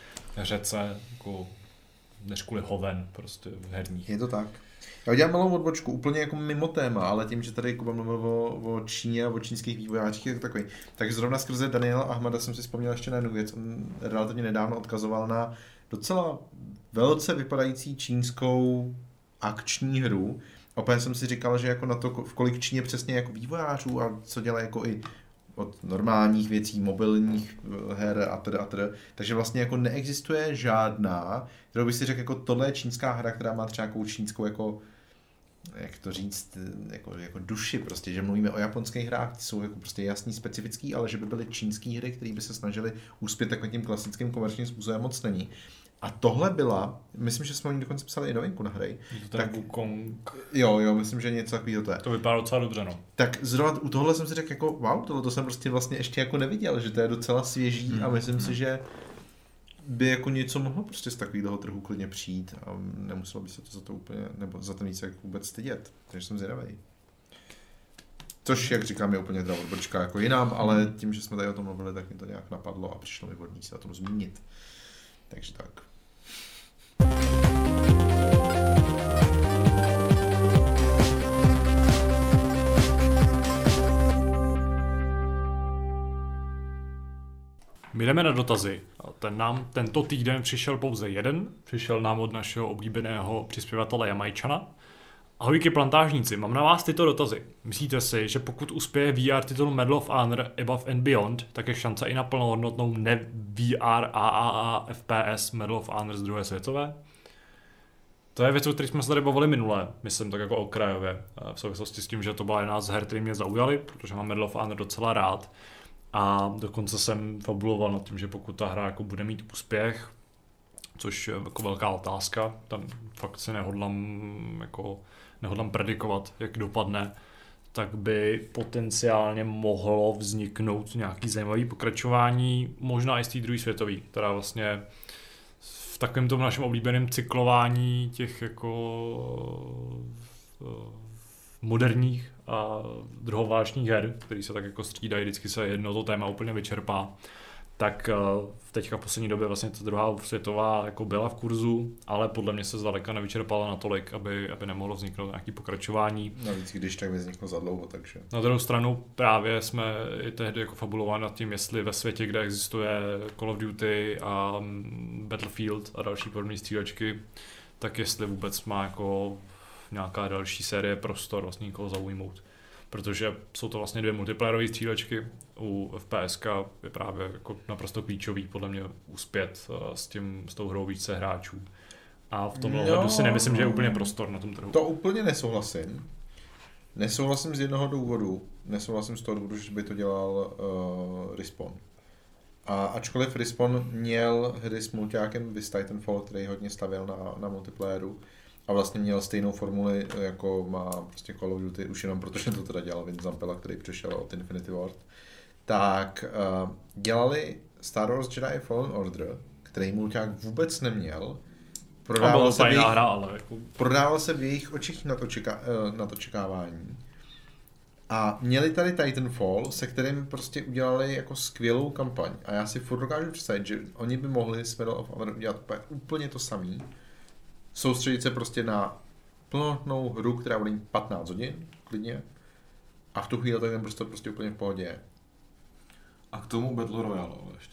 řece, jako než kvůli hoven prostě v herních. Je to tak. Já udělám malou odbočku, úplně jako mimo téma, ale tím, že tady Kuba mluvil o Číně a o čínských vývojářích, je to takový. Tak zrovna skrze Daniela Ahmada jsem si vzpomněl ještě na jednu věc. On relativně nedávno odkazoval na docela velce vypadající čínskou akční hru. Opět jsem si říkal, že jako na to, v kolik Číně přesně jako vývojářů a co dělají jako i od normálních věcí, mobilních her a teda. Takže vlastně jako neexistuje žádná, kterou bych si řekl, jako tohle je čínská hra, která má třeba nějakou čínskou jako, jak to říct, jako duši prostě, že mluvíme o japonských hrách, ty jsou jako prostě jasný, specifický, ale že by byly čínský hry, které by se snažily uspět takovým tím klasickým komerčním způsobem, moc není. A tohle byla, myslím, že jsme o ní dokonce psali i novinku na hry. Tak Wukong. Jo, myslím, že něco takového to je. To vypadá docela dobře, no. Tak zrovna u tohle jsem si řekl jako, wow, tohle to jsem prostě vlastně ještě jako neviděl, že to je docela svěží a myslím si, že by jako něco mohlo prostě z takového trhu klidně přijít a nemuselo by se to za to úplně, nebo za to nic jak vůbec stydět. Takže jsem zvědavý. Což, jak říkám, je úplně teda odbočka jako jinam, ale tím, že jsme tady o tom mluvili, tak mi to nějak napadlo a přišlo mi vhodný se o tom zmínit. Takže tak. My jdeme na dotazy. Tento týden přišel pouze jeden. Přišel nám od našeho oblíbeného přispěvatele Jamajčana. Ahojky plantážníci, mám na vás tyto dotazy. Myslíte si, že pokud uspěje VR titul Medal of Honor Above and Beyond, tak je šance i na plnohodnotnou ne-VR AAA FPS Medal of Honor z druhé světové? To je věc, o které jsme se tady bavili minule, myslím tak jako okrajově, v souvislosti s tím, že to byla jedna z her, které mě zaujaly, protože mám Medal of Honor docela rád. A dokonce jsem fabuloval nad tím, že pokud ta hra jako bude mít úspěch, což je jako velká otázka, tam fakt si nehodlám predikovat, jak dopadne, tak by potenciálně mohlo vzniknout nějaký zajímavý pokračování, možná i z té druhé světové, která vlastně v takovém tom našem oblíbeném cyklování těch jako moderních a druhoválečných her, který se tak jako střídají, vždycky se jedno to téma úplně vyčerpá, tak teďka v poslední době vlastně ta druhá světová jako byla v kurzu, ale podle mě se zdaleka nevyčerpala natolik, aby nemohlo vzniknout nějaké pokračování. Navíc když tak vzniklo za dlouho, takže. Na druhou stranu právě jsme i tehdy jako fabulovali nad tím, jestli ve světě, kde existuje Call of Duty a Battlefield a další podobné střílečky, tak jestli vůbec má jako nějaká další série prostor vlastně někoho zaujmout. Protože jsou to vlastně dvě multiplayerové střílečky, u FPSK je právě jako naprosto klíčový podle mě uspět s tou hrou více hráčů. A v tomhle ohledu si nemyslím, že je úplně prostor na tom trhu. To úplně nesouhlasím. Nesouhlasím z jednoho důvodu. Nesouhlasím z toho důvodu, že by to dělal Respawn. A ačkoliv Respawn měl hry s multiákem Viz Titanfall, který hodně stavěl na multiplayeru, a vlastně měl stejnou formuli, jako má prostě Call of Duty, už jenom protože to teda dělal Vince Zampella, který přišel od Infinity Ward, tak dělali Star Wars Jedi Fallen Order, který mulťák vůbec neměl. Prodával se v jejich očích nad očekávání. A měli tady Titanfall, se kterým prostě udělali jako skvělou kampaň. A já si furt dokážu představit, že oni by mohli s Medal of Honor udělat úplně to samý. Soustředit se prostě na plnohodnotnou hru, která bude mít 15 hodin, klidně. A v tu chvíli to je prostě úplně v pohodě. A k tomu Battle Royale ještě.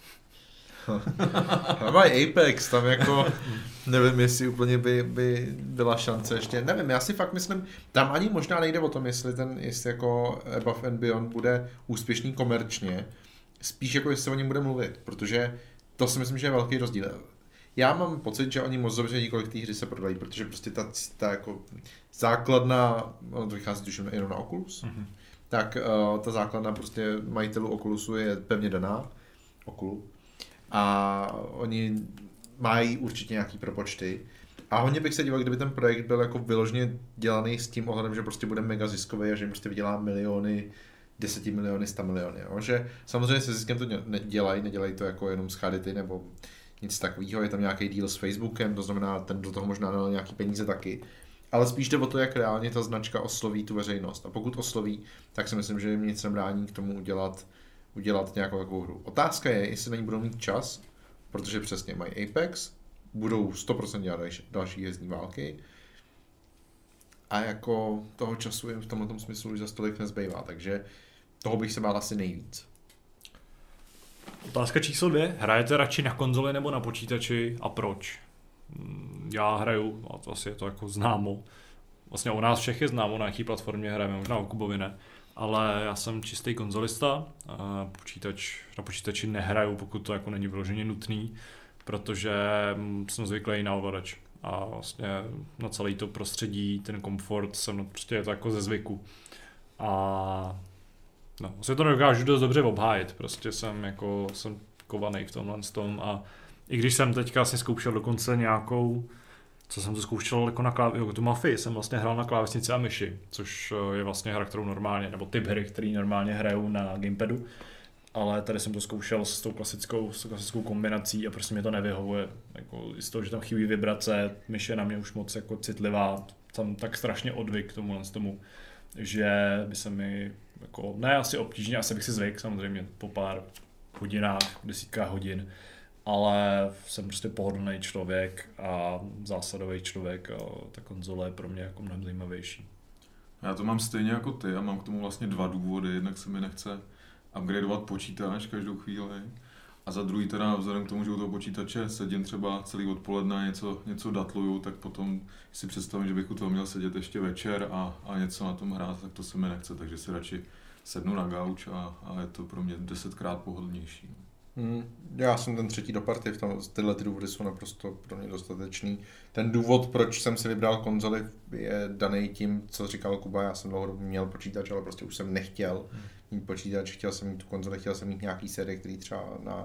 Mají Apex, tam jako nevím, jestli úplně by byla šance ještě, nevím, já si fakt myslím, tam ani možná nejde o tom, jestli jako Above and Beyond bude úspěšný komerčně, spíš jako jestli o něm bude mluvit, protože to si myslím, že je velký rozdíl. Já mám pocit, že oni moc dobře vědí, kolik té hry se prodají, protože prostě ta jako základna, ono to vychází tuším jenom na Oculus, tak ta základna prostě majitelů Oculusu je pevně daná, Oculu, a oni mají určitě nějaký propočty. A hodně bych se díval, kdyby ten projekt byl jako vyloženě dělaný s tím ohledem, že prostě bude mega ziskový a že jim prostě vydělá miliony, 10 miliony, 100 miliony. Jo? Že samozřejmě se ziskem to nedělají to jako jenom z charity nebo nic takového, je tam nějaký deal s Facebookem, to znamená, ten do toho možná dal nějaký peníze taky. Ale spíš jde o to, jak reálně ta značka osloví tu veřejnost. A pokud osloví, tak si myslím, že jim nic nebrání k tomu udělat nějakou takovou hru. Otázka je, jestli na ní budou mít čas, protože přesně mají Apex, budou 100% dělat další jezdní války a jako toho času jim v tomhle smyslu už za stolik nezbývá, takže toho bych se bál asi nejvíc. Otázka číslo 2. Hrajete radši na konzoli nebo na počítači a proč? Já hraju, a to asi je to jako známo. Vlastně u nás všech je známo, na jaký platformě hrajeme, možná u Kubovi ne. ale já jsem čistý konzolista, na počítači nehraju, pokud to jako není vyloženě nutný, protože jsem zvyklý na ovladač a vlastně na celé to prostředí, ten komfort jsem prostě je to jako ze zvyku. A no, vlastně to nedokážu dost dobře obhájit, prostě jsem kovaný v tomhle tom a i když jsem teďka asi zkoušel dokonce nějakou, co jsem to zkoušel jako na tu Mafii, jsem vlastně hrál na klávesnici a myši, což je vlastně hra, kterou normálně, nebo typ hry, který normálně hrajou na gamepadu, ale tady jsem to zkoušel s tou klasickou kombinací a prostě mi to nevyhovuje, jako i z toho, že tam chybí vibrace, myš je na mě už moc jako citlivá, jsem tak strašně odvyk k tomu, že by se mi jako, ne asi obtížně, asi bych si zvyk samozřejmě po pár hodinách, desítkách hodin, ale jsem prostě pohodlný člověk a zásadový člověk a ta konzole je pro mě jako mnohem zajímavější. Já to mám stejně jako ty a mám k tomu vlastně 2 důvody. Jednak se mi nechce upgradeovat počítač každou chvíli a za druhý teda vzhledem k tomu, že u toho počítače sedím třeba celý odpoledne a něco datluju, tak potom si představím, že bych u toho měl sedět ještě večer a něco na tom hrát, tak to se mi nechce, takže si radši sednu na gauč a je to pro mě 10krát pohodlnější. Já jsem ten třetí do party, tyhle ty důvody jsou naprosto pro mě dostatečný. Ten důvod, proč jsem si vybral konzoli, je daný tím, co říkal Kuba. Já jsem dlouhodobě měl počítač, ale prostě už jsem nechtěl mít počítač, chtěl jsem mít tu konzoli, chtěl jsem mít nějaký série, které třeba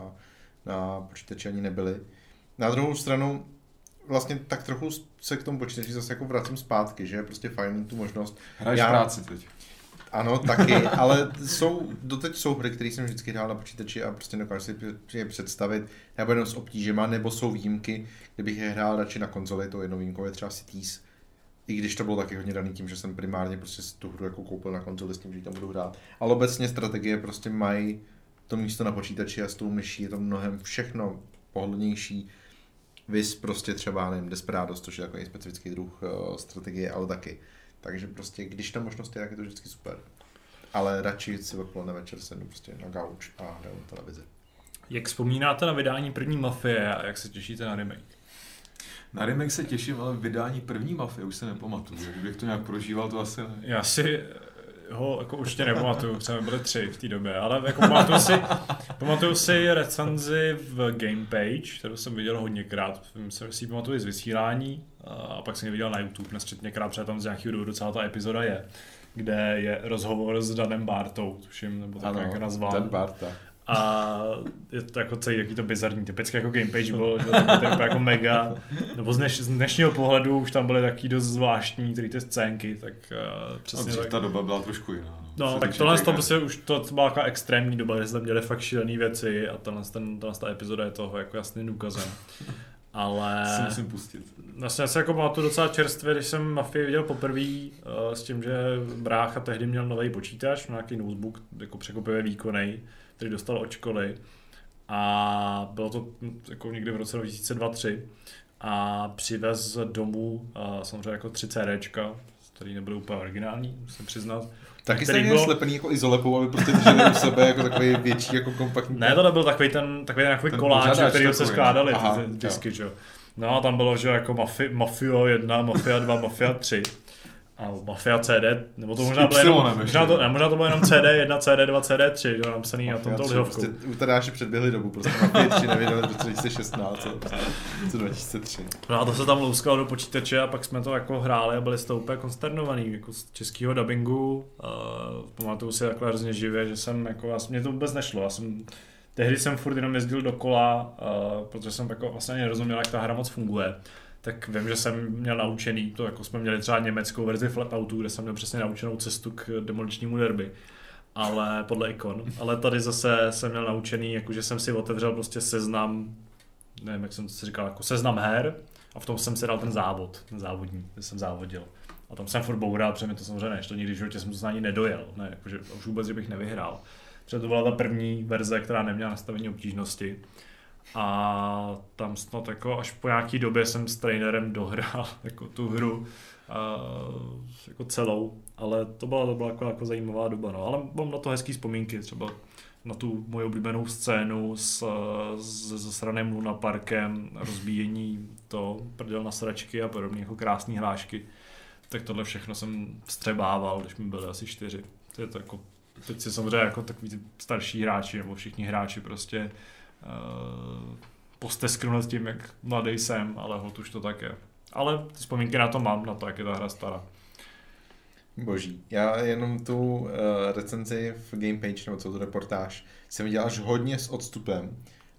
na počítači ani nebyly. Na druhou stranu vlastně tak trochu se k tomu počítači zase jako vracím zpátky, že je prostě fajn mít tu možnost. Hraješ práci teď. Ano, taky, ale doteď jsou hry, které jsem vždycky hrál na počítači a prostě dokážu si je představit, nebo jenom s obtížema, nebo jsou výjimky, kdybych je hrál radši na konzoli, to jednou výjimkou je třeba Cities. I když to bylo taky hodně daný tím, že jsem primárně prostě tu hru jako koupil na konzoli s tím, že ji tam budu hrát. Ale obecně strategie prostě mají to místo na počítači a s tou myší je to mnohem všechno pohodlnější. Vys prostě třeba, nevím, Desperados, což je takový specifický druh strategie, ale taky. Takže prostě, když ta možnost je, tak je to vždycky super. Ale radši si odpoledne večer sednu prostě na gauč a hraju na televizi. Jak vzpomínáte na vydání první Mafie a jak se těšíte na remake? Na remake se těším, ale vydání první Mafie už se nepamatuju. Kdybych to nějak prožíval, to asi ne. Já si ho jako určitě nepamatuju, třeba byly 3 v té době, ale jako pamatuju si recenzi v Gamepage, kterou jsem viděl hodněkrát, myslím, že si ji pamatuju z vysílání a pak jsem ji viděl na YouTube nesčetněkrát, protože tam z nějakého důvodu celá ta epizoda je, kde je rozhovor s Danem Bartou, tuším, nebo tak jak je nazván. Dan Barta. A je to jako celý jaký to bizarní, typicky jako Gamepage bylo, že to je jako mega, nebo z dnešního pohledu už tam byly taky dost zvláštní ty scénky, tak přesně tak. Ta doba byla trošku jiná. No, tak tohle to prostě už to byla taková extrémní doba, kde se tam děli fakt šílený věci a ta epizoda je toho jako jasným důkazem. Ale si musím pustit. Vlastně já se jako pamatuju docela čerstvě, když jsem Mafii viděl poprvé s tím, že brácha tehdy měl nový počítač, nějaký notebook, jako překvapivě výkonnej, který dostal od školy a bylo to jako někdy v roce 2002-2003 a přivez domů samozřejmě jako 3 CDčka, který nebyly úplně originální, musím přiznat. Taky jste měl slepený jako izolepou, aby prostě drželi u sebe jako takový větší jako kompaktní. Ne, to nebyl takový ten koláč, který se skládaly ty disky, že jo. No a tam bylo, že jako Mafia 1, Mafia 2, Mafia 3 a Mafia CD, nebo to možná bylo jenom, možná to bylo jenom CD1, CD2, CD3, že jo, napsaný na tomto lihovku. Prostě Utadáši předběhli dobu, prostě Mafia 3 nevydali v roce 2016, co 2003. No a to se tam louskalo do počítače a pak jsme to jako hráli a byli z toho úplně konsternovaný, jako z českého dabingu. Pamatuju si takhle hrozně živě, že jsem jako, mě to vůbec nešlo, tehdy jsem furt jenom jezdil dokola, protože jsem jako vlastně nerozuměl, jak ta hra moc funguje. Tak vím, že jsem měl naučený, to jako jsme měli třeba německou verzi Flatoutu, kde jsem měl přesně naučenou cestu k demoličnímu derby, ale podle ikon. Ale tady zase jsem měl naučený, jakože jsem si otevřel prostě seznam, nevím, jak jsem si říkal, jako seznam her a v tom jsem si dal ten závodní, kde jsem závodil. A tam jsem furt boural, protože mi to samozřejmě nešlo, nikdy v životě jsem to ani nedojel, ne, jakože už vůbec, že bych nevyhrál. Protože to byla ta první verze, která neměla nastavení obtížnosti. A tam snad jako až po nějaký době jsem s trenérem dohrál jako tu hru jako celou, ale to byla jako zajímavá doba, no. Ale mám na to hezký vzpomínky, třeba na tu moji oblíbenou scénu s zasraným lunaparkem, rozbíjení to prdel na sračky a podobně jako krásný hlášky. Tak tohle všechno jsem vstřebával, když mi byly asi 4. je to jako, teď si samozřejmě jako takový ty starší hráči, nebo všichni hráči prostě postesknu nad tím, jak mladý jsem, ale hod už to tak je. Ale ty vzpomínky na to mám, na to, jak je ta hra stará. Boží. Já jenom tu recenzi v Gamepage, nebo co tu reportáž, jsem viděl až hodně s odstupem.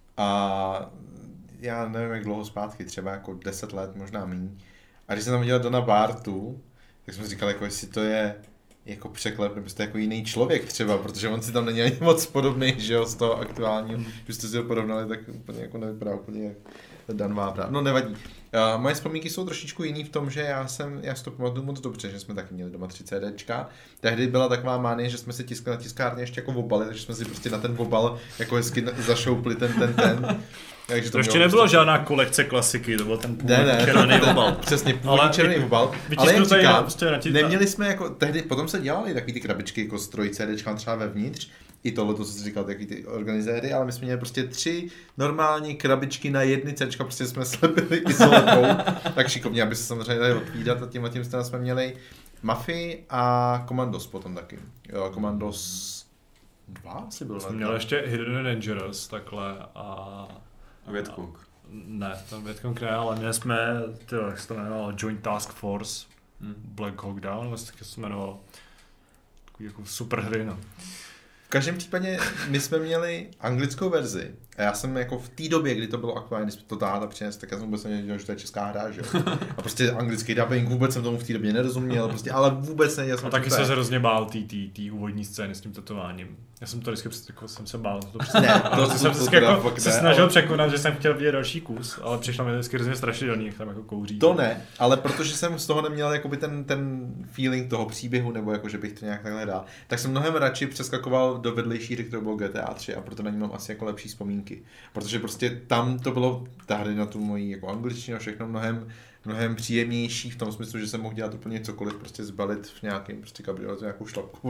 A já nevím, jak dlouho zpátky, třeba jako 10 let, možná míň. A když jsem tam viděl Dona Bartu, tak jsem si říkal, jako jestli to je jako překlep, nebo jestli to je jako jiný člověk třeba, protože on si tam není ani moc podobný, že jo, z toho aktuálního. Když jste si ho porovnali, tak úplně jako nevypadá úplně jak Dan Vávra. No nevadí. Moje vzpomínky jsou trošičku jiný v tom, že já si to pamatuju moc dobře, že jsme taky měli doma 3 CDčka. Tehdy byla taková mánie, že jsme si tiskli na tiskárně ještě jako obaly, takže jsme si prostě na ten obal jako hezky zašoupli ten. Takže to ještě nebylo prostě žádná kolekce klasiky, to byl ten původní červený obal. Přesně, původní červený obal. Ale jak říkám, neměli jsme jako, tehdy, potom se dělali takový ty krabičky jako s 3 CDčka třeba vevnitř, i tohle, to, co jsi říkal, taky ty organizéry, ale my jsme měli prostě 3 normální krabičky na 1 CDčka, prostě jsme slepili izoletou, tak šikovně, aby se samozřejmě dali odpovídat a tím jsme měli Mafii a Commandos potom taky. Jo, Commandos 2 asi byl. Jsme měli ještě Hidden and Dangerous takhle a Vietcong. Ne, tam Vietcong ne, ale měli jsme, jak se to jmenovalo, Joint Task Force, Black Hawk Down, vlastně taky se jmenovalo, takový jako super hry, no. V každém případě my jsme měli anglickou verzi a já jsem jako v té době, kdy to bylo aktuálně, když to táta přinesl, tak já jsem vůbec nevěděl, že to je česká hra, že jo. A prostě anglický dubbing, vůbec jsem tomu v té době nerozuměl, prostě, ale vůbec nevěděl jsem. A taky se hrozně bál tý úvodní scény s tím tetováním. Já jsem to vždycky jako jsem se bál. Jsem se jako snažil překonat, že jsem chtěl vidět další kus, ale přišlo mi vždycky hrozně strašidelný, jak tam jako kouří. To ne, ale protože jsem z toho neměl jakoby ten feeling toho příběhu, nebo jako, že bych to nějak takhle dal, tak jsem mnohem radši přeskakoval do vedlejší hry, kterou bylo GTA 3 a proto na ní mám asi jako lepší vzpomínky. Protože prostě tam to bylo, ta hry na tu moji jako angličtinu, všechno mnohem příjemnější v tom smyslu, že jsem mohl dělat úplně cokoliv, prostě zbalit v nějakém prostě kabrioletu nějakou šlapku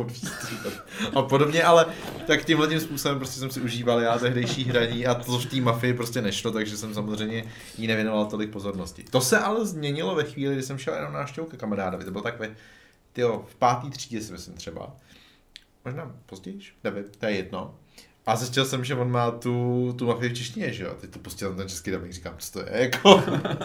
a podobně, ale tak tímhletím způsobem prostě jsem si užíval já tehdejší hraní a to v té Mafii prostě nešlo, takže jsem samozřejmě jí nevěnoval tolik pozornosti. To se ale změnilo ve chvíli, kdy jsem šel jenom na návštěvu ke kamarádovi, to bylo takové, v 5. třídě si myslím třeba, možná později, nevím, to je jedno. A zjistil jsem, že on má tu Mafii v češtině, že jo? Teď to pustil ten český dubbing, říkám, co to je, jako.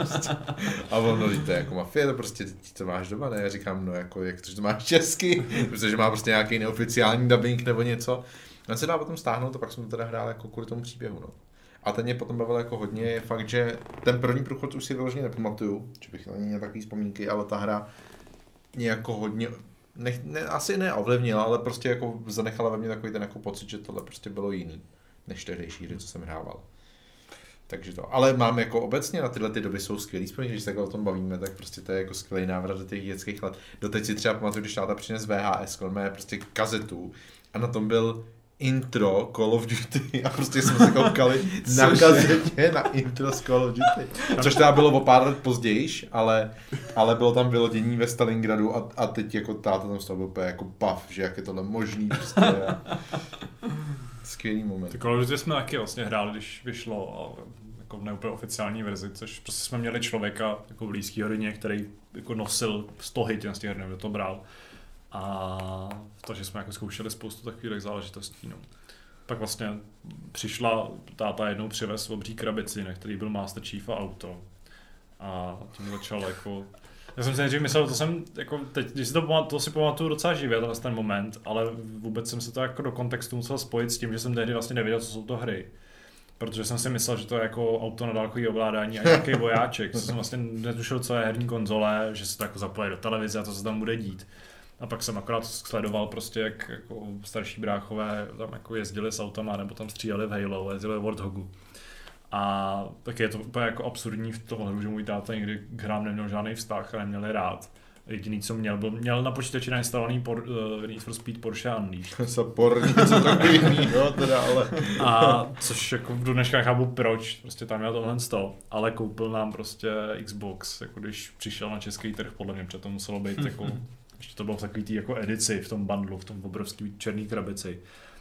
A on, no, to je jako Mafie, to prostě, to máš doma, ne? Já říkám, no, jako, jak to máš česky? Protože má prostě nějaký neoficiální dubbing nebo něco. On se dá potom stáhnout a pak jsem to teda hrál jako kvůli tomu příběhu, no. A ten mě potom bavil jako hodně, je fakt, že ten první průchod už si vyloženě nepamatuju, že bych měl takový vzpomínky, ale ta hra mě jako hodně, asi neovlivnila, ale prostě jako zanechala ve mně takový ten jako pocit, že tohle prostě bylo jiný, než tehdejší hry, co jsem hrával. Takže to, ale mám jako obecně na tyhle ty doby jsou skvělý vzpomínky, když se takhle o tom bavíme, tak prostě to je jako skvělý návrat do těch dětských let. Doteď si třeba pamatuju, když táta přines VHS, on má prostě kazetu a na tom byl intro Call of Duty a prostě jsme se koukali na kazetě na intro z Call of Duty. Což teda bylo o pár let později, ale bylo tam vylodění ve Stalingradu a teď jako táta tam z toho byl úplně jako bav, že jak je tohle možný prostě. Skvělý moment. Call of Duty jsme taky vlastně hráli, když vyšlo jako v neúplně oficiální verzi, což prostě jsme měli člověka jako blízký hodině, který jako nosil stohy z těch her, nebo to bral. A takže jsme jako zkoušeli spoustu takových záležitostí. No. Pak vlastně táta jednou přivez obří krabici, na který byl Master Chief a auto. A tím začal jako... Já jsem si nejdřív myslel, to jsem jako teď, když si to si pamatuju docela živě, ten moment, ale vůbec jsem se to jako do kontextu musel spojit s tím, že jsem tehdy vlastně nevěděl, co jsou to hry. Protože jsem si myslel, že to je jako auto na dálkový ovládání a nějaký vojáček. Jsem vlastně netušil, co je herní konzole, že se to jako zapojí do televize a to se tam bude dít. A pak jsem akorát sledoval prostě, jak jako starší bráchové tam jako jezdili s autama nebo tam stříleli v Halo, jezdili v Warthogu. A taky je to úplně jako absurdní v tom, že můj táta nikdy k hrám neměl žádný vztah a neměl je rád. Jediný, co měl na počítači nainstalovaný Need for Speed Porsche Unleashed. Saporní, něco takového teda, ale... A což jako do dneška chápu proč, prostě tam měl tohle stol, ale koupil nám prostě Xbox, jako když přišel na český trh, podle mě, protože to muselo být jako... Ještě to bylo v takový tý jako edici v tom bundlu, v tom obrovský černý krabici.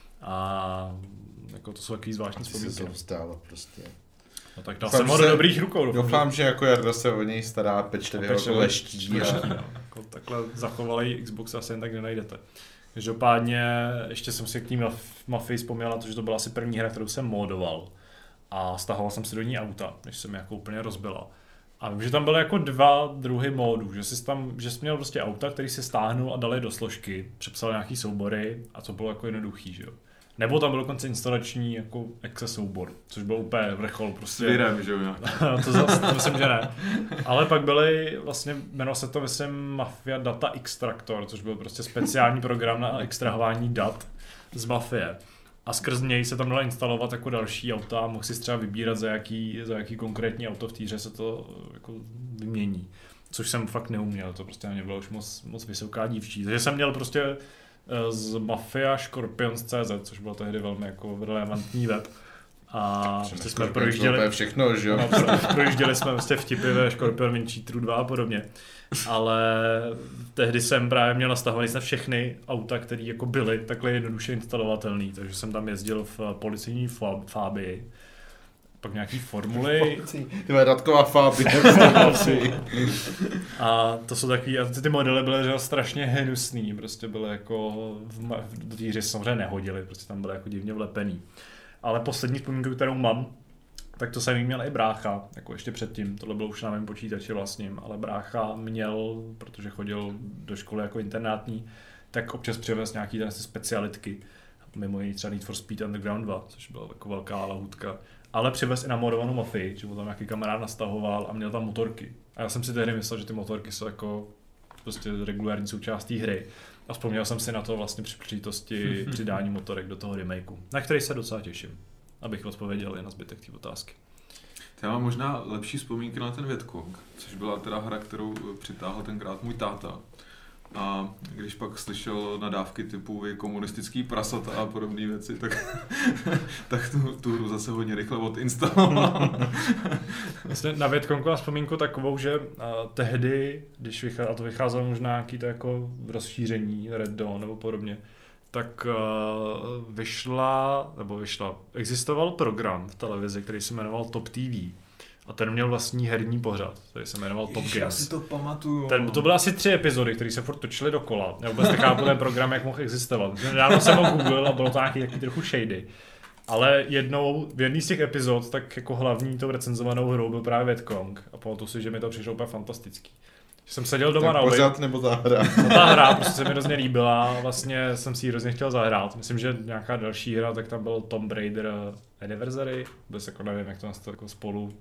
A jako to jsou takový zvláštní vzpomínky. Se to vstálo prostě. No tak dal jsem ho do dobrých rukou. Doufám, že jako Jarda se o něj stará pečlivě jako leští. No. Jako takhle zachovalý Xbox asi jen tak nenajdete. Každopádně ještě jsem si k ní Mafii vzpomněl na to, že to byla asi první hra, kterou jsem modoval. A stahoval jsem si do ní auta, než jsem jako úplně rozbila. A vím, že tam byly jako dva druhy módů, že jsi měl prostě auta, který si stáhnul a dali do složky, přepsal nějaký soubory a to bylo jako jednoduchý, že jo. Nebo tam byl dokonce instalační jako exe soubor, což byl úplně vrchol prostě. S virem, že jo. to myslím, že ne. Ale pak byly vlastně, jmenovalo se to myslím Mafia Data Extractor, což byl prostě speciální program na extrahování dat z Mafie. A skrz něj se tam dala instalovat jako další auta a mohl si třeba vybírat, za jaký konkrétní auto v té hře se to jako vymění. Což jsem fakt neuměl, to prostě na mě bylo už moc vysoká dívčí. Takže jsem měl prostě z Mafia Scorpions.cz, což bylo tehdy velmi jako relevantní web. A prostě jsme projížděli všechno, že jo? No, projížděli jsme prostě vtipy ve Scorpion Wincheateru 2 a podobně. Ale tehdy jsem právě měl nastahovaný na všechny auta, které jako byly takhle jednoduše instalovatelné, takže jsem tam jezdil v policejní Fabii, pak nějaký formuly. Ty Radková Fabie. A to jsou takový, a ty modely byly že strašně hnusný, prostě byly jako do té hry samozřejmě nehodily, prostě tam byly jako divně vlepený. Ale poslední vzpomínku, kterou mám, tak to jsem měl i brácha, jako ještě předtím, tohle bylo už na mém počítači vlastním, ale brácha měl, protože chodil do školy jako internátní, tak občas přivez nějaký specialitky, mimo jiný třeba Need for Speed Underground 2, což byla jako velká lahůdka, ale přivez i namodovanou Mafii, že mu tam nějaký kamarád nastahoval a měl tam motorky. A já jsem si tehdy myslel, že ty motorky jsou jako prostě regulární součástí hry. A vzpomněl jsem si na to vlastně při příležitosti přidání motorek do toho remakeu, na který se docela těším, abych odpověděl i na zbytek té otázky. Já mám možná lepší vzpomínky na ten Vietcong, což byla teda hra, kterou přitáhl tenkrát můj táta. A když pak slyšel nadávky typu vy komunistický prasata a podobné věci, tak tu hru zase hodně rychle odinstaloval. Vlastně na Vietcongu mám vzpomínku takovou, že tehdy, když vycházelo možná nějaký to jako rozšíření Red Dawn nebo podobně, tak existoval program v televizi, který se jmenoval Top TV. A ten měl vlastní herní pořad, který se jmenoval Top Games. Já si to pamatuju. To byly asi 3 epizody, které se furt točily dokola. Já vůbec nechápu ten program, jak mohl existovat. Nedávno jsem ho googlil a bylo to nějaký trochu shady. Ale v jedné z těch epizod, tak jako hlavní tou recenzovanou hrou byl právě Vietcong. A pamatuju si, že mi to přišlo úplně fantastický. Že jsem seděl doma na pořád nebo ta hra? No, ta hra prostě se mi hrozně líbila a vlastně jsem si ji hrozně chtěl zahrát. Myslím, že nějaká další hra, tak tam byl Tomb Raider Anniversary, vůbec jako nevím, jak to nás to jako spolu,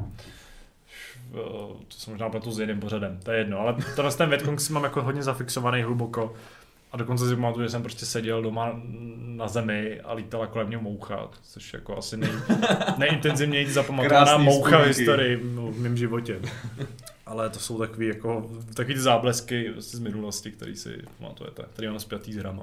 to jsem možná pletu s jiným pořadem, to je jedno, ale ten Vietcong si mám jako hodně zafixovaný hluboko a dokonce si pamatuju, že jsem prostě seděl doma na zemi a lítala kolem mě moucha, což jako asi nejintenzivněji zapamatovaná moucha v historii v mém životě. Ale to jsou takový ty záblesky z minulosti, který si pamatujete, který mám spjatý s hrama.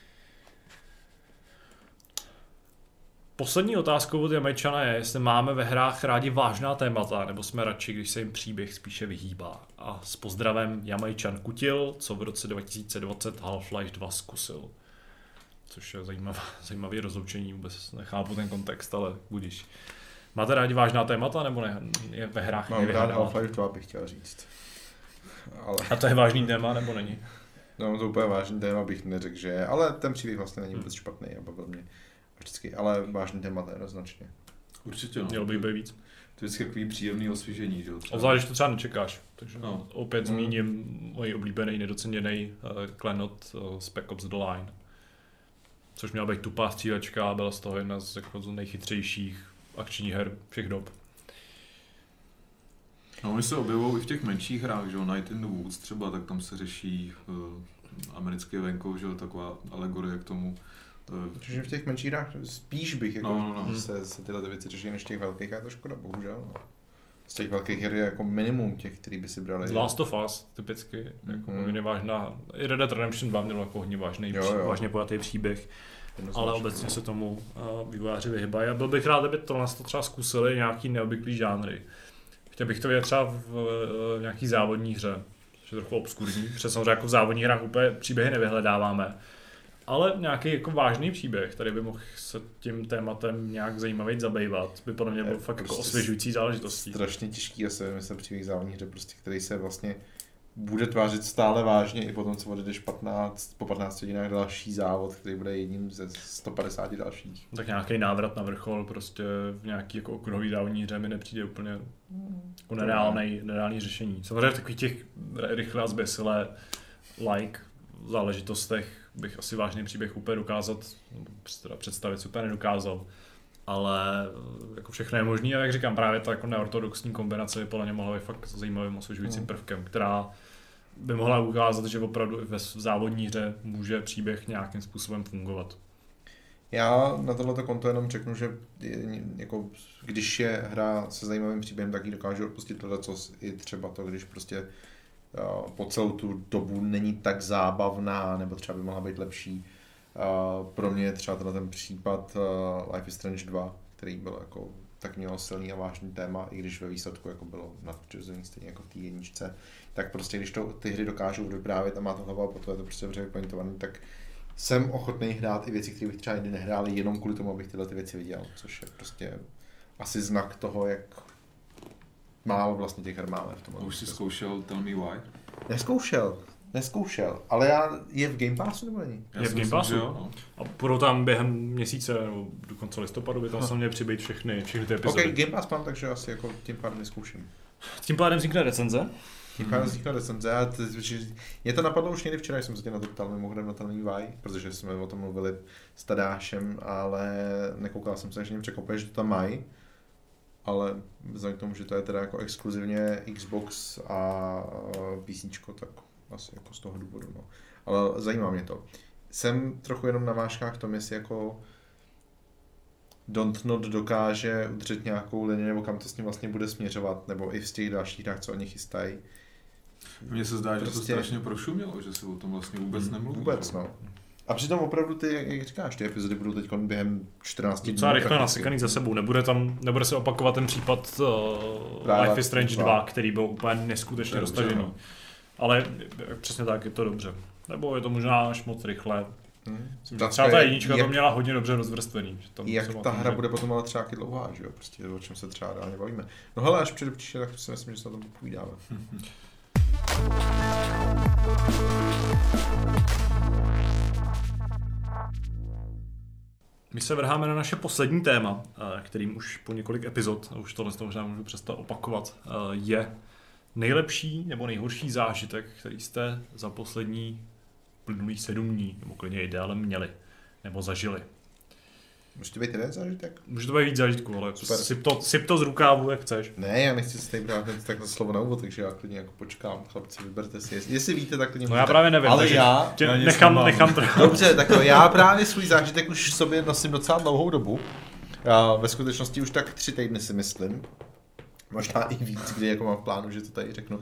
Poslední otázkou od Jamajčana je, jestli máme ve hrách rádi vážná témata, nebo jsme radši, když se jim příběh spíše vyhýbá. A s pozdravem Jamajčan Kutil, co v roce 2020 Half-Life 2 zkusil. Což je zajímavé rozloučení, vůbec nechápu ten kontext, ale budiš. Máte rádi vážná témata, nebo ne? Je ve hrách nevyhledáváte? Mám rád Half-Life 2, bych chtěl říct. Ale... A to je vážný téma, nebo není? No, to úplně vážný téma bych neřekl, že je, ale ten příběh vlastně není vůbec špatný a bavil mě vždycky, ale vážný téma to je jednoznačně. Určitě, no. Mělo by být víc. To je vždycky takový příjemný osvěžení, že jo? Obzvlášť, když to třeba nečekáš. Takže opět zmíním můj oblíbený, nedoceněný klenot Spec Ops The Line. Což měla být tupá střílečka a byla z toho jedna z nejchytřejších akčních her všech dob. No, oni se objevují i v těch menších hrách, že jo, Night in the Woods třeba, tak tam se řeší americký venkov, že jo, taková alegorie k tomu. Protože v těch menších hrách spíš bych jako se tyhle věci řeší než těch velkých, a je to škoda, bohužel. No. Z těch velkých her je jako minimum těch, který by si brali. Last of Us, typicky, jako hodně vážná, i Red Dead Redemption 2 mělo jako hodně vážně pojatý příběh. Ale obecně se tomu vývojáři vyhybají a byl bych rád, aby to třeba zkusili nějaký neobvyklý žánry. Chtěl bych to vidět třeba v nějaký závodní hře, což je trochu obskurní, protože samozřejmě jako v závodních hrách úplně příběhy nevyhledáváme. Ale nějaký jako vážný příběh, který by mohl se tím tématem nějak zajímavě zabývat, by podle mě byl fakt prostě jako osvěžující záležitostí. Strašně těžký asi vymyslet příběh závodní hře, prostě, který se vlastně bude tvářit stále vážně i potom, co odjedeš po 15 hodinách další závod, který bude jedním ze 150 dalších. Tak nějaký návrat na vrchol prostě v nějaký jako okruhový závodní hře mi nepřijde úplně jako nereálný řešení. Samozřejmě v takových těch rychle a zběsilé záležitostech bych asi vážný příběh úplně představit úplně nedokázal. Ale jako všechno je možné a jak říkám, právě ta jako neortodoxní kombinace by podle mě mohla být fakt zajímavým osvěžujícím prvkem, která by mohla ukázat, že opravdu i v závodní hře může příběh nějakým způsobem fungovat. Já na tohleto konto jenom řeknu, že jako, když je hra se zajímavým příběhem, tak ji dokážu odpustit tohletos i třeba to, když prostě po celou tu dobu není tak zábavná, nebo třeba by mohla být lepší. Pro mě je třeba ten případ Life is Strange 2, který byl jako, tak měl silný a vážný téma, i když ve výsledku jako bylo nadpřirozený stejně jako v té jedničce, tak prostě když ty hry dokážou vyprávět a má to hlavu a potom je to prostě dobře vypointovaný, tak jsem ochotný hrát i věci, které bych třeba nikdy nehrál, jenom kvůli tomu, abych tyhle ty věci viděl, což je prostě asi znak toho, jak málo vlastně těch her máme v tom. Už jsi zkoušel Tell Me Why? Neskoušel, ale je v Game Passu nebo není? Je v Game Passu. A budou tam během měsíce, nebo do konce listopadu by tam se měly přibýt všechny ty epizody. Ok, Game Pass mám, takže asi jako tím pádem neskouším. Tím pádem vznikne recenze. Mě to napadlo už někdy včera, jsem se tě na to ptal, mimochodem na ten Why, protože jsme o tom mluvili s Tadášem, ale nekoukal jsem se, že mě překvapuje, že to tam mají. Ale vzhledem k tomu, že to je teda jako exkluzivně Xbox a PCčko, tak asi jako z toho důvodu, no. Ale zajímá mě to. Jsem trochu jenom na vážkách v tom, jestli jako Dontnod dokáže udržet nějakou linii, nebo kam to s ním vlastně bude směřovat, nebo i v těch dalších hrách, co oni chystají. Mně se zdá, že to strašně prošumělo, že se o tom vlastně vůbec nemluví. Vůbec, no. A přitom opravdu ty, jak říkáš, ty epizody budou teď během 14 dní. Docela rychle nasekaný za sebou, nebude se opakovat ten případ Life is Strange 2, který byl úplně neskutečně roztažený. No. Ale přesně tak, je to dobře. Nebo je to možná až moc rychle. Třeba ta jednička to měla hodně dobře rozvrstvený. Jak ta hra bude potom ale třeba dlouhá, že jo? Prostě o čem se třeba reálně bavíme. No hele, až přijde příště, tak si myslím, že se na tom povídáme. My se vrháme na naše poslední téma, kterým už po několik epizod, a už tohle možná můžu přestat opakovat, je nejlepší nebo nejhorší zážitek, který jste za poslední plynulých 7 dní, nebo klidně ideálem měli, nebo zažili. Může to být jeden zážitek? Může to být víc zážitků, ale syp to z rukávu, jak chceš. Ne, já nechci si tady brát takhle slovo na úvod, takže já klidně jako počkám. Chlapci, vyberte si, jestli víte, tak klidně. No já právě nevím, ale já nechám to. Dobře, tak já právě svůj zážitek už v sobě nosím docela dlouhou dobu. Já ve skutečnosti už tak 3 týdny si myslím. Možná i víc, kdy jako mám v plánu, že to tady řeknu.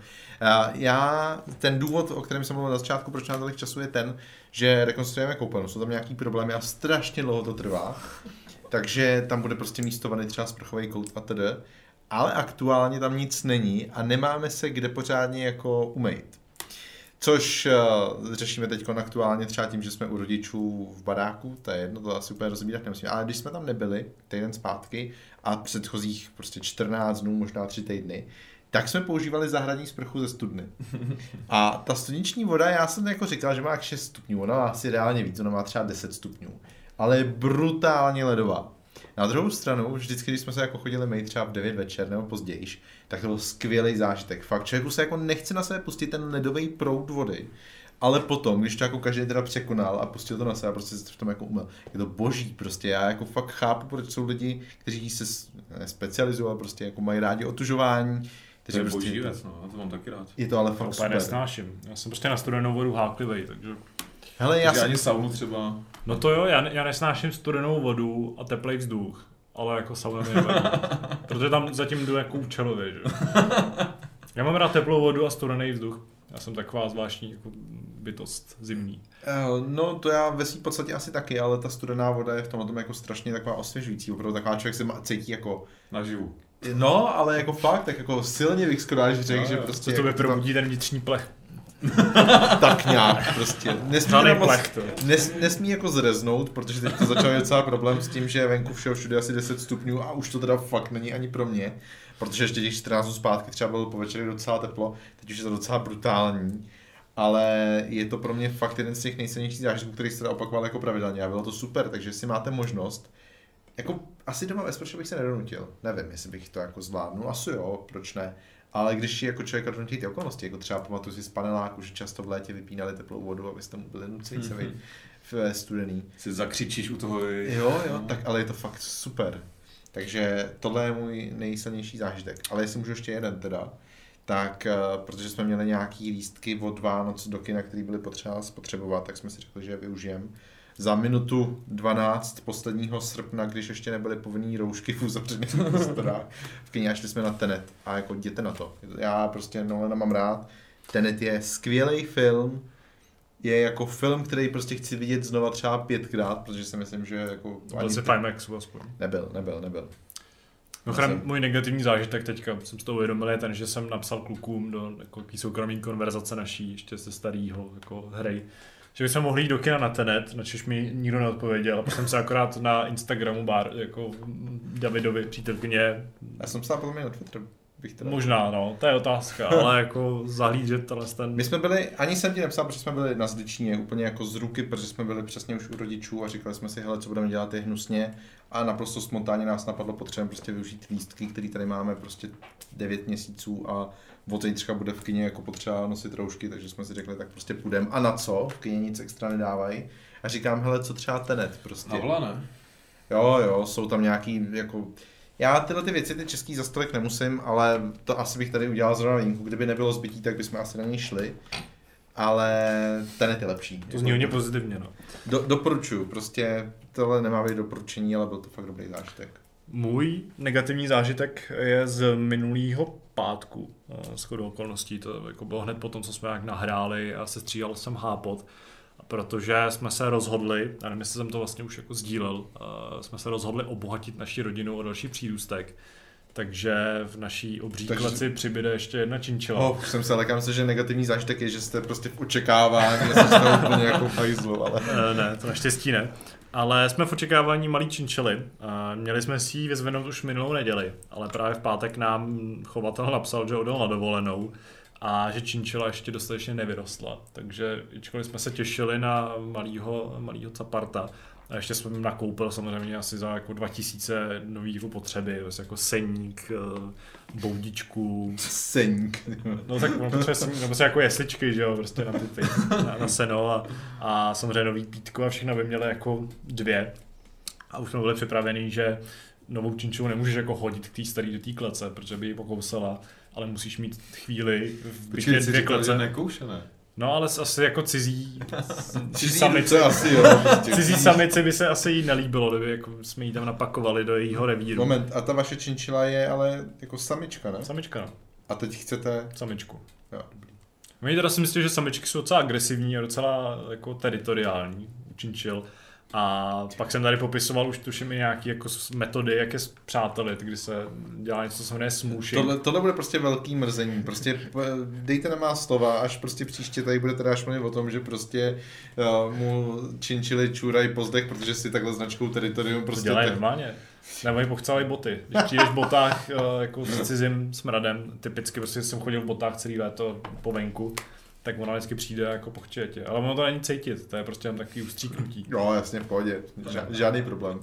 Ten důvod, o kterém jsem mluvil na začátku, proč nám tolik času, je ten, že rekonstruujeme koupelnu. Jsou tam nějaký problémy a strašně dlouho to trvá. Takže tam bude prostě místovaný třeba sprchový kout a td. Ale aktuálně tam nic není a nemáme se kde pořádně jako umýt. Což řešíme teď aktuálně třeba tím, že jsme u rodičů v baráku, to je jedno, to asi úplně rozbírat nemusíme, ale když jsme tam nebyli týden zpátky a předchozích prostě 14 dnů, možná 3 týdny, tak jsme používali zahradní sprchu ze studny. A ta studniční voda, já jsem jako říkal, že má 6 stupňů, ona má asi reálně víc, ona má třeba 10 stupňů, ale je brutálně ledová. Na druhou stranu, vždycky, když jsme se jako chodili mít třeba v 9 večer nebo později, tak to byl skvělý zážitek. Fakt, člověku se jako nechce na sebe pustit ten ledový proud vody, ale potom, když to jako každý teda překonal a pustil to na sebe a prostě se v tom jako umyl, je to boží prostě. Já jako fakt chápu, proč jsou lidi, kteří se specializují, prostě jako mají rádi otužování. To je prostě boží věc, no, já to mám taky rád. Je to ale fakt super. Nesnáším. Já jsem prostě na studenou vodu háklivej, takže... Hele, já ani saunu třeba. No to jo, já nesnáším studenou vodu a teplej vzduch, ale jako sauna mi nevadí. Protože tam zatím jdu jako účelově, že? Já mám rád teplou vodu a studený vzduch. Já jsem taková zvláštní jako bytost zimní. No to já ve svým podstatě asi taky, ale ta studená voda je v tomhle jako strašně taková osvěžující. Opravdu taková člověk se cítí jako... Naživu. No, ale jako fakt, tak jako silně bych skoro až řekl, že prostě... To by probudí ten vnitřní plech. Tak nějak prostě. Nesmí jako zreznout, protože teď to začal docela problém s tím, že venku všude asi 10 stupňů a už to teda fakt není ani pro mě. Protože ještě těch 14 dnů zpátky třeba bylo po večeri docela teplo, teď už je to docela brutální. Ale je to pro mě fakt jeden z těch nejsilnějších zážitků, který se opakoval jako pravidelně a bylo to super, takže si máte možnost. Jako asi doma ve sprše bych se nedonutil, nevím, jestli bych to jako zvládnul, asi jo, proč ne. Ale když jako člověk donutí ty okolnosti, jako třeba pamatuju si z paneláku, že často v létě vypínali teplou vodu, abyste mu byli nuceni se vejít v studený. Si zakřičíš u toho. Jo, tak ale je to fakt super. Takže tohle je můj nejsilnější zážitek. Ale jestli můžu ještě jeden teda, tak protože jsme měli nějaký lístky od Vánoc do kina, které byly potřeba spotřebovat, tak jsme si řekli, že je využijeme. Za minutu 12 posledního srpna, když ještě nebyly povinný roušky v uzavřených prostorách v kině, a šli jsme na Tenet a jako jděte na to. Já prostě Nolana mám rád. Tenet je skvělý film, je jako film, který prostě chci vidět znova třeba 5krát, protože si myslím, že jako... Byl jsi v IMAXu aspoň. Nebyl. Můj negativní zážitek teďka, jsem si to uvědomil, je ten, že jsem napsal klukům do jako soukromý konverzace naší, ještě ze starého jako hry, že bychom mohli jít do kina na Tenet, načež mi nikdo neodpověděl, a pak jsem se akorát na Instagramu jako Davidovi přítelkyně. Já jsem psal podle mě na Twitter. Možná, no, to je otázka, ale jako zahlížet ten... My jsme byli, ani jsem ti nepsal, protože jsme byli na Zličíně, úplně jako z ruky, protože jsme byli přesně už u rodičů a říkali jsme si, hele, co budeme dělat, je hnusně, a naprosto spontánně nás napadlo, potřebujeme prostě využít lístky, který tady máme prostě 9 měsíců a od zítřka bude v kině jako potřeba nosit roušky, takže jsme si řekli, tak prostě půjdeme. A na co? V kině nic extra nedávají. A říkám, hele, co třeba Tenet prostě. Havla, ne? Jo, jsou tam nějaký jako... Já tyhle ty věci, ty český za stolik nemusím, ale to asi bych tady udělal zrovna výjimku. Kdyby nebylo zbytí, tak bychom asi na něj šli. Ale Tenet je lepší. To zní hodně pozitivně, no. Doporučuju, prostě tohle nemá být doporučení, ale byl to fakt dobrý zážitek. Můj negativní zážitek je z minulého pátku, shodou okolností. To jako bylo hned po tom, co jsme jak nahráli a sestříhal jsem Hápot. Protože jsme se rozhodli, a nevím, jestli jsem to vlastně už jako sdílel, jsme se rozhodli obohatit naši rodinu o další přírůstek. Takže v naší obří kleci přibyde ještě jedna činčila. Už jsem se lekám se, že negativní zážitek je, že jste prostě v očekávání, že jste úplně jako hajzlu, ale... Ne, to naštěstí ne. Ale jsme v očekávání malý činčily. Měli jsme si ji vyzvednout už minulou neděli, ale právě v pátek nám chovatel napsal, že odjel na dovolenou a že činčila ještě dostatečně nevyrostla. Takže ačkoliv jsme se těšili na malýho caparta, a ještě jsem jim nakoupil samozřejmě asi za jako 2000 nových potřeby, jako seník, boudičku. Seník. No tak on potřebuje seník, nebo se jako jesličky, že jo, prostě na seno a samozřejmě nový pítko a všechno by měly jako 2. A už jsme byli připraveni, že novou činčulu nemůžeš jako hodit k té starý do té klece, protože by ji pokousala, ale musíš mít chvíli v bytě 2 klece. Nekoušené. No ale asi jako cizí samici asi jo. Cizí samici by se asi jí nelíbilo, kdyby jako jsme jí tam napakovali do jejího revíru. Moment, a ta vaše činčila je ale jako samička, ne? Samička, no. A teď chcete... Samičku. Jo, dobrý. My teda si myslím, že samičky jsou docela agresivní a docela jako teritoriální činčil. A pak jsem tady popisoval už tuším i nějaký jako metody, jak je spřátelit, kdy se dělá něco, co se jmenuje smooshing. Tohle bude prostě velký mrzení. Prostě dejte na má slova, až prostě příště tady bude teda až mluvit o tom, že prostě mu činčili čůrají po zdech, protože si takhle značkou teritorium prostě... To dělají normálně. Nebo jim pochcávají boty. Když přijdeš v botách jako s cizím smradem, typicky prostě jsem chodil v botách celý léto po venku, tak ona vždycky přijde jako pochče tě. Ale ono to není cítit, to je prostě jen takový ustříknutí. Jo, jasně, v pohodě. Žádný problém.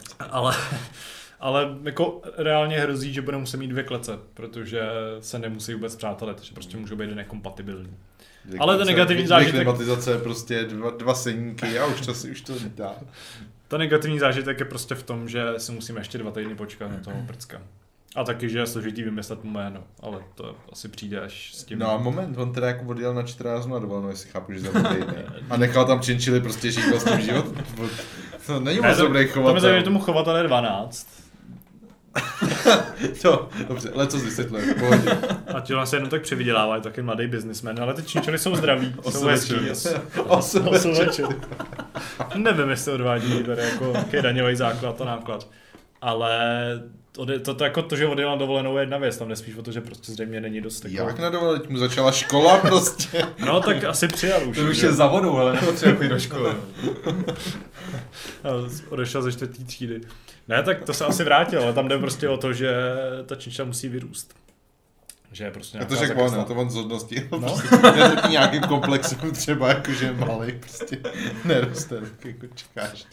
Ale jako reálně hrozí, že bude muset mít 2 klece, protože se nemusí vůbec přátelit, že prostě můžou být nekompatibilní. Ale ten negativní zážitek... Klimatizace, prostě 2 seníky a už to nedá. Ten negativní zážitek je prostě v tom, že si musíme ještě 2 týdny počkat na toho prcka. A taky, že je složitý vymyslet mu jméno, ale to asi přijde až s tím. No a moment, on teda jako odjel na 14 na dovolenou, jestli chápu, že za týdny. A nechal tam činčily prostě žít vlastním život. To není moc dobrý chovatel. To mi zajímavé, že tomu chovatele 12. Dobře, ale co vysvětluje, pohodě. A tělo se jenom tak přivydělává, je taky mladý biznismen, ale ty činčily jsou zdraví, jsou hezký. 8 večer. Nevím, jestli odvádí tady jako jaký daňový základ a náklad. ale to jako to, že odjel na dovolenou je jedna věc, tam nespíš o to, že prostě zřejmě není dost jako... Jak na dovolenou? Teď mu začala škola prostě. No tak asi přijal už. To už je za vodou, ale nepotřebuje chodit do školy. Odešel ze 4. třídy. Ne, tak to se asi vrátil, ale tam jde prostě o to, že ta činča musí vyrůst. Že je prostě to řekl on, to on z hodnosti. No. Prostě je nějakým komplexem třeba, jakože malej, prostě neroste, tak jako čekáš.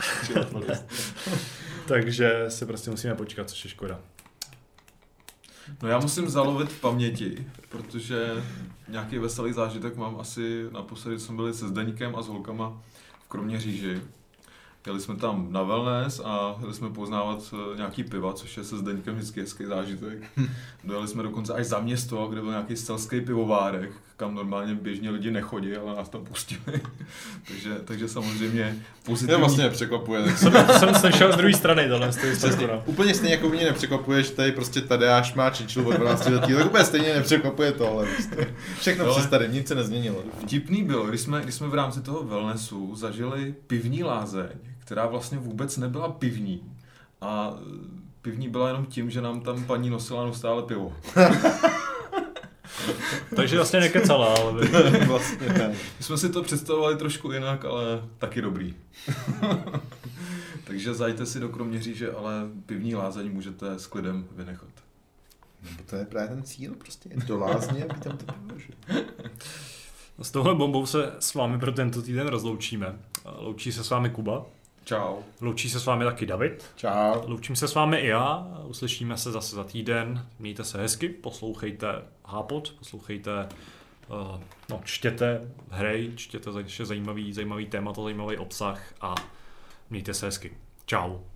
Takže se prostě musíme počkat, což je škoda. No já musím zalovit v paměti, protože nějaký veselý zážitek mám asi naposledy, jsme byli se Zdeňkem a s holkama v Kroměříži. Jeli jsme tam na wellness a jeli jsme poznávat nějaký piva, což je se Zdeňkem vždycky hezký zážitek. Dojeli jsme dokonce až za město, kde byl nějaký selský pivovárek, kam normálně běžně lidi nechodí, ale nás tam pustili. takže samozřejmě pozitivní. To vlastně nepřekvapuje. To jsem slyšel z druhé strany tohle. Úplně stejně jako mě nepřekvapuje, že tady prostě Tadeáš má činčilu od 12 letí, tak úplně stejně nepřekvapuje tohle. Prostě. Všechno přes tady, nic se nezměnilo. Vtipný bylo, když jsme v rámci toho wellnessu zažili pivní lázeň, která vlastně vůbec nebyla pivní. A pivní byla jenom tím, že nám tam paní nosila neustále pivo. Takže vlastně nekecala, ale vlastně ne. My jsme si to představovali trošku jinak, ale taky dobrý. Takže zajďte si do Kroměříže, ale pivní lázeň můžete s klidem vynechat. Nebo to je právě ten cíl, prostě do lázně, aby tam to bylo, že? S touhle bombou se s vámi pro tento týden rozloučíme. Loučí se s vámi Kuba. Čau. Loučí se s vámi taky David. Čau. Loučím se s vámi i já. Uslyšíme se zase za týden. Mějte se hezky, poslouchejte Hápot, poslouchejte, čtěte hry, čtěte zajímavý témata, zajímavý obsah a mějte se hezky. Čau.